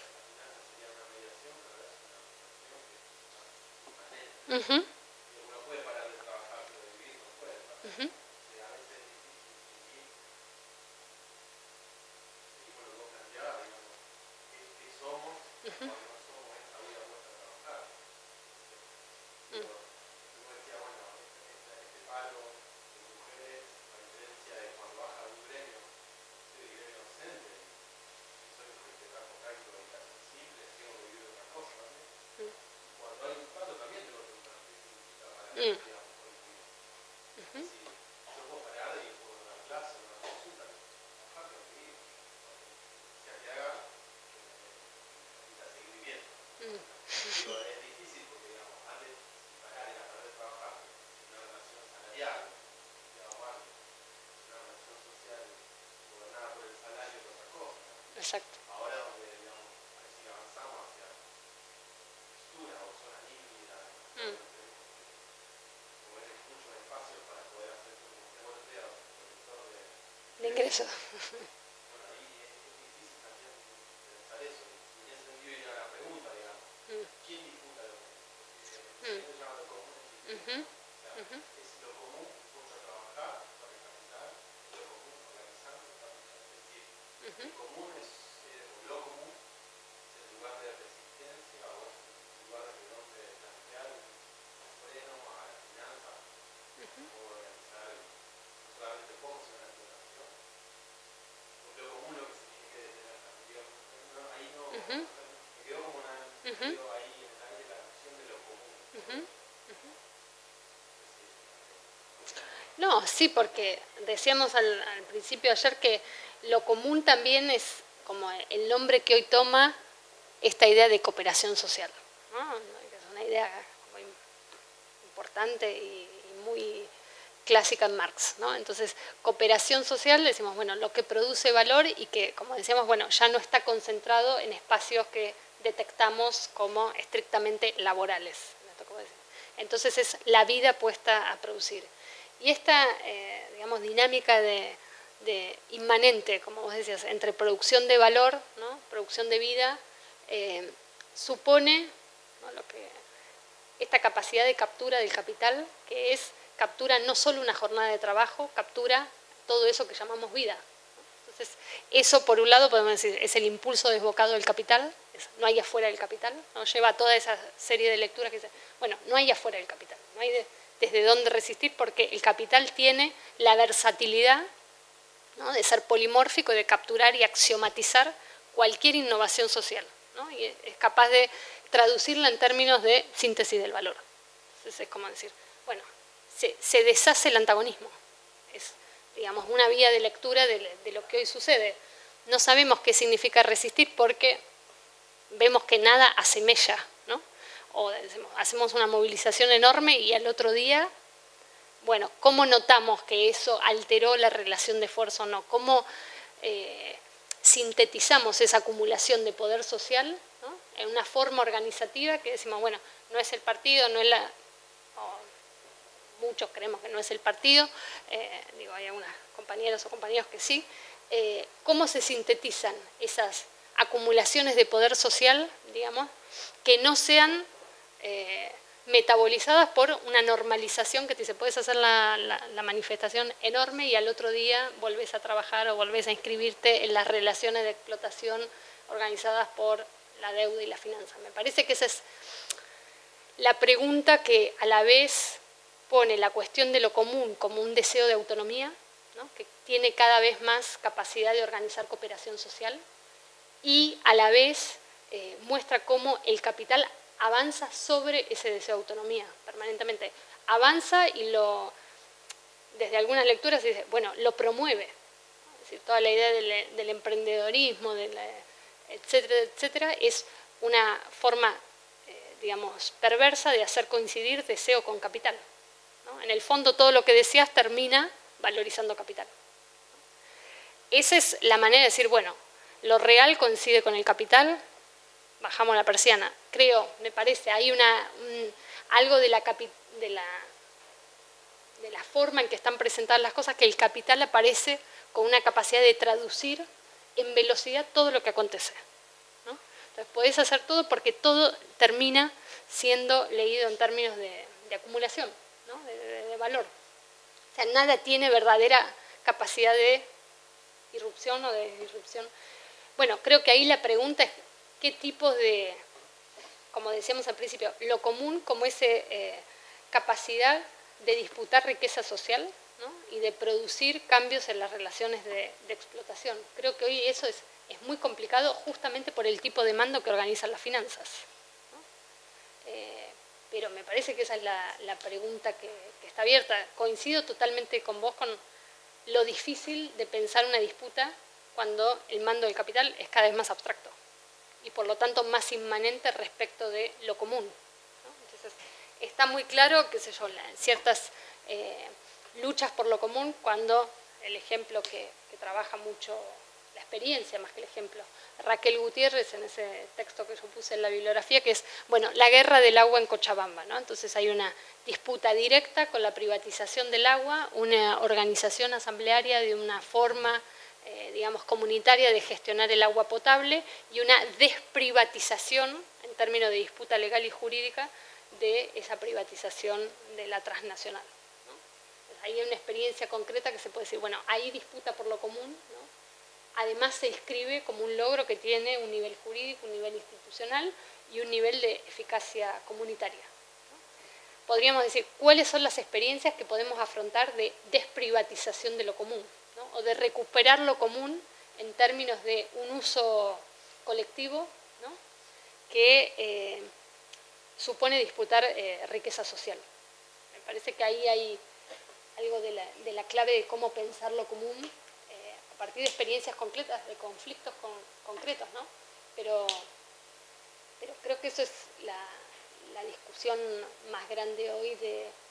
Uh-huh. Uh-huh. Uh-huh. Yo puedo parar y puedo dar una clase, una consulta, trabajar, tengo que ir, sea que haga, necesita seguir viviendo. Uh-huh. Digo, es difícil porque, digamos, antes parar y parar de trabajar, una relación salarial, digamos, antes, una relación social gobernada por el salario es otra cosa. Exacto. Ahora donde, digamos, si avanzamos hacia textura o zona líquida, mm. mover muchos espacios para poder hacer como tengo el dedo, protector de, de ingreso. Bueno, ahí es, es difícil también pensar eso. Y en ese sentido ir a la pregunta, digamos, mm. ¿quién disputa lo común? Porque mm. se llama lo común en disputa. Uh-huh. O sea, uh-huh. es lo común, puedo trabajar para el capital, lo común organizar el capital. Es decir, uh-huh. el común es, eh, lo común es el lugar de resistencia o es el lugar de donde plantear un freno a la finanza uh-huh. o organizar no solamente cómo se va a la explotación. Porque lo común lo que se tiene que detener también. No, ahí no, uh-huh. me quedó como una, me uh-huh. quedó ahí en el aire la noción de lo común. Uh-huh. Uh-huh. No, sí, porque decíamos al, al principio ayer que lo común también es como el nombre que hoy toma esta idea de cooperación social, ¿no? Es una idea muy importante y, y muy clásica en Marx, ¿no? Entonces, cooperación social, decimos, bueno, lo que produce valor y que, como decíamos, bueno, ya no está concentrado en espacios que detectamos como estrictamente laborales. Entonces, es la vida puesta a producir. Y esta, eh, digamos, dinámica de, de inmanente, como vos decías, entre producción de valor, ¿no? Producción de vida, eh, supone, ¿no? lo que, esta capacidad de captura del capital, que es captura no solo una jornada de trabajo, captura todo eso que llamamos vida. Entonces, eso por un lado podemos decir, es el impulso desbocado del capital, es, no hay afuera del capital, ¿no? Lleva toda esa serie de lecturas que dice, bueno, no hay afuera del capital, no hay de, desde dónde resistir porque el capital tiene la versatilidad, ¿no? de ser polimórfico, de capturar y axiomatizar cualquier innovación social, ¿no? Y es capaz de traducirla en términos de síntesis del valor. Entonces es como decir, bueno, se, se deshace el antagonismo. Es, digamos, una vía de lectura de, de lo que hoy sucede. No sabemos qué significa resistir porque vemos que nada asemella, ¿no? O decimos, hacemos una movilización enorme y al otro día, bueno, ¿cómo notamos que eso alteró la relación de fuerza o no? ¿Cómo eh, sintetizamos esa acumulación de poder social, ¿no? en una forma organizativa que decimos, bueno, no es el partido, no es la... O muchos creemos que no es el partido, eh, digo, hay algunas compañeras o compañeros que sí. Eh, ¿Cómo se sintetizan esas acumulaciones de poder social, digamos, que no sean eh, metabolizadas por una normalización que te dice, puedes hacer la, la, la manifestación enorme y al otro día volvés a trabajar o volvés a inscribirte en las relaciones de explotación organizadas por la deuda y la finanza? Me parece que esa es la pregunta que a la vez pone la cuestión de lo común como un deseo de autonomía, ¿no? que tiene cada vez más capacidad de organizar cooperación social y a la vez eh, muestra cómo el capital avanza sobre ese deseo de autonomía permanentemente. Avanza y lo, desde algunas lecturas dice, bueno, lo promueve. Es decir, toda la idea del, del emprendedorismo, de la, etcétera, etcétera, es una forma, eh, digamos, perversa de hacer coincidir deseo con capital, ¿no? En el fondo todo lo que deseas termina valorizando capital. Esa es la manera de decir, bueno, lo real coincide con el capital, bajamos la persiana. Creo, me parece, hay una, un, algo de la, capi, de, la, de la forma en que están presentadas las cosas, que el capital aparece con una capacidad de traducir en velocidad todo lo que acontece, ¿no? Entonces podés hacer todo porque todo termina siendo leído en términos de, de acumulación, ¿no? de, de, de valor. O sea, nada tiene verdadera capacidad de irrupción o de disrupción. Bueno, creo que ahí la pregunta es qué tipos de, como decíamos al principio, lo común como esa eh, capacidad de disputar riqueza social, ¿no? y de producir cambios en las relaciones de, de explotación. Creo que hoy eso es, es muy complicado justamente por el tipo de mando que organizan las finanzas, ¿no? Eh, pero me parece que esa es la, la pregunta que, que está abierta. Coincido totalmente con vos con lo difícil de pensar una disputa cuando el mando del capital es cada vez más abstracto y por lo tanto más inmanente respecto de lo común, ¿no? Entonces, está muy claro, qué sé yo, la, ciertas eh, luchas por lo común cuando el ejemplo que, que trabaja mucho la experiencia más que el ejemplo, Raquel Gutiérrez en ese texto que yo puse en la bibliografía, que es, bueno, la guerra del agua en Cochabamba, ¿no? Entonces hay una disputa directa con la privatización del agua, una organización asamblearia de una forma, eh, digamos, comunitaria de gestionar el agua potable y una desprivatización, en términos de disputa legal y jurídica, de esa privatización de la transnacional, ¿no? Entonces, ahí hay una experiencia concreta que se puede decir, bueno, hay disputa por lo común, ¿no? Además se inscribe como un logro que tiene un nivel jurídico, un nivel institucional y un nivel de eficacia comunitaria, ¿no? Podríamos decir, ¿cuáles son las experiencias que podemos afrontar de desprivatización de lo común, ¿no? O de recuperar lo común en términos de un uso colectivo, ¿no? que eh, supone disputar eh, riqueza social? Me parece que ahí hay algo de la, de la clave de cómo pensar lo común a partir de experiencias concretas, de conflictos con, concretos, ¿no? Pero, pero creo que eso es la, la discusión más grande hoy de, eh,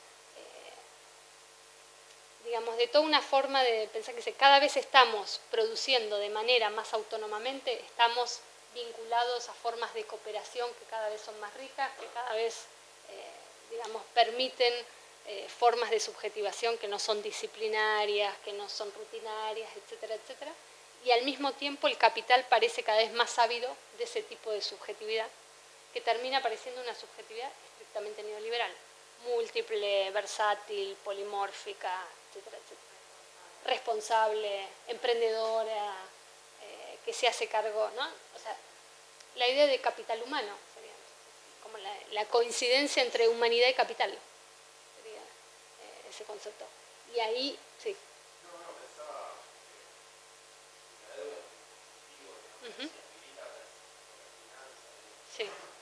digamos, de toda una forma de pensar que cada vez estamos produciendo de manera más autónomamente, estamos vinculados a formas de cooperación que cada vez son más ricas, que cada vez, eh, digamos, permiten Eh, formas de subjetivación que no son disciplinarias, que no son rutinarias, etcétera, etcétera. Y al mismo tiempo el capital parece cada vez más ávido de ese tipo de subjetividad, que termina pareciendo una subjetividad estrictamente neoliberal, múltiple, versátil, polimórfica, etcétera, etcétera. Responsable, emprendedora, eh, que se hace cargo, ¿no? O sea, la idea de capital humano sería como la, la coincidencia entre humanidad y capital. Ese concepto. Y ahí, sí. No, no, pensaba que la deuda positiva, digamos, uh-huh. se habilita a las finanzas. Sí.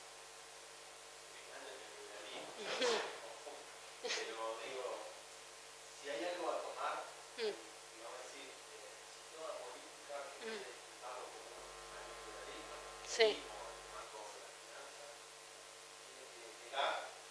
Uh-huh. Pero digo, si hay algo a tomar, uh-huh. digamos decir, eh, si toda política que quiere disfrutarlo como un neoliberalismo, sí. o el marco de las finanzas, tiene que llegar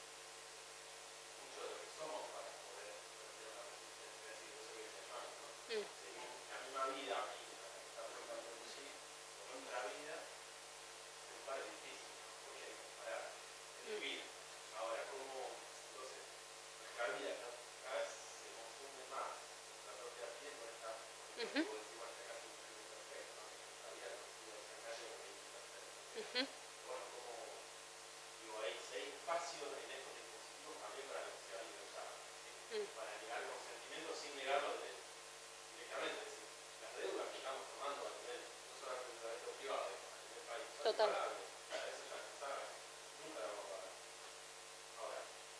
mucho de lo que somos para poder tener una resistencia, es decir, eso que dice Juan, ¿no? Mm. Si la misma vida a mí me está preguntando producir con otra vida, es un par difícil, porque hay que comparar, es vivir. Ahora, ¿cómo? Entonces, nuestra vida cada vez se confunde más, nuestra propia piel con esta, porque uh-huh. puedo decir, bueno, acá es un mundo perfecto, ¿no? La vida conocida esa calle con el perfecto. Bueno, ¿cómo? Digo, hay, si hay espacio en estos dispositivos también para negociar libertad, ¿sí? Mm. Para negar consentimiento sin negarlo de, directamente, es decir, las deudas que estamos tomando a nivel, no solamente de lo privado, a nivel país, son impagables, eso ya se sabe, nunca lo vamos a pagar. Ahora,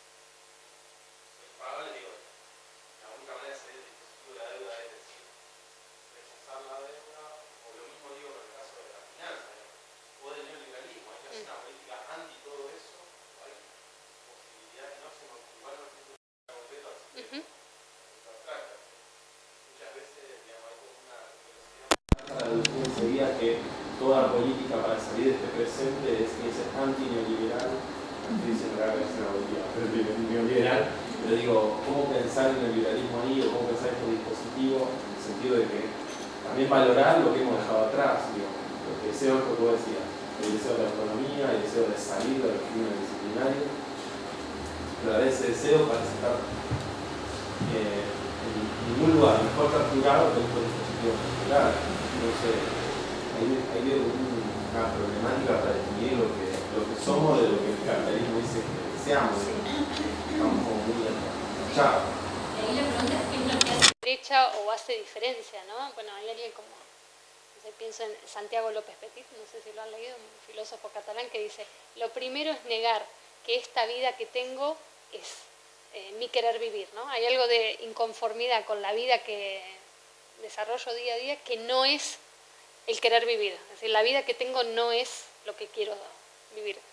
es impagable, digo, la única manera de salir del dispositivo de la deuda es decir, rechazar la deuda, o lo mismo digo en el caso de la finanza, o del neoliberalismo, hay que hacer una política anti todo eso, o hay posibilidades, no sé, igual no entiendo concreto, así que uh-huh. es abstracta. Muchas veces, digamos, hay como una velocidad. La deducción sería que toda política para salir de este presente es que es anti-neoliberal, estoy diciendo que es una política neoliberal, pero digo, ¿cómo pensar el neoliberalismo ahí o cómo pensar estos dispositivos en el sentido de que también valorar lo que hemos dejado atrás, digo, lo que deseo, lo que vos decías, el deseo de la autonomía, el deseo de salir de los crímenes disciplinarios, pero a veces ese deseo parece estar eh, en ningún lugar mejor capturado que en estos dispositivos culturales. Entonces, ahí, ahí veo una problemática para definir lo que, lo que somos de lo que el capitalismo dice que deseamos. Estamos como muy enganchados. Ahí la pregunta es qué es lo que hace derecha o hace diferencia, ¿no? Bueno, hay alguien como, no sé, pienso en Santiago López Petit, no sé si lo han leído, un filósofo catalán que dice, lo primero es negar que esta vida que tengo es eh, mi querer vivir, ¿no? Hay algo de inconformidad con la vida que desarrollo día a día que no es el querer vivir, es decir, la vida que tengo no es lo que quiero vivir.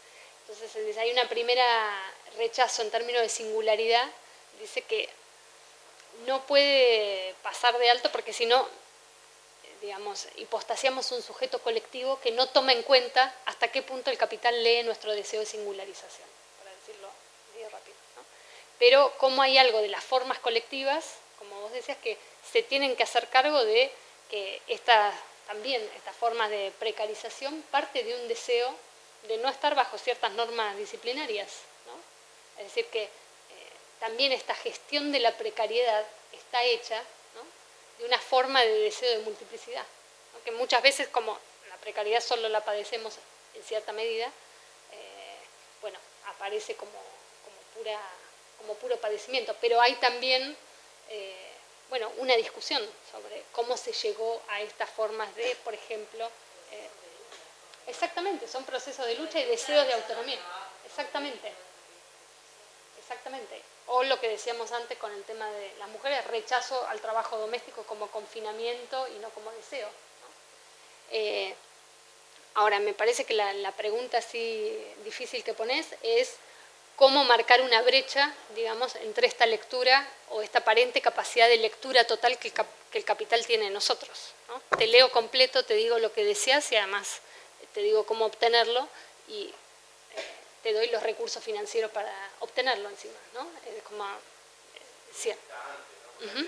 Entonces dice, hay una primera rechazo en términos de singularidad, dice que no puede pasar de alto porque si no, digamos, hipostasiamos un sujeto colectivo que no toma en cuenta hasta qué punto el capital lee nuestro deseo de singularización, para decirlo medio rápido, ¿no? Pero como hay algo de las formas colectivas, como vos decías, que se tienen que hacer cargo de que esta, también estas formas de precarización parte de un deseo de no estar bajo ciertas normas disciplinarias, ¿no? Es decir, que eh, también esta gestión de la precariedad está hecha, ¿no?, de una forma de deseo de multiplicidad, ¿no?, que muchas veces, como la precariedad solo la padecemos en cierta medida, eh, bueno, aparece como, como, pura, como puro padecimiento, pero hay también eh, bueno, una discusión sobre cómo se llegó a estas formas de, por ejemplo, eh, exactamente, son procesos de lucha y deseos de autonomía, exactamente, exactamente. O lo que decíamos antes con el tema de las mujeres, rechazo al trabajo doméstico como confinamiento y no como deseo, ¿no? Eh, ahora, me parece que la, la pregunta así difícil que pones es cómo marcar una brecha, digamos, entre esta lectura o esta aparente capacidad de lectura total que el, cap que el capital tiene en nosotros, ¿no? Te leo completo, te digo lo que deseas y además te digo cómo obtenerlo y te doy los recursos financieros para obtenerlo encima, ¿no? Es como decía. Uh -huh.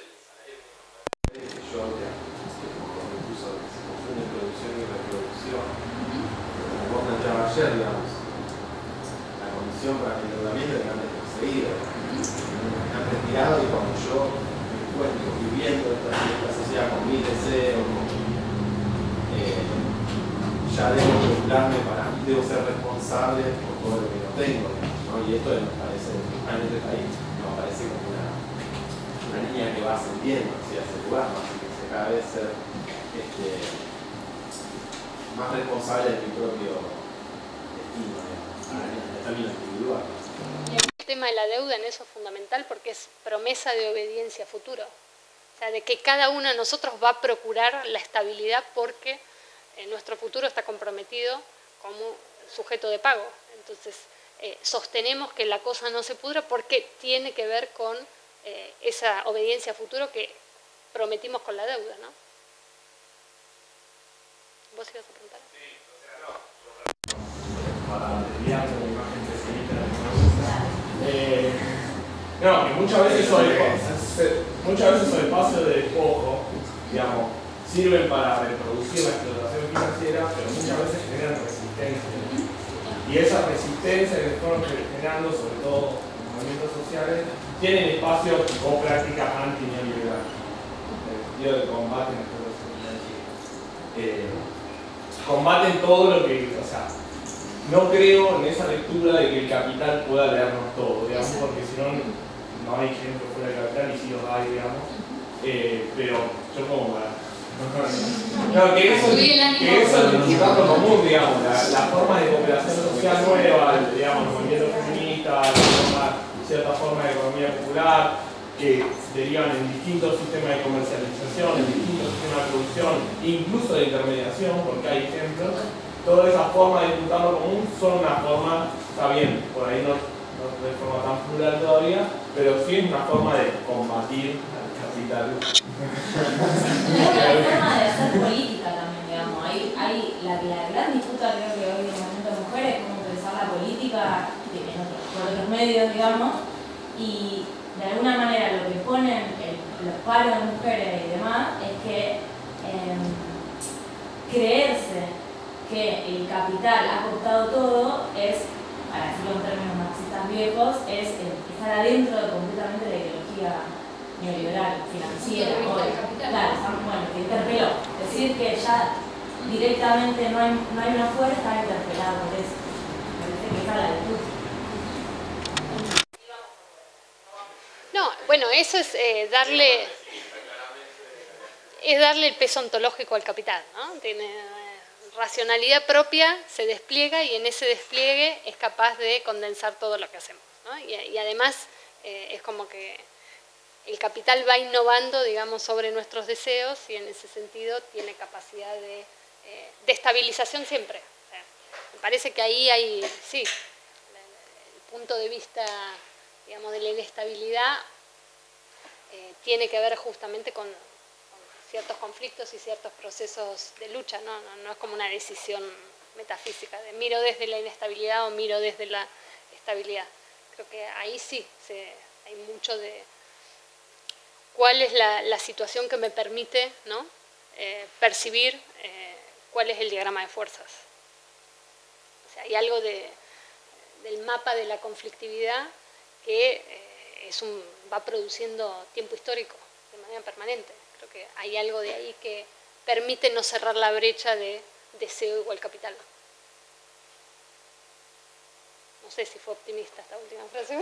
Yo había, como incluso se confunde producción y reproducción, como vos planteabas ayer, digamos, la condición para que el endeudamiento es grande perseguido. Me han retirado y cuando yo me encuentro viviendo esta, esta sociedad con mi deseo, eh, ya debo regularme para mí, debo ser responsable por todo lo que no tengo, ¿no? Y esto me parece, en este país, me parece como una, una niña que va ascendiendo hacia ese lugar, ¿no? Así que se cada vez ser este, más responsable de mi propio destino, en términos individuales. El tema de la deuda en eso es fundamental porque es promesa de obediencia a futuro. O sea, de que cada uno de nosotros va a procurar la estabilidad porque eh, nuestro futuro está comprometido como sujeto de pago. Entonces, eh, sostenemos que la cosa no se pudra porque tiene que ver con eh, esa obediencia a futuro que prometimos con la deuda, ¿no? ¿Vos ibas a preguntar? Sí, o sea, no. Para desviarse de la imagen pesimista de la me gusta. Eh, no, que muchas veces sobre, muchas veces sobre espacio de despojo, digamos, sirven para reproducir la explotación financiera, pero muchas veces generan resistencia. Y esa resistencia que fueron generando, sobre todo en movimientos sociales, tienen espacios o prácticas anti-neoliberales. En el sentido de combate en eh, combaten todo lo que, o sea, no creo en esa lectura de que el capital pueda leernos todo, digamos, porque si no, no hay gente fuera del capital y sí los hay, digamos. Eh, pero yo como para... No, que eso, que eso es disfrutar lo común, digamos, la, la forma de cooperación social nueva, digamos, el movimiento feminista, cierta forma de economía popular, que derivan en distintos sistemas de comercialización, en distintos sistemas de producción, incluso de intermediación, porque hay ejemplos. Todas esas formas de disfrutar lo común son una forma, está bien, por ahí no, no de forma tan plural todavía, pero sí es una forma de combatir al capital. Es una forma de hacer política también, digamos. Hay, hay la, la gran disputa, creo que hoy en el movimiento de mujeres, es cómo pensar la política en otros, por otros medios, digamos, y de alguna manera lo que ponen el, los paros de mujeres y demás es que eh, creerse que el capital ha costado todo es, para decirlo en términos marxistas viejos, es estar adentro de completamente la ideología neoliberal, financiera, hoy. Claro, bueno, que interpeló. Es decir, que ya directamente no hay, no hay una fuerza, está interpelado por eso. Me parece que está la virtud. No, bueno, eso es eh, darle es darle el peso ontológico al capital, ¿no? Tiene eh, racionalidad propia, se despliega y en ese despliegue es capaz de condensar todo lo que hacemos, ¿no? Y, y además eh, es como que el capital va innovando, digamos, sobre nuestros deseos y en ese sentido tiene capacidad de, eh, de estabilización siempre. O sea, me parece que ahí hay, sí, punto de vista, digamos, de la inestabilidad, eh, tiene que ver justamente con, con ciertos conflictos y ciertos procesos de lucha, ¿no? No, no es como una decisión metafísica de miro desde la inestabilidad o miro desde la estabilidad. Creo que ahí sí se, hay mucho de cuál es la, la situación que me permite, ¿no? eh, percibir eh, cuál es el diagrama de fuerzas. O sea, hay algo de, del mapa de la conflictividad que eh, es un, va produciendo tiempo histórico de manera permanente. Creo que hay algo de ahí que permite no cerrar la brecha de deseo igual capital. No sé si fue optimista esta última frase.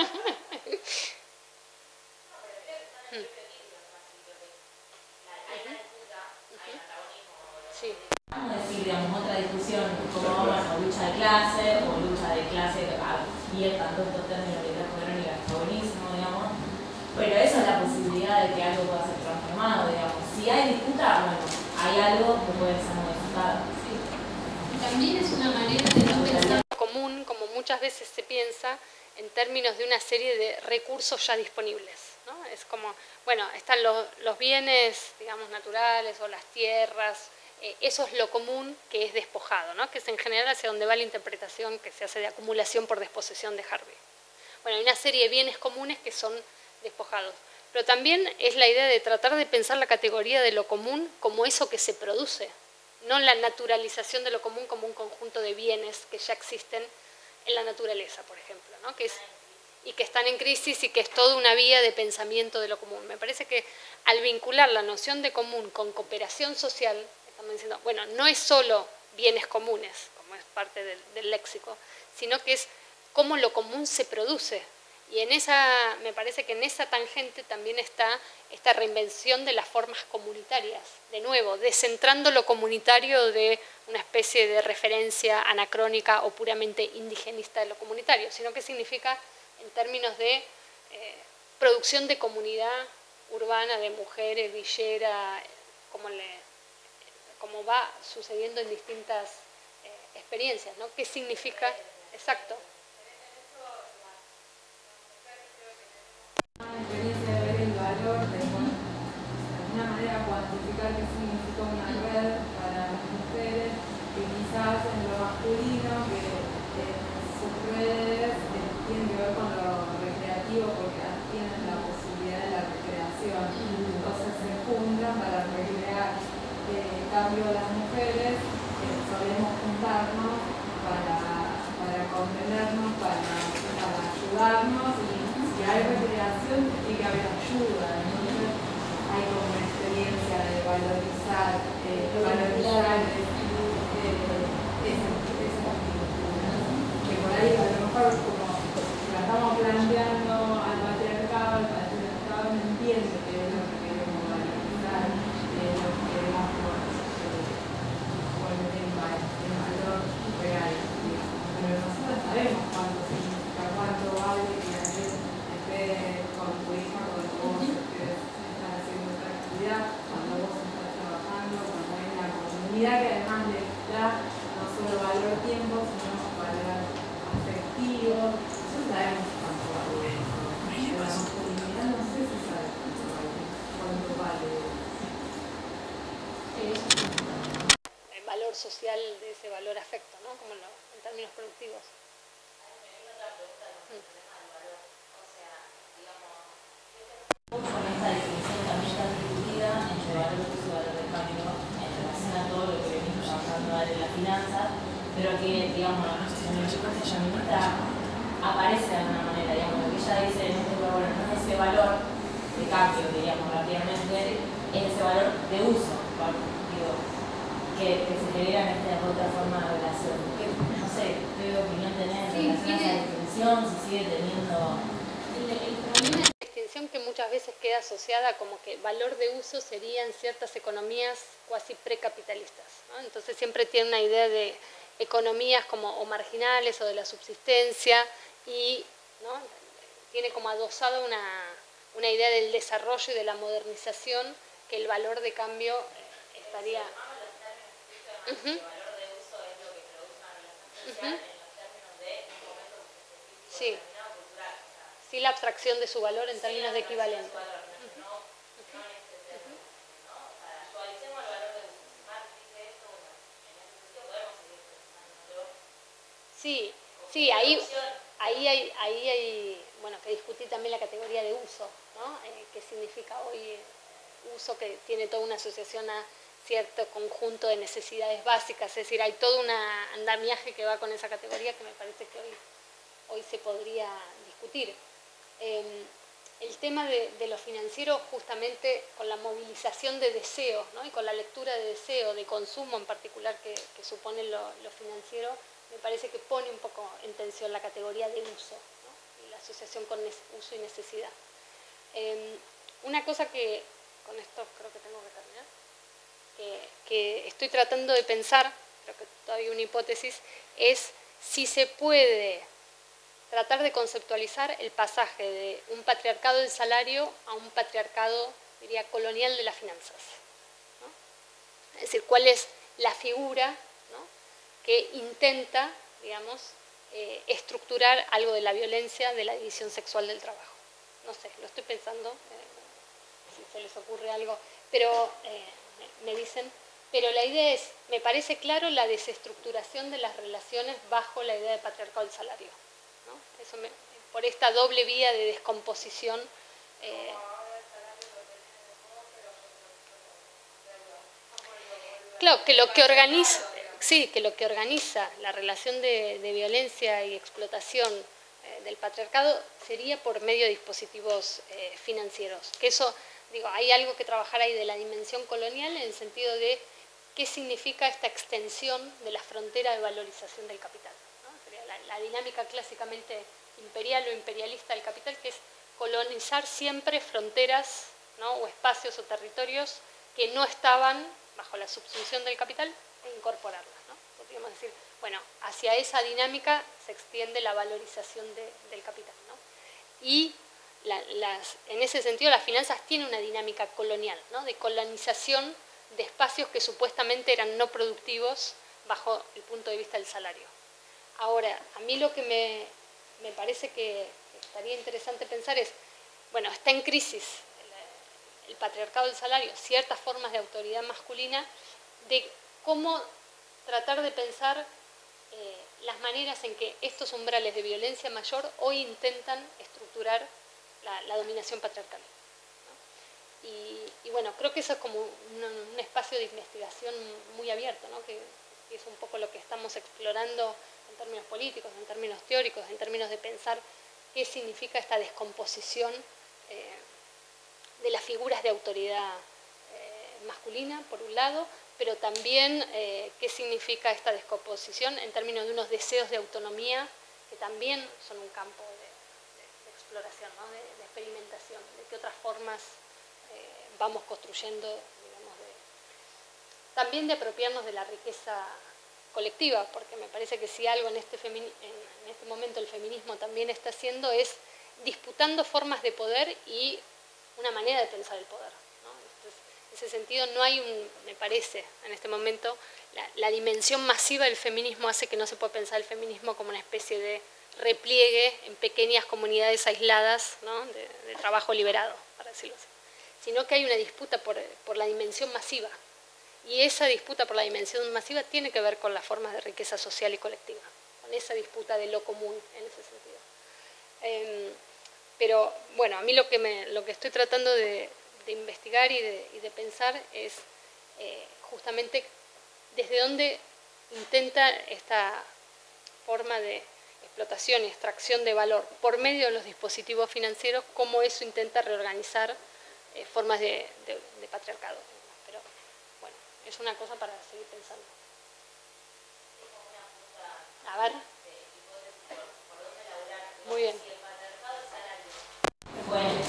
Sí. Vamos a decir, digamos, otra discusión como bueno, lucha de clase o lucha de clase abierta en todos estos términos que trajo Verónica, está buenísimo, digamos, pero eso es la posibilidad de que algo pueda ser transformado, digamos. Si hay disputa, bueno, hay algo que puede ser modificado. Sí. Y también es una manera de no pensar común, como muchas veces se piensa, en términos de una serie de recursos ya disponibles, ¿no? Es como, bueno, están los, los bienes, digamos, naturales o las tierras. Eh, eso es lo común que es despojado, ¿no? Que es en general hacia donde va la interpretación que se hace de acumulación por desposesión de Harvey. Bueno, hay una serie de bienes comunes que son despojados, pero también es la idea de tratar de pensar la categoría de lo común como eso que se produce, no la naturalización de lo común como un conjunto de bienes que ya existen en la naturaleza, por ejemplo, ¿no? Que es, y que están en crisis y que es toda una vía de pensamiento de lo común. Me parece que al vincular la noción de común con cooperación social, estamos diciendo, bueno, no es solo bienes comunes, como es parte del, del léxico, sino que es cómo lo común se produce. Y en esa, me parece que en esa tangente también está esta reinvención de las formas comunitarias. De nuevo, descentrando lo comunitario de una especie de referencia anacrónica o puramente indigenista de lo comunitario, sino que significa en términos de eh, producción de comunidad urbana, de mujeres, villera, como, le, como va sucediendo en distintas eh, experiencias, ¿no? ¿Qué significa? Exacto. Experiencia de ver el valor, de, bueno, de alguna manera cuantificar qué significa una red para las mujeres, que quizás en lo masculino, que eh, sus redes eh, tienen que ver con lo recreativo porque tienen la posibilidad de la recreación, entonces se juntan para recrear. Eh, en cambio las mujeres eh, solemos juntarnos para, para comprendernos, para, para ayudarnos y si hay recreación, tiene que haber ayuda, entonces hay como una experiencia de valorizar, eh, valorizar eh, esa, esa cultura, que por ahí a lo mejor como la estamos planteando al patriarcado, el patriarcado no entiende que es lo que queremos valorizar, eh, lo que queremos poner en valor real, digamos. Pero nosotros sabemos cuánto significa, cuánto vale que con tu hija, con vos, ustedes están haciendo otra actividad, cuando vos estás trabajando, cuando hay una comunidad que además le da no solo valor tiempo, sino valor afectivo. Nosotros sabemos cuánto vale eso. Pero la masculinidad no sé si sabe cuánto vale. Cuánto vale. El valor social de ese valor afecto, ¿no? Como lo, en términos productivos. Con esta definición también tan discutida entre valor de uso y valor de cambio en relación a todo lo que venimos trabajando en la finanza, pero que, digamos, en el lenguaje feminista aparece de alguna manera, digamos, lo que ella dice en este lugar, bueno, no es ese valor de cambio, diríamos rápidamente, es ese valor de uso, digo, que, que se genera en esta otra forma de relación. Que, no sé, ¿qué opinión tenés en Sí, relación a esa definición? Si sigue teniendo... El, el problema es la distinción que muchas veces queda asociada como que valor de uso sería en ciertas economías cuasi precapitalistas, ¿no? Entonces siempre tiene una idea de economías como o marginales o de la subsistencia y, ¿no? Tiene como adosada una, una idea del desarrollo y de la modernización que el valor de cambio eh, estaría... Uh-huh. El valor de uso es lo que produce una relación social uh-huh. En los términos de un momento Sí. Sí, la abstracción de su valor en términos de equivalente. Sí, sí, ahí, ahí, hay, ahí hay, bueno, que discutir también la categoría de uso, ¿no? Eh, ¿Qué significa hoy eh, uso, que tiene toda una asociación a cierto conjunto de necesidades básicas? Es decir, hay todo un andamiaje que va con esa categoría que me parece que hoy, hoy se podría discutir. Eh, el tema de, de lo financiero, justamente con la movilización de deseos, ¿no? Y con la lectura de deseo, de consumo en particular que, que supone lo, lo financiero, me parece que pone un poco en tensión la categoría de uso, ¿no? Y la asociación con uso y necesidad. Eh, una cosa que, con esto creo que tengo que terminar, que, que estoy tratando de pensar, creo que todavía una hipótesis, es si se puede tratar de conceptualizar el pasaje de un patriarcado del salario a un patriarcado, diría, colonial de las finanzas, ¿no? Es decir, cuál es la figura, ¿no?, que intenta, digamos, eh, estructurar algo de la violencia, de la división sexual del trabajo. No sé, lo estoy pensando, eh, si se les ocurre algo, pero eh, me, me dicen, pero la idea es, me parece claro la desestructuración de las relaciones bajo la idea de patriarcado del salario, ¿no? Eso me, por esta doble vía de descomposición. Eh, claro, que lo que organiza... Sí, que lo que organiza la relación de, de violencia y explotación eh, del patriarcado sería por medio de dispositivos eh, financieros. Que eso, digo, hay algo que trabajar ahí de la dimensión colonial en el sentido de qué significa esta extensión de la frontera de valorización del capital, ¿no? Sería la, la dinámica clásicamente imperial o imperialista del capital, que es colonizar siempre fronteras, ¿no?, o espacios o territorios que no estaban bajo la subsunción del capital, e incorporarlas, ¿no? Podríamos decir, bueno, hacia esa dinámica se extiende la valorización de, del capital, ¿no? Y la, las, en ese sentido las finanzas tienen una dinámica colonial, ¿no?, de colonización de espacios que supuestamente eran no productivos bajo el punto de vista del salario. Ahora, a mí lo que me, me parece que estaría interesante pensar es, bueno, está en crisis el, el patriarcado del salario, ciertas formas de autoridad masculina, de cómo tratar de pensar eh, las maneras en que estos umbrales de violencia mayor hoy intentan estructurar la, la dominación patriarcal, ¿no? Y, y bueno, creo que eso es como un, un espacio de investigación muy abierto, ¿no?, que, que es un poco lo que estamos explorando en términos políticos, en términos teóricos, en términos de pensar qué significa esta descomposición eh, de las figuras de autoridad eh, masculina, por un lado, pero también eh, qué significa esta descomposición en términos de unos deseos de autonomía que también son un campo de, de, de exploración, ¿no?, de, de experimentación, de qué otras formas eh, vamos construyendo, digamos, de, también de apropiarnos de la riqueza colectiva, porque me parece que si algo en este, femini, en, en este momento el feminismo también está haciendo es disputando formas de poder y una manera de pensar el poder. En ese sentido no hay un, me parece, en este momento, la, la dimensión masiva del feminismo hace que no se pueda pensar el feminismo como una especie de repliegue en pequeñas comunidades aisladas, ¿no?, de, de trabajo liberado, para decirlo así, sino que hay una disputa por, por la dimensión masiva, y esa disputa por la dimensión masiva tiene que ver con las formas de riqueza social y colectiva, con esa disputa de lo común en ese sentido. Eh, pero bueno, a mí lo que, me, lo que estoy tratando de de investigar y de, y de pensar es eh, justamente desde dónde intenta esta forma de explotación y extracción de valor por medio de los dispositivos financieros, cómo eso intenta reorganizar eh, formas de, de, de patriarcado. Pero bueno, es una cosa para seguir pensando. A ver. Muy bien. Bueno,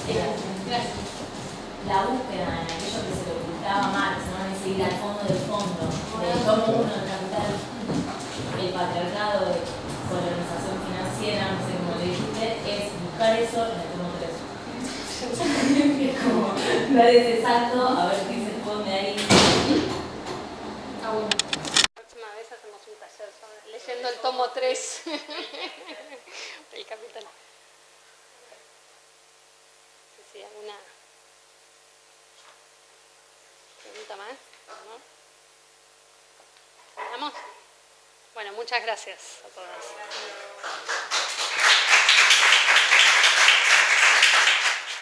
la búsqueda en aquello que se le ocultaba a Marx, ¿no?, es ir al fondo del fondo, de cómo uno capital, el patriarcado de colonización financiera, no sé cómo le dijiste, es buscar eso en el tomo tres. Es como dar ese salto a ver qué se esconde ahí. Ah, bueno. La próxima vez hacemos un taller sobre leyes leyendo el tomo tres del Capital. Sí, sí, ¿alguna pregunta más? ¿No? ¿Terminamos? Bueno, muchas gracias a todas.